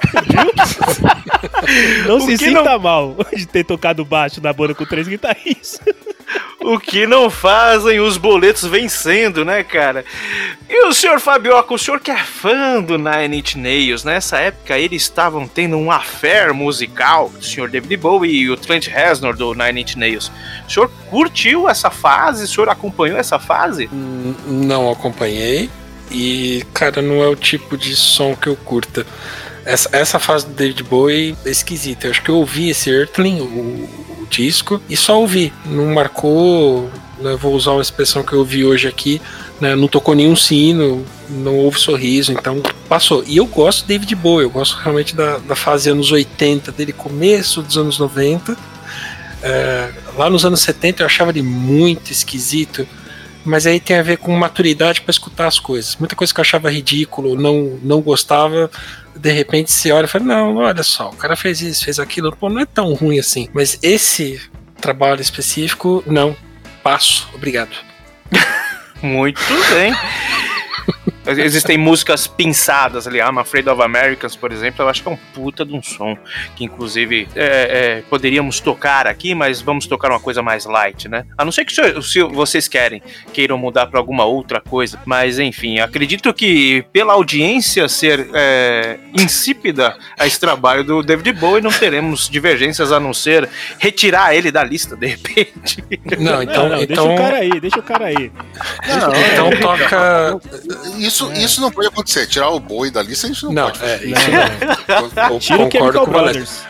S3: Não se sinta mal de ter tocado baixo na banda com 3 guitarristas.
S1: O que não fazem, os boletos vencendo, né, cara? E o senhor Fabioca, o senhor que é fã do Nine Inch Nails, nessa época eles estavam tendo um affair musical, o senhor David Bowie e o Trent Reznor do Nine Inch Nails. O senhor curtiu essa fase? O senhor acompanhou essa fase?
S2: Não acompanhei e, cara, não é o tipo de som que eu curta. Essa fase do David Bowie é esquisita. Eu acho que eu ouvi esse Earthling, o disco, e só ouvi. Não marcou, né, vou usar uma expressão que eu ouvi hoje aqui, né, não tocou nenhum sino, não houve sorriso, então passou. E eu gosto do David Bowie, eu gosto realmente da fase anos 80 dele, começo dos anos 90. Lá nos anos 70 eu achava ele muito esquisito, mas aí tem a ver com maturidade para escutar as coisas. Muita coisa que eu achava ridículo, não gostava, de repente você olha e fala, não, olha só, o cara fez isso, fez aquilo, pô, não é tão ruim assim. Mas esse trabalho específico, não, passo, obrigado.
S1: Muito bem. Existem músicas pinçadas ali, I'm Afraid of Americans, por exemplo, eu acho que é um puta de um som, que inclusive poderíamos tocar aqui, mas vamos tocar uma coisa mais light, né? A não ser que se vocês queiram mudar pra alguma outra coisa, mas enfim, acredito que pela audiência ser insípida a esse trabalho do David Bowie, não teremos divergências a não ser retirar ele da lista, de repente.
S2: Não, então
S3: deixa o cara aí.
S2: Então toca...
S4: Isso não pode acontecer. Tirar o Bowie da lista a gente não pode fazer.
S3: Tira o Chemical Brothers.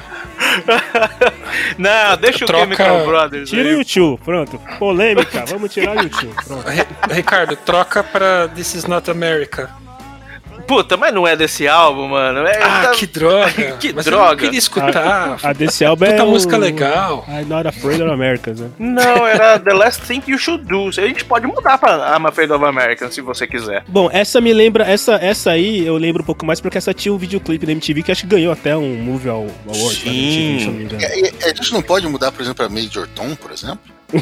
S1: Não, deixa o
S2: Troca-
S1: Chemical Brothers
S3: Tira o
S1: aí.
S3: YouTube, pronto. Polêmica, vamos tirar o YouTube. Pronto.
S2: Ricardo, troca pra This Is Not America.
S1: Puta, mas não é desse álbum, mano.
S2: Que droga.
S1: Que
S2: Mas
S1: droga.
S2: eu não queria escutar.
S3: A desse álbum é
S2: Puta
S3: o-
S2: música legal.
S3: I'm Not Afraid of Americans, né?
S1: Não, era The Last Thing You Should Do. A gente pode mudar pra I'm Afraid of Americans, se você quiser.
S3: Bom, essa me lembra, essa aí eu lembro um pouco mais porque essa tinha um videoclipe da MTV que acho que ganhou até um Movie Award da MTV, se eu não me engano.
S4: A gente não pode mudar, por exemplo, pra Major Tom, por exemplo?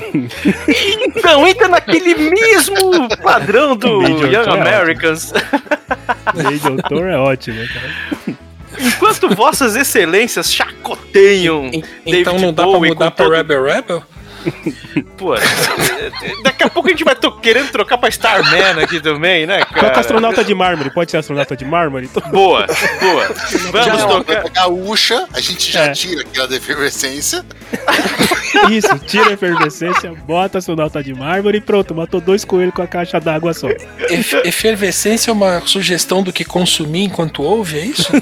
S1: Então, entra naquele mesmo padrão do
S3: Major
S1: Young
S3: Tom é
S1: Americans.
S3: Major Tom é ótimo, cara.
S1: Enquanto vossas excelências chacoteiam
S2: Então
S1: David
S2: não dá pra
S1: Bowie
S2: mudar
S1: com
S2: pra
S1: todo-
S2: Rebel Rebel?
S1: Pô, daqui a pouco a gente vai querendo trocar pra Starman aqui também, né,
S3: Toca
S1: cara?
S3: astronauta de mármore, pode ser astronauta de mármore?
S1: Boa, boa. Vamos
S4: Já
S1: tocar.
S4: vai pegar a Ucha, a gente já
S3: É.
S4: tira aquela da efervescência.
S3: Isso, tira a efervescência, bota astronauta de mármore e pronto, matou 2 coelhos com a caixa d'água só.
S2: Efervescência é uma sugestão do que consumir enquanto ouve, é isso?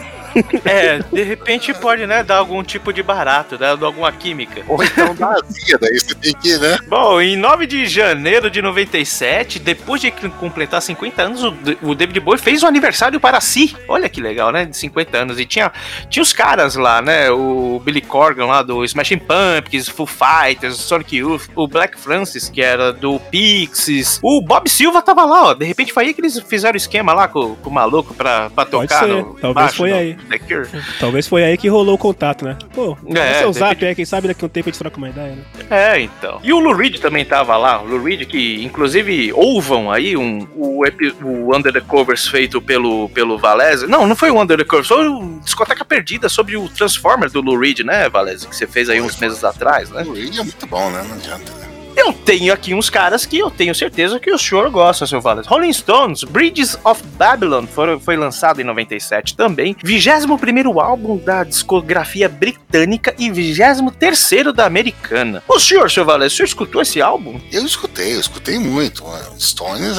S1: É, de repente pode, né, dar algum tipo de barato, né, dar alguma química.
S4: Ou então da azia, daí você tem que, né?
S1: Bom, em 9 de janeiro de 97, depois de completar 50 anos, o David Bowie fez um aniversário para si. Olha que legal, né? De 50 anos. E tinha os caras lá, né? O Billy Corgan lá do Smashing Pumpkins, Foo Fighters, Sonic Youth, o Black Francis, que era do Pixies. O Bob Silva tava lá, ó. De repente foi aí que eles fizeram o esquema lá com o maluco pra tocar
S3: ser,
S1: no
S3: talvez
S1: baixo
S3: foi
S1: do
S3: aí.
S1: The Cure.
S3: Talvez foi aí que rolou o contato, né? Pô, esse é o
S1: de
S3: zap
S1: repente-
S3: aí, quem sabe daqui a um tempo a gente troca uma ideia, né?
S1: É, então. E o Lou Reed também tava lá. O Lou Reed, que inclusive ouvam aí o Under the Covers feito pelo Valese. Não foi o Under the Covers, foi o Discoteca Perdida sobre o Transformer do Lou Reed, né, Valese? Que você fez aí uns meses atrás, né?
S4: O Reed é muito bom, né? Não adianta, né?
S1: Eu tenho aqui uns caras que eu tenho certeza que o senhor gosta, seu Valese. Rolling Stones, Bridges of Babylon, foi lançado em 97 também. 21º álbum da discografia britânica e 23º da americana. O senhor, seu Valese, o senhor escutou esse álbum?
S4: Eu escutei muito. Stones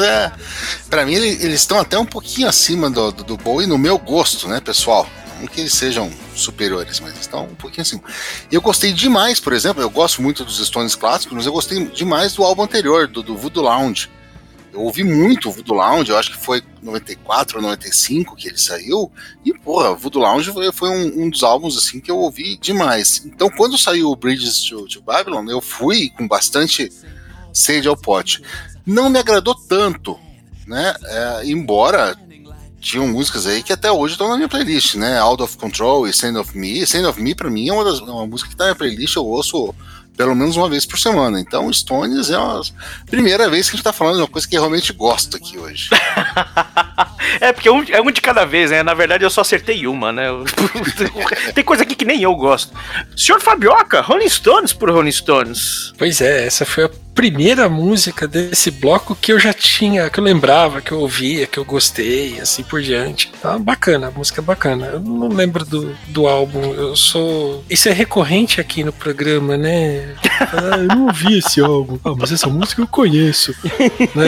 S4: pra mim, eles estão até um pouquinho acima do Bowie no meu gosto, né, pessoal? Não que eles sejam superiores, mas estão um pouquinho acima. Eu gostei demais, por exemplo, eu gosto muito dos Stones clássicos, mas eu gostei demais do álbum anterior, do Voodoo Lounge. Eu ouvi muito o Voodoo Lounge, eu acho que foi 94 ou 95 que ele saiu, e porra, Voodoo Lounge foi um dos álbuns assim que eu ouvi demais. Então quando saiu o Bridges to Babylon, eu fui com bastante sede ao pote. Não me agradou tanto, né, embora tinham músicas aí que até hoje estão na minha playlist, né, Out of Control e Stand of Me. Stand of Me pra mim é uma música que tá na minha playlist, eu ouço pelo menos uma vez por semana. Então, Stones é a primeira vez que a gente tá falando de uma coisa que eu realmente gosto aqui hoje.
S1: É, porque é um de cada vez, né? Na verdade, eu só acertei uma, né? Tem coisa aqui que nem eu gosto. Senhor Fabioca, Rolling Stones por Rolling Stones.
S2: Pois é, essa foi a primeira música desse bloco que eu já tinha, que eu lembrava, que eu ouvia, que eu gostei, assim por diante. Tá bacana, a música é bacana. Eu não lembro do álbum, isso é recorrente aqui no programa, né? Eu não ouvi esse álbum. Ah, mas essa música eu conheço. Né?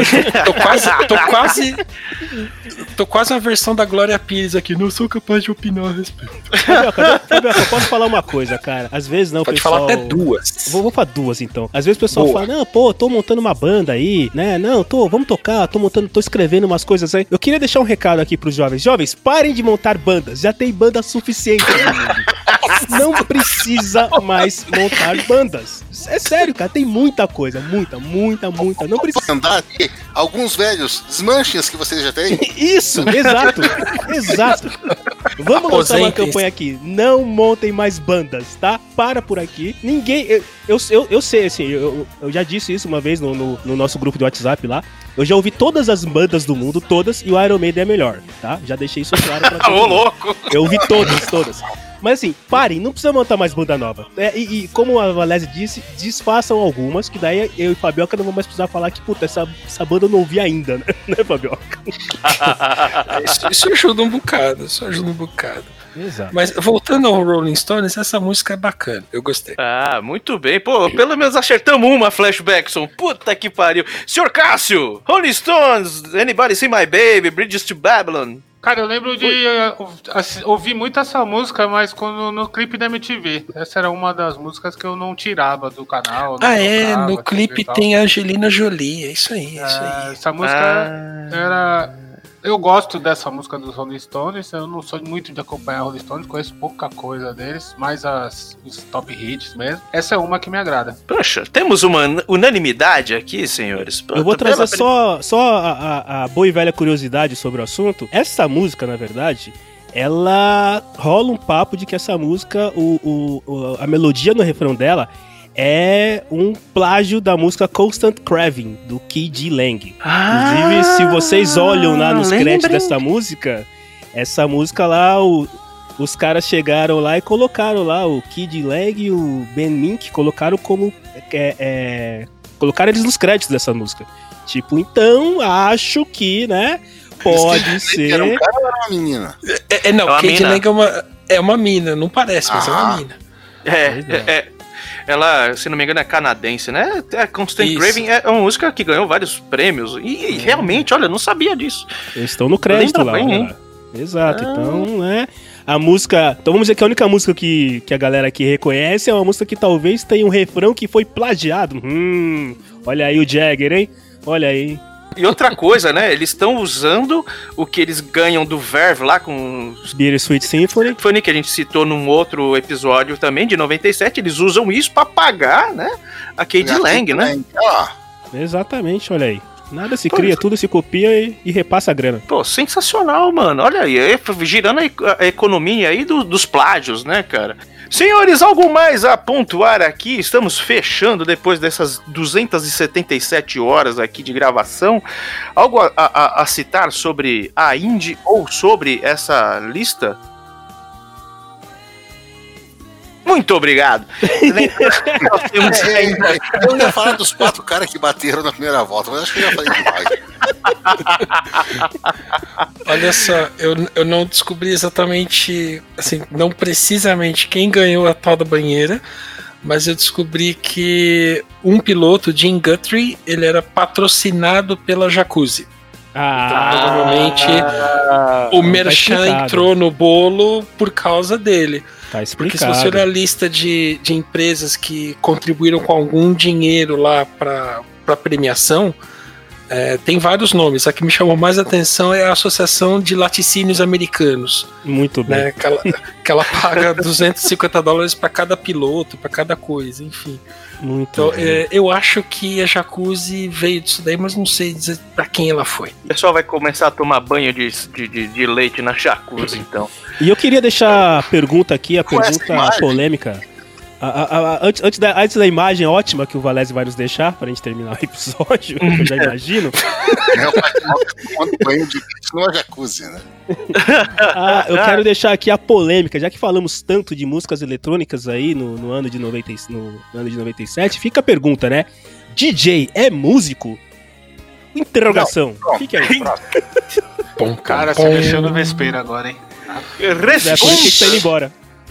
S2: Tô quase a versão da Glória Pires aqui, não sou capaz de opinar a respeito.
S3: Fabioca, eu posso falar uma coisa, cara. Às vezes não,
S2: Pode
S3: pessoal...
S2: falar até duas.
S3: Vou pra duas, então. Às vezes o pessoal
S2: Boa.
S3: fala, não, pô, tô montando uma banda aí, né? Não, vamos tocar, tô escrevendo umas coisas aí. Eu queria deixar um recado aqui pros jovens. Jovens, parem de montar bandas. Já tem banda suficiente no mundo. Não precisa mais montar bandas. É sério, cara, tem muita coisa. Muita. Não precisa.
S4: Andar aqui, alguns velhos desmanches que vocês já têm.
S3: Isso, exato. Vamos lançar uma
S2: Aposentem-se.
S3: campanha aqui. Não montem mais bandas, tá? Para por aqui. Ninguém. Eu sei, assim, eu já disse isso uma vez no nosso grupo de WhatsApp lá. Eu já ouvi todas as bandas do mundo, todas, e o Iron Maiden é melhor, tá? Já deixei isso claro pra todo
S1: Ô,
S3: mundo.
S1: louco!
S3: Eu ouvi todas. Mas assim, parem, não precisa montar mais banda nova. E como a Valese disse, desfaçam algumas, que daí eu e Fabioca não vamos mais precisar falar que, puta, essa banda eu não ouvi ainda, né Fabioca?
S2: Isso ajuda um bocado,
S3: Exato.
S2: Mas voltando ao Rolling Stones, essa música é bacana, eu gostei.
S1: Ah, muito bem. Pô, pelo menos acertamos uma, Flashbackson. Puta que pariu. Senhor Cássio, Rolling Stones, Anybody See My Baby, Bridges to Babylon.
S5: Cara, eu lembro de ouvir muito essa música, mas no clipe da MTV. Essa era uma das músicas que eu não tirava do canal.
S2: No clipe tem a Angelina Jolie, é isso aí.
S5: Essa música era... Eu gosto dessa música dos Rolling Stones, eu não sou muito de acompanhar Rolling Stones, conheço pouca coisa deles, mais os top hits mesmo. Essa é uma que me agrada.
S1: Poxa, temos uma unanimidade aqui, senhores.
S3: Eu vou trazer só a boa e velha curiosidade sobre o assunto. Essa música, na verdade, ela rola um papo de que essa música, a melodia no refrão dela é um plágio da música Constant Craving, do K.D. Lang. Inclusive, se vocês olham lá nos créditos dessa música, essa música lá, os caras chegaram lá e colocaram lá o K.D. Lang e o Ben Mink, colocaram como... colocaram eles nos créditos dessa música. Tipo, então, acho que, né, pode ser...
S4: Era um cara ou era uma menina?
S2: Não, K.D. Lang é uma mina, não parece, mas é uma mina.
S1: Ela, se não me engano, é canadense, né? Constant Craving é uma música que ganhou vários prêmios. E realmente, olha, eu não sabia disso.
S3: Eles estão no crédito lá. Bem, exato, então, né? A música... Então vamos dizer que a única música que a galera aqui reconhece é uma música que talvez tenha um refrão que foi plagiado. Olha aí o Jagger, hein? Olha aí.
S1: E outra coisa, né? Eles estão usando o que eles ganham do Verve lá com
S3: Bittersweet Symphony,
S1: que a gente citou num outro episódio também, de 97. Eles usam isso pra pagar, né? A K.D. Lang, né?
S3: Exatamente, olha aí. Nada se cria, tudo se copia e repassa a grana.
S1: Pô, sensacional, mano. Olha aí, girando a economia aí dos plágios, né, cara? Senhores, algo mais a pontuar aqui? Estamos fechando depois dessas 277 horas aqui de gravação. Algo a citar sobre a Indie ou sobre essa lista? Muito obrigado.
S4: Eu ia falar dos 4 caras que bateram na primeira volta, mas acho que eu já falei demais.
S2: Olha só, eu não descobri exatamente, assim, não precisamente quem ganhou a tal da banheira, mas eu descobri que um piloto, Jim Guthrie, ele era patrocinado pela Jacuzzi. Provavelmente o Merchan entrou no bolo por causa dele.
S3: Tá explicado.
S2: Porque se você olhar a lista de empresas que contribuíram com algum dinheiro lá para premiação, tem vários nomes. A que me chamou mais atenção é a Associação de Laticínios Americanos.
S3: Muito bem.
S2: Né? Que ela paga $250 para cada piloto, para cada coisa, enfim.
S3: Muito
S2: então, eu acho que a Jacuzzi veio disso daí, mas não sei dizer para quem ela foi.
S1: O pessoal vai começar a tomar banho de leite na Jacuzzi, então.
S3: E eu queria deixar a pergunta aqui, a polêmica. Antes da imagem ótima que o Valese vai nos deixar pra gente terminar o episódio, eu já imagino.
S4: Banho de leite no Jacuzzi, né?
S3: Eu quero deixar aqui a polêmica, já que falamos tanto de músicas eletrônicas aí no ano de 97, fica a pergunta, né? DJ é músico? Interrogação. Fique aí.
S5: Cara, você deixou no vespeiro agora, hein?
S3: Por isso que tá indo embora.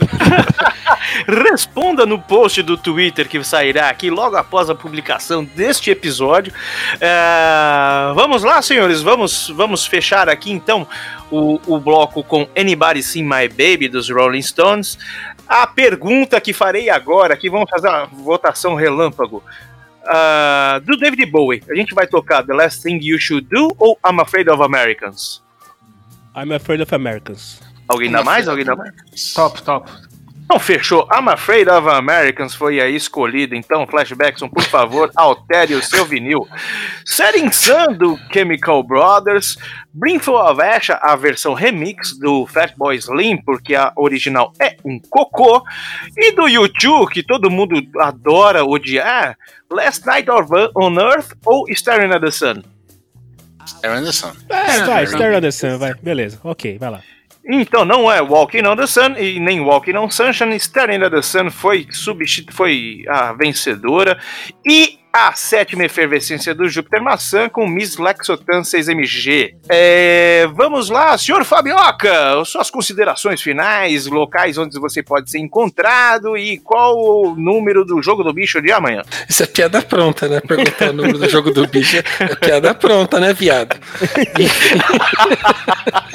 S1: Responda no post do Twitter que sairá aqui logo após a publicação deste episódio. Vamos lá, senhores, vamos fechar aqui então o bloco com Anybody Seen My Baby dos Rolling Stones. A pergunta que farei agora, que vamos fazer uma votação relâmpago, do David Bowie. A gente vai tocar The Last Thing You Should Do ou I'm Afraid of Americans?
S3: I'm Afraid of Americans.
S1: Alguém dá mais?
S5: Top.
S1: Então fechou. I'm Afraid of Americans foi aí escolhida. Então, Flashbackson, por favor, altere o seu vinil. Setting Sun do Chemical Brothers. Brimful of Ash, a versão remix do Fatboy Slim, porque a original é um cocô. E do U2, que todo mundo adora odiar, Last Night on Earth ou Staring at the Sun?
S4: Staring at the Sun.
S3: Staring at the Sun, vai. Beleza, ok, vai lá.
S1: Então não é Walking on the Sun e nem Walking on Sunshine. Staring at the Sun foi a vencedora. E a 7ª efervescência do Júpiter Maçã com Miss Lexotan 6mg. Vamos lá, senhor Fabioca, suas considerações finais, locais onde você pode ser encontrado e qual o número do Jogo do Bicho de amanhã.
S2: Isso é piada pronta, né? Perguntar o número do Jogo do Bicho é piada pronta, né, viado?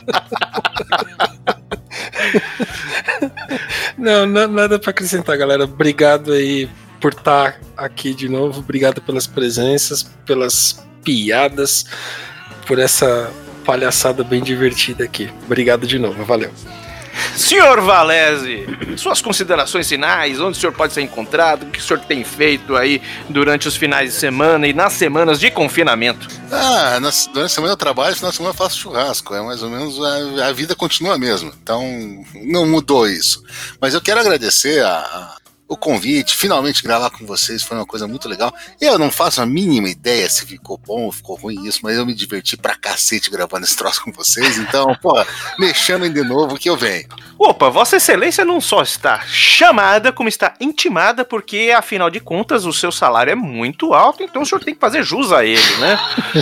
S2: Não, nada pra acrescentar, galera. Obrigado aí por estar aqui de novo. Obrigado pelas presenças, pelas piadas, por essa palhaçada bem divertida aqui. Obrigado de novo, valeu.
S1: Senhor Valese, suas considerações finais, onde o senhor pode ser encontrado, o que o senhor tem feito aí durante os finais de semana e nas semanas de confinamento?
S4: Durante a semana eu trabalho, no final de semana eu faço churrasco, é mais ou menos, a vida continua a mesma, então não mudou isso. Mas eu quero agradecer o convite, finalmente gravar com vocês foi uma coisa muito legal. Eu não faço a mínima ideia se ficou bom ou ficou ruim isso, mas eu me diverti pra cacete gravando esse troço com vocês, então, me chamem de novo que eu venho.
S1: Opa, Vossa Excelência não só está chamada, como está intimada, porque, afinal de contas, o seu salário é muito alto, então o senhor tem que fazer jus a ele, né?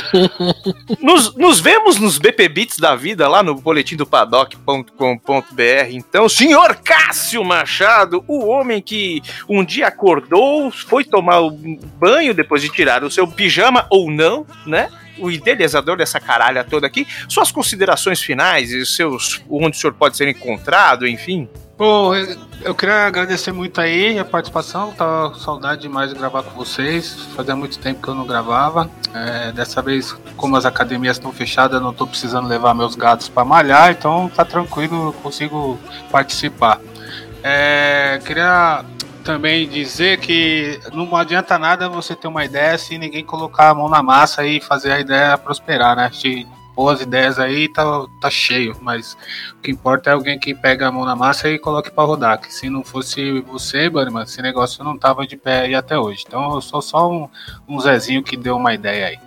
S1: Nos vemos nos BP Beats da vida, lá no boletim do paddock.com.br. Então, senhor Cássio Machado, o homem que um dia acordou, foi tomar um banho depois de tirar o seu pijama ou não, né? O idealizador dessa caralha toda aqui, suas considerações finais e onde o senhor pode ser encontrado, enfim.
S5: Pô, eu queria agradecer muito aí a participação, tava com saudade demais de gravar com vocês, fazia muito tempo que eu não gravava, dessa vez, como as academias estão fechadas, eu não tô precisando levar meus gatos pra malhar, então tá tranquilo, eu consigo participar. Queria também dizer que não adianta nada você ter uma ideia se ninguém colocar a mão na massa e fazer a ideia prosperar, né? Se boas ideias aí tá cheio, mas o que importa é alguém que pega a mão na massa e coloque pra rodar, que se não fosse você, Bunnyman, esse negócio não tava de pé aí até hoje. Então eu sou só um Zezinho que deu uma ideia aí.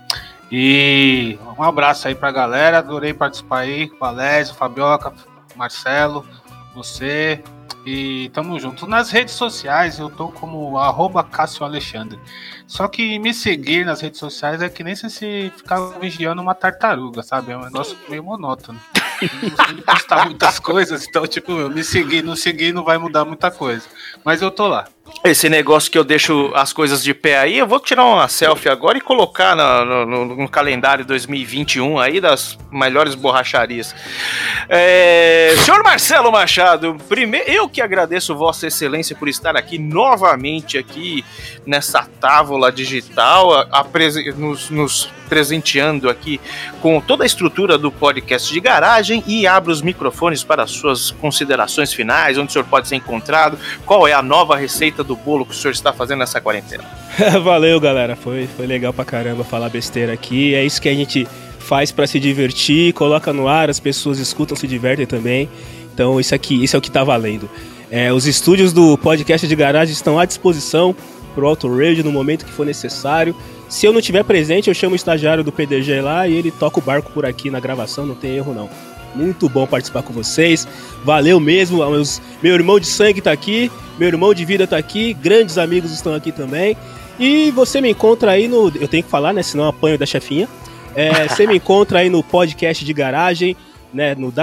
S5: E um abraço aí pra galera, adorei participar aí, Valésio, Fabioca, Marcelo, você... E tamo junto. Nas redes sociais eu tô como @CássioAlexandre. Só que me seguir nas redes sociais é que nem se ficar vigiando uma tartaruga, sabe? É um negócio meio monótono. Não postar muitas coisas, então, tipo, me seguir, não vai mudar muita coisa. Mas eu tô lá.
S1: Esse negócio que eu deixo as coisas de pé aí, eu vou tirar uma selfie agora e colocar no calendário 2021 aí das melhores borracharias. Senhor Marcelo Machado, primeiro, eu que agradeço Vossa Excelência por estar aqui novamente aqui nessa távola digital, nos presenteando aqui com toda a estrutura do podcast de garagem, e abro os microfones para as suas considerações finais, onde o senhor pode ser encontrado, qual é a nova receita do bolo que o senhor está fazendo nessa quarentena.
S3: Valeu, galera, foi legal pra caramba falar besteira aqui, é isso que a gente faz pra se divertir, coloca no ar, as pessoas escutam, se divertem também, então isso é o que tá valendo. Os estúdios do podcast de garagem estão à disposição pro Auto Radio no momento que for necessário. Se eu não estiver presente, eu chamo o estagiário do PDG lá e ele toca o barco por aqui na gravação, não tem erro não. Muito bom participar com vocês, valeu mesmo, meu irmão de sangue tá aqui, meu irmão de vida tá aqui, grandes amigos estão aqui também, e você me encontra aí eu tenho que falar, né, senão eu apanho da chefinha, você me encontra aí no podcast de garagem, né, no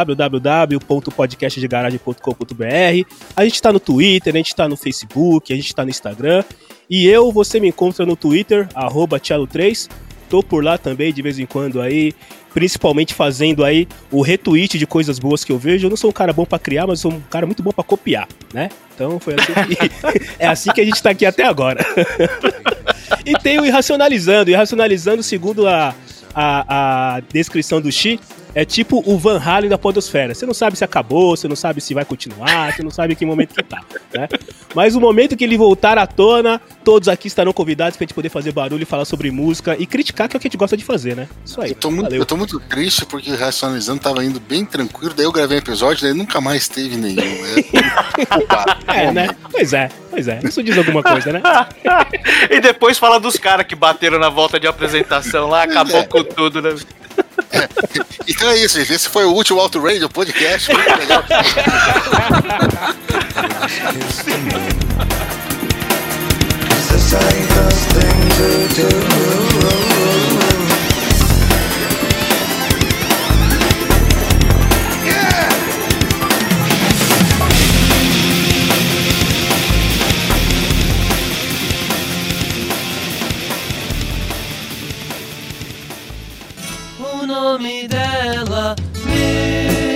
S3: www.podcastdegaragem.com.br, a gente tá no Twitter, a gente tá no Facebook, a gente tá no Instagram, e você me encontra no Twitter, @Thiago3, tô por lá também de vez em quando aí, principalmente fazendo aí o retweet de coisas boas que eu vejo. Eu não sou um cara bom pra criar, mas sou um cara muito bom pra copiar, né? Então foi assim que é assim que a gente tá aqui até agora. E tem o Irracionalizando, segundo a descrição do Xi, é tipo o Van Halen da podosfera. Você não sabe se acabou, você não sabe se vai continuar, você não sabe em que momento que tá, né? Mas no momento que ele voltar à tona, todos aqui estarão convidados pra gente poder fazer barulho e falar sobre música e criticar, que é o que a gente gosta de fazer, né? Isso aí.
S4: Eu tô muito triste porque Racionalizando tava indo bem tranquilo, daí eu gravei um episódio, daí nunca mais teve nenhum.
S3: Né? Pois é. Isso diz alguma coisa, né?
S1: E depois fala dos caras que bateram na volta de apresentação lá, acabou com tudo, né?
S4: Então é isso, gente. Esse foi o último Auto Radio Podcast. Muito legal.
S7: O nome dela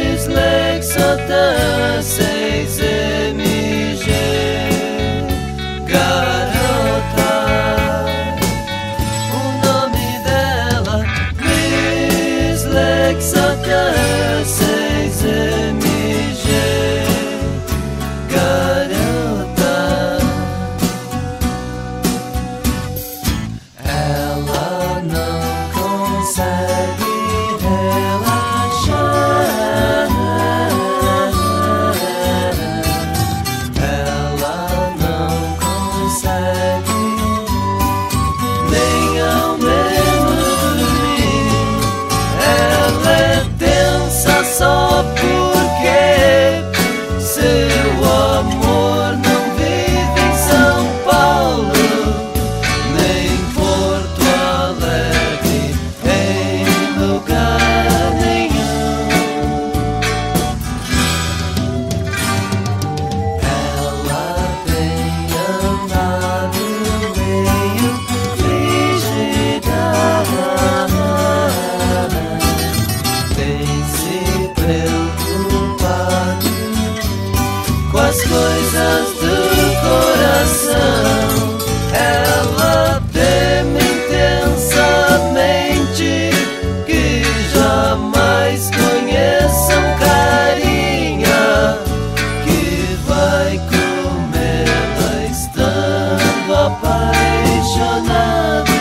S7: as coisas do coração. Ela teme intensamente que jamais conheçam carinha que vai comê-la estando apaixonado.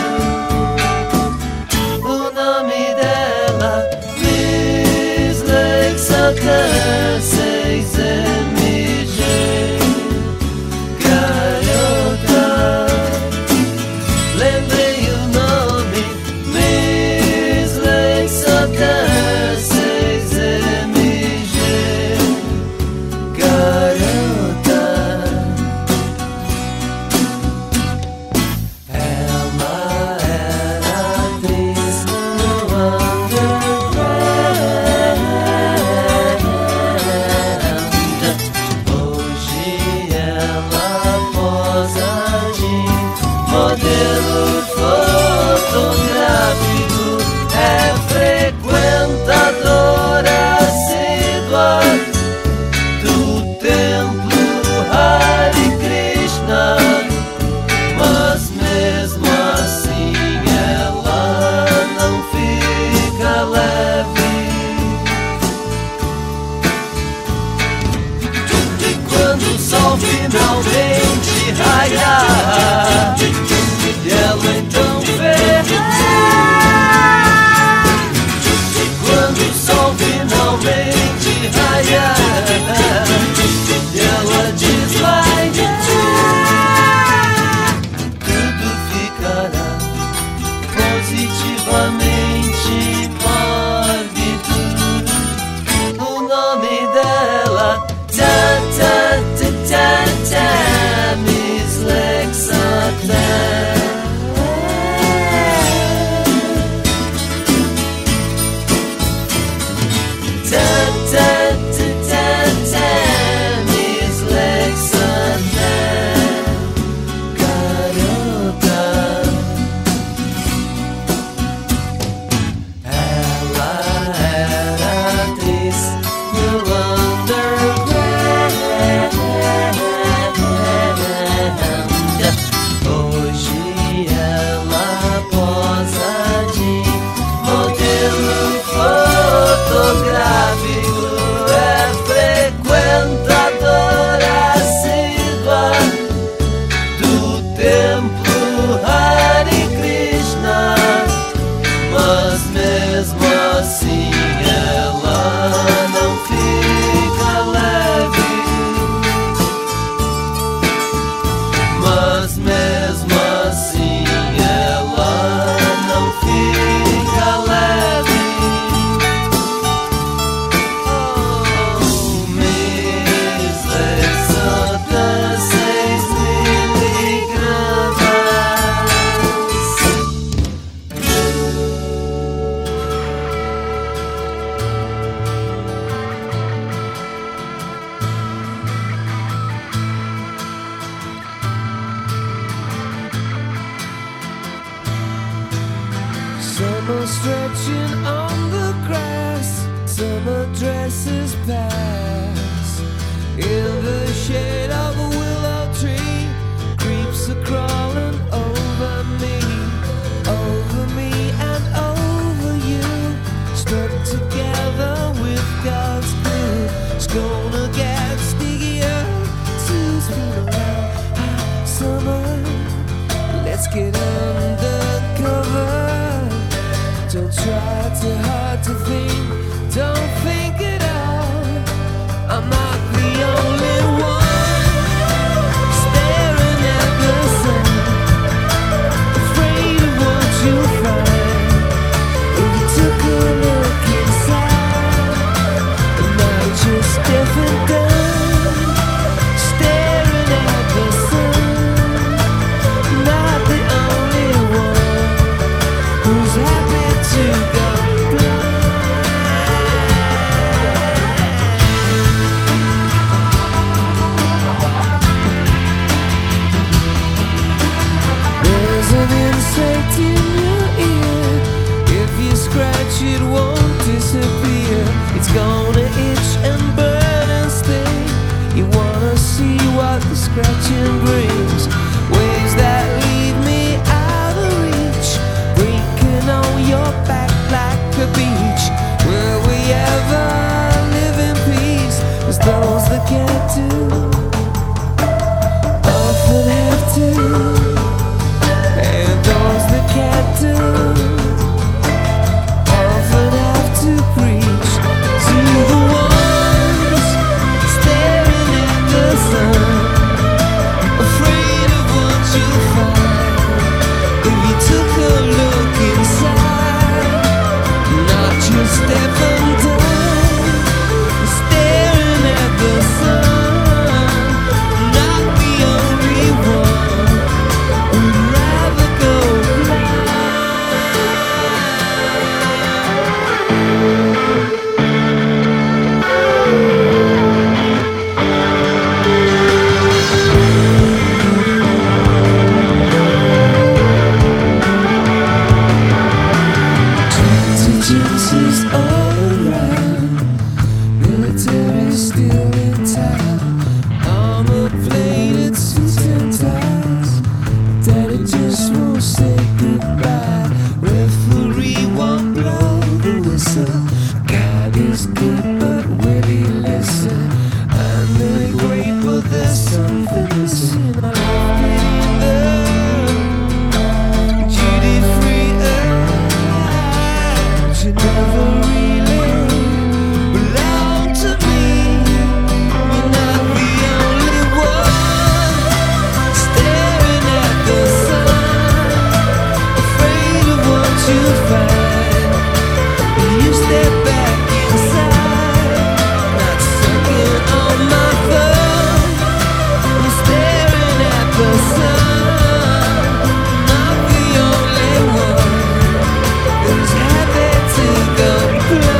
S7: O nome dela, Miss Lexacan 6MG, garota. Lembrei o nome, Miss Lexacan 6MG, garota. Ela era atriz no underground. Hoje ela posa de modelo fotográfico, é frequentadora assídua do templo Hare Krishna, mas mesmo assim ela não fica leve. Quando o sol finalmente raiar e ela então vê, quando o sol finalmente raiar e ela diz vai, tudo ficará positivamente mórbido. O nome dela, Miss Lexacan. Miss Lexacan, garota. Ela era atriz no underground. Hoje ela posa de modelo fotográfico, é frequentadora assídua do templo Hare Krishna, mas mesmo assim ela não fica leve. Mas mesmo assim ela não fica leve. Oh, Miss Lexacan 6 Summer stretching on the grass, summer dresses pass. In the shade of a willow tree, creeps are crawling over me and over you. Stuck together with God's glue, it's gonna get stickier to spin around. Hot summer, let's get undercover. Don't try too hard to think, don't think at all. I'm not the only one staring at the sun, afraid of what you'll find if you took a look inside. And now just deaf and dumb, staring at the sun. Not the only one who's happy to go blind. that can't do often have to, and those that can't do often have to preach to the ones staring at the sun, afraid of what you'll find if you took a look inside, not just step undone, staring at the sun, not the only one who'd rather go blind. Gypsies all around, military still in town, armor plated suits and ties. Daddy just won't say goodbye. Referee won't blow the whistle. God is good, but will he listen? I'm really great, but there's something missing. I love playing the duty-free you never really belong to me. You're not the only one staring at the sun, afraid of what you find. You step back inside, not sucking on my thumb. I'm staring at the sun, not the only one who's happy to go blind.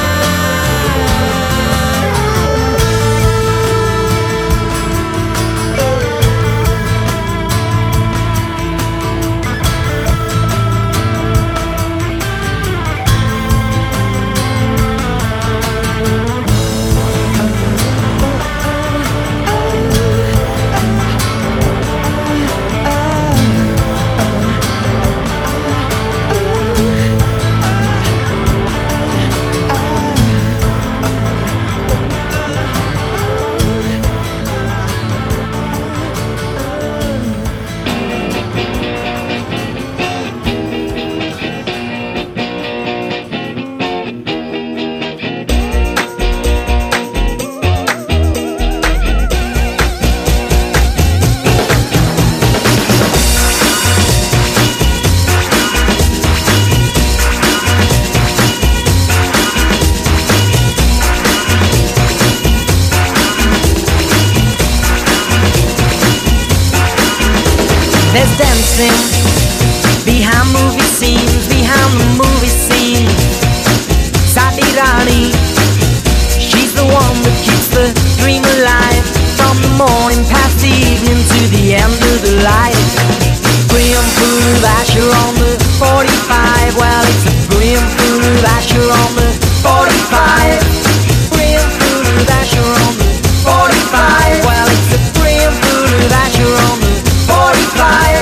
S8: There's dancing behind movie scenes, behind the movie scene. Sadi Rani, she's the one that keeps the dream alive, from the morning past the evening to the end of the light. Brimful of Asher on the 45, well it's a brimful of Asher on the 45. Brimful of Asher on the 45, well it's a brimful of Asher on the 45.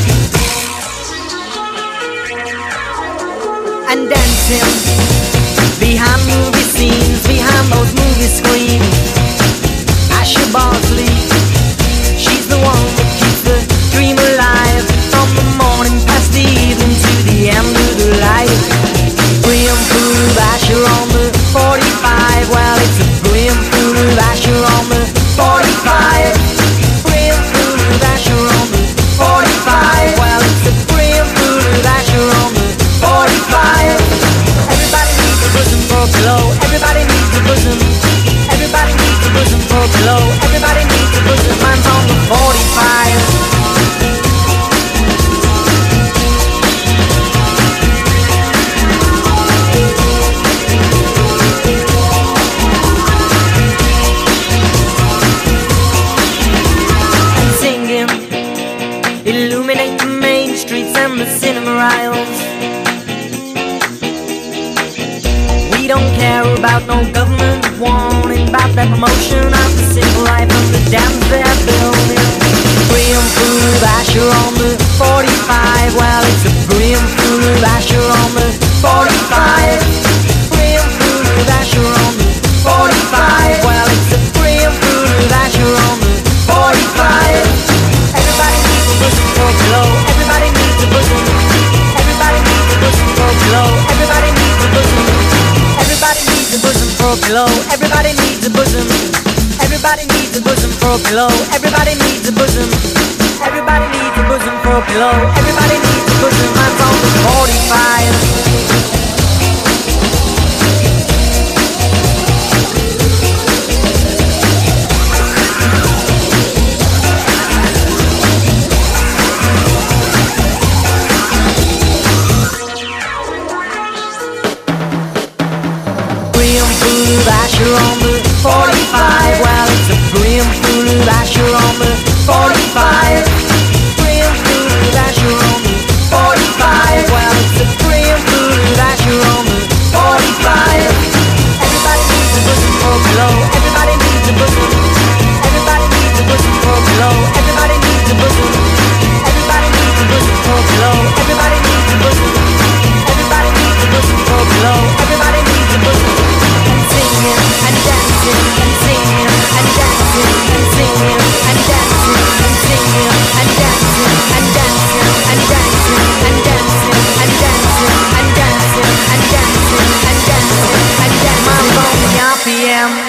S8: And dancing behind movie scenes, behind those movie screens. Asher Bosley, she's the one that keeps the dream alive, from the morning past the evening to the end of the light. Brimful of Asher on the 45, well it's a brimful of Asher on the 45. Brimful of Asher on the 45, well it's a brimful of Asher on the 45. Everybody needs a bosom for a pillow. Everybody needs a bosom. Everybody needs a bosom for a pillow. Everybody needs a bosom. Mine's on the 45. Illuminate the main streets and the cinema aisles. We don't care about no government warning about that promotion of the simple life of the dams they're building. Brimful of Asher on the 45, well it's a brimful of Asher on the 45. Brimful of Asher on the 45, well it's a brimful needs a bosom for a pillow. Everybody needs a bosom. Everybody needs a bosom for a pillow. Everybody needs a bosom. I'm on the 45. Asher on the 45. Well, it's a brimful of Asher on the 45. Brimful of Asher on the 45. Well, it's a brimful of Asher on the 45. Everybody needs a bosom for a pillow. Everybody needs a bosom. Everybody needs a bosom for a pillow. Everybody needs a bosom. Everybody needs a bosom for a pillow. Everybody needs a bosom. Everybody needs a bosom for a pillow. Everybody needs a bosom. And dancing and singing and dancing and singing and dancing and singing and dancing and dancing and dancing and dancing and dancing and dancing and dancing and dancing and dancing. I'm on the RPM.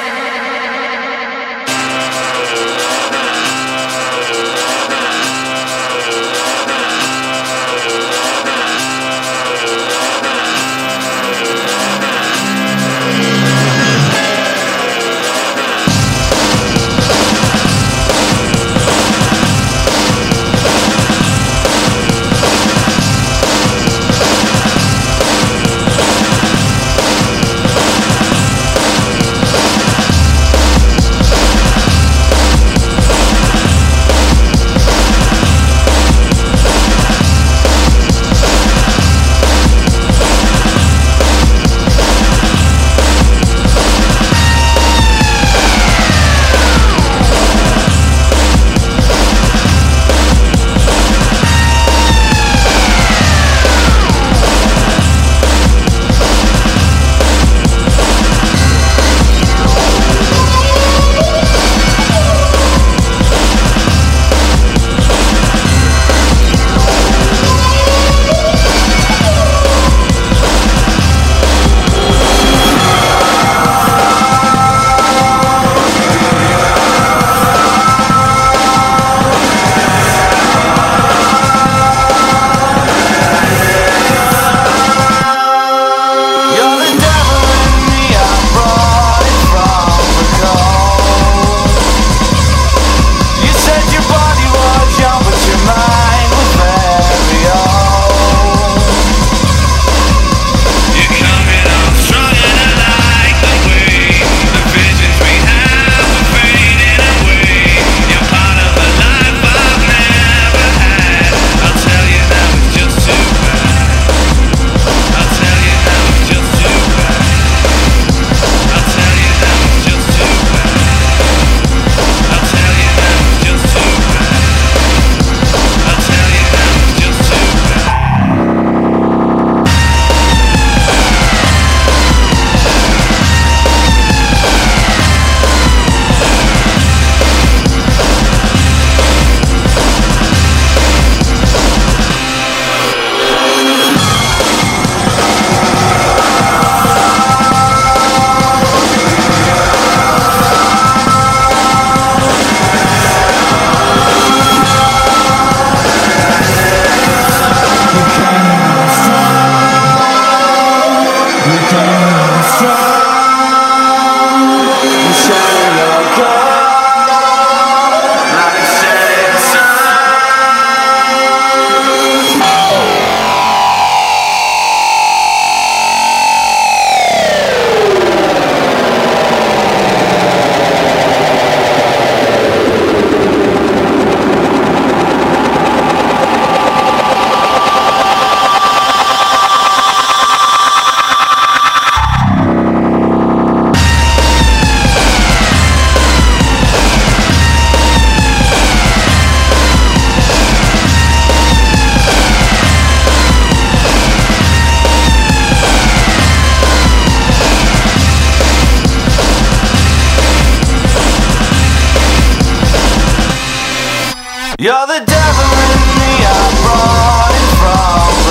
S7: You're the devil in me, I brought it from the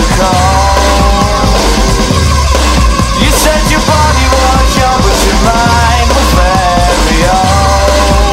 S7: cold. You said your body was young, but your mind was very old.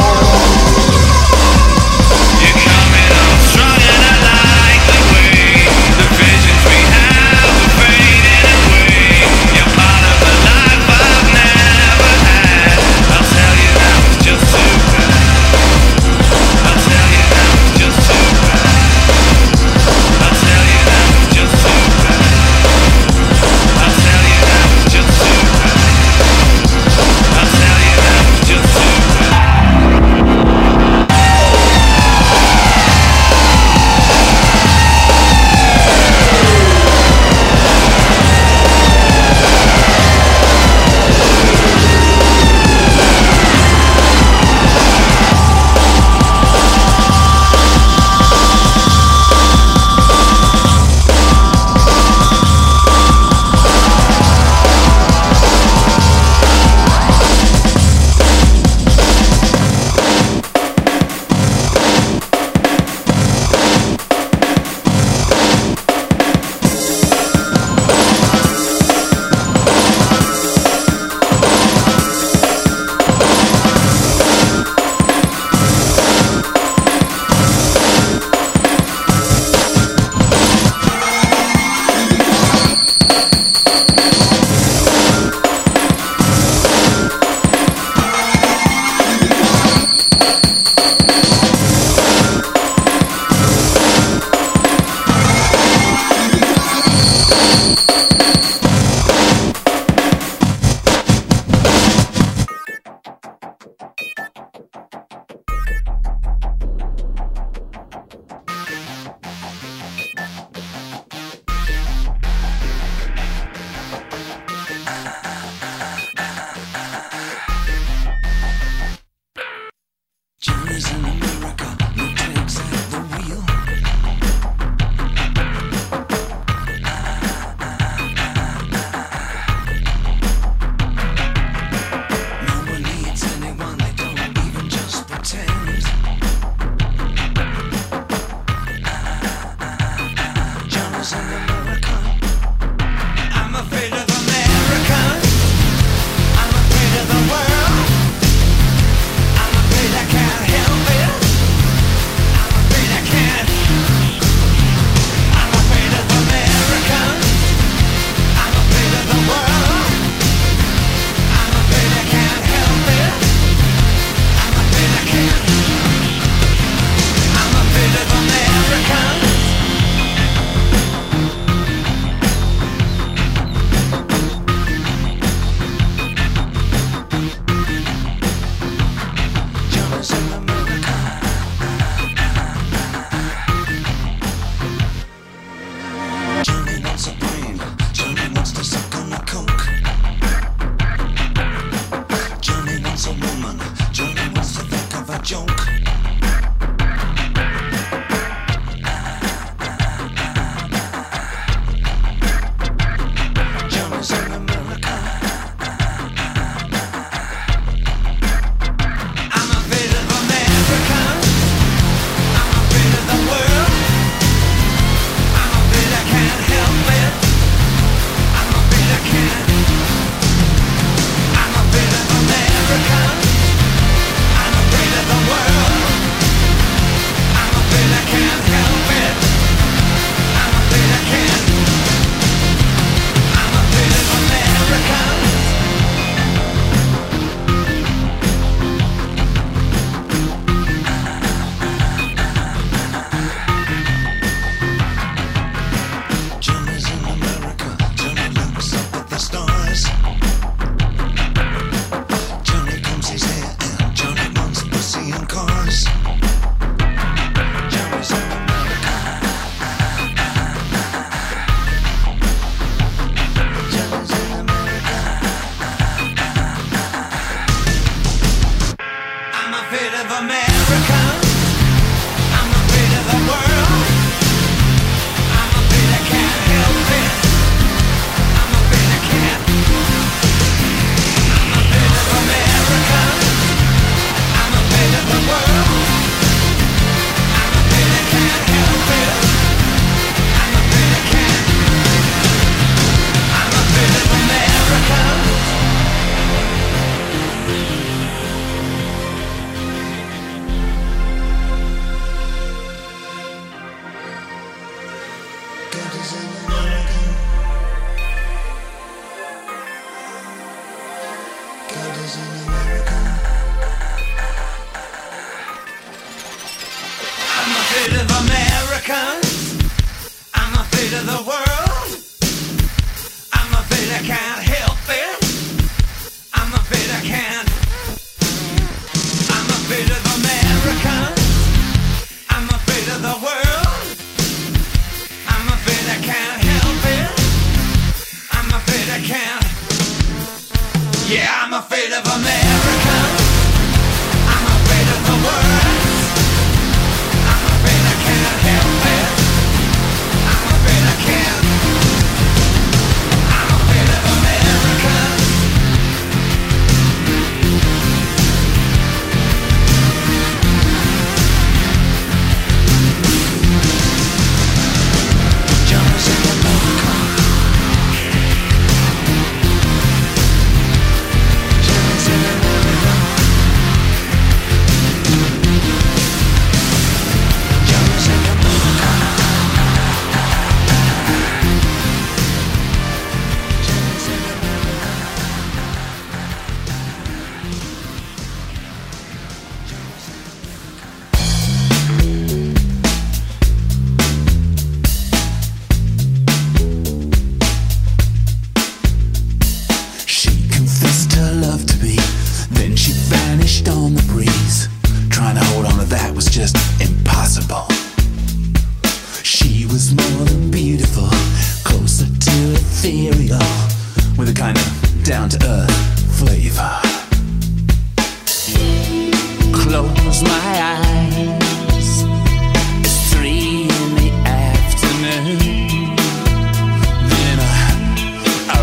S7: close my eyes, it's 3 in the afternoon. Then I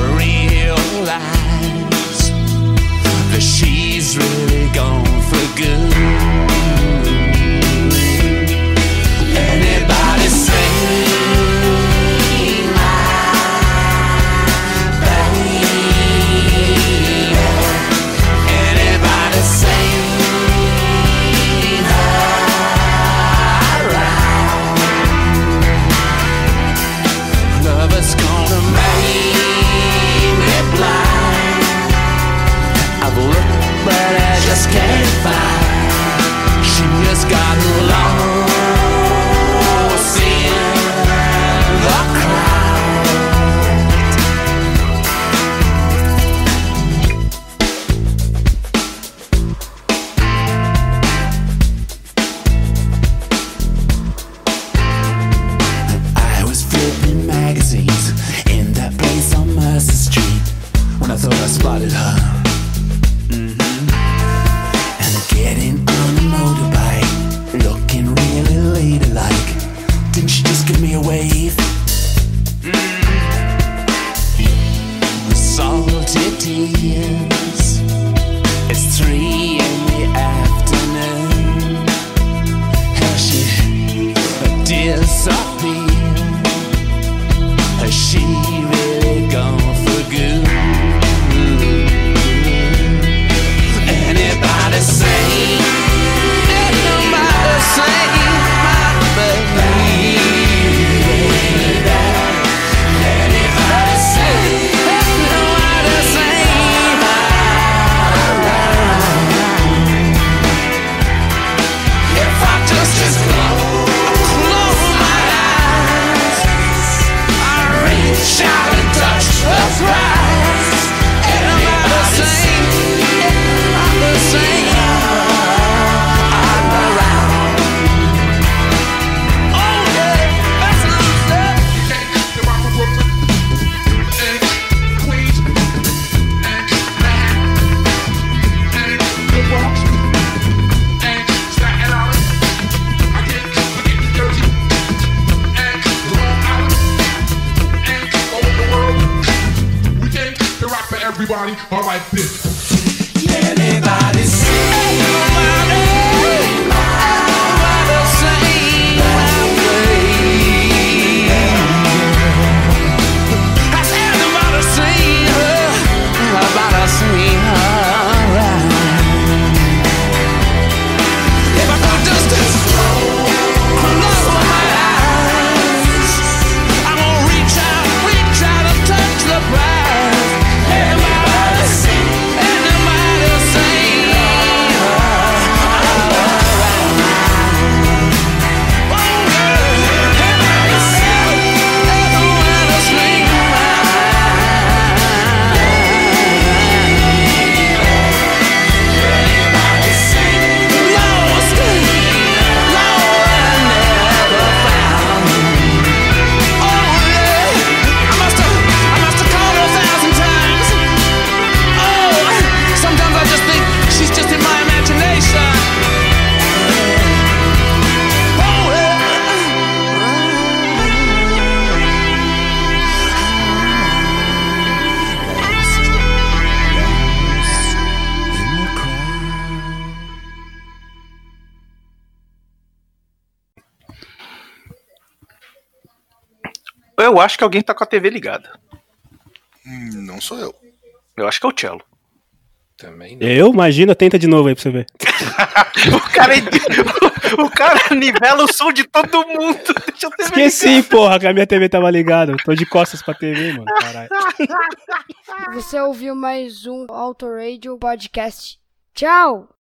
S7: realize that she's really gone for good. Anybody sing my baby? Anybody sing her around? Love is gonna make me blind. I've looked but I just can't find. She has gotten lost in the crowd. I was flipping magazines in that place on Mercer Street when I thought I spotted her. And getting on a motorbike, looking really ladylike. Didn't she just give me a wave? Salty tears. It's 3 in the afternoon. How she disappeared? Has she really gone for good? Anybody say? Nobody say my baby. Anybody say? Nobody say my if I just close my eyes, I reach out and touch the prize. Anybody say? Anybody say? I'm around. Oh yeah, that's what I'm saying.
S9: The rock from Brooklyn and Queens and Manhattan and the Bronx and Staten Island. I get dirty and Long Island and all over the world. We came to rock for everybody. All like this.
S7: Anybody say? Nobody say my baby. Has anybody seen her? Nobody seen her around. If I could just close my eyes, I'm gonna reach out and touch the prize. Anybody say? Anybody say? Sometimes I just think she's just in my imagination.
S1: Eu acho que alguém tá com a TV ligada.
S4: Não sou eu.
S1: Eu acho que é o Cello.
S2: Também não.
S3: Eu? Imagina, tenta de novo aí pra você ver.
S1: O cara nivela o som de todo mundo. Deixa eu ter
S3: Esqueci, porra, que a minha TV tava ligada. Tô de costas pra TV, mano. Caralho.
S10: Você ouviu mais um Autoradio Podcast. Tchau!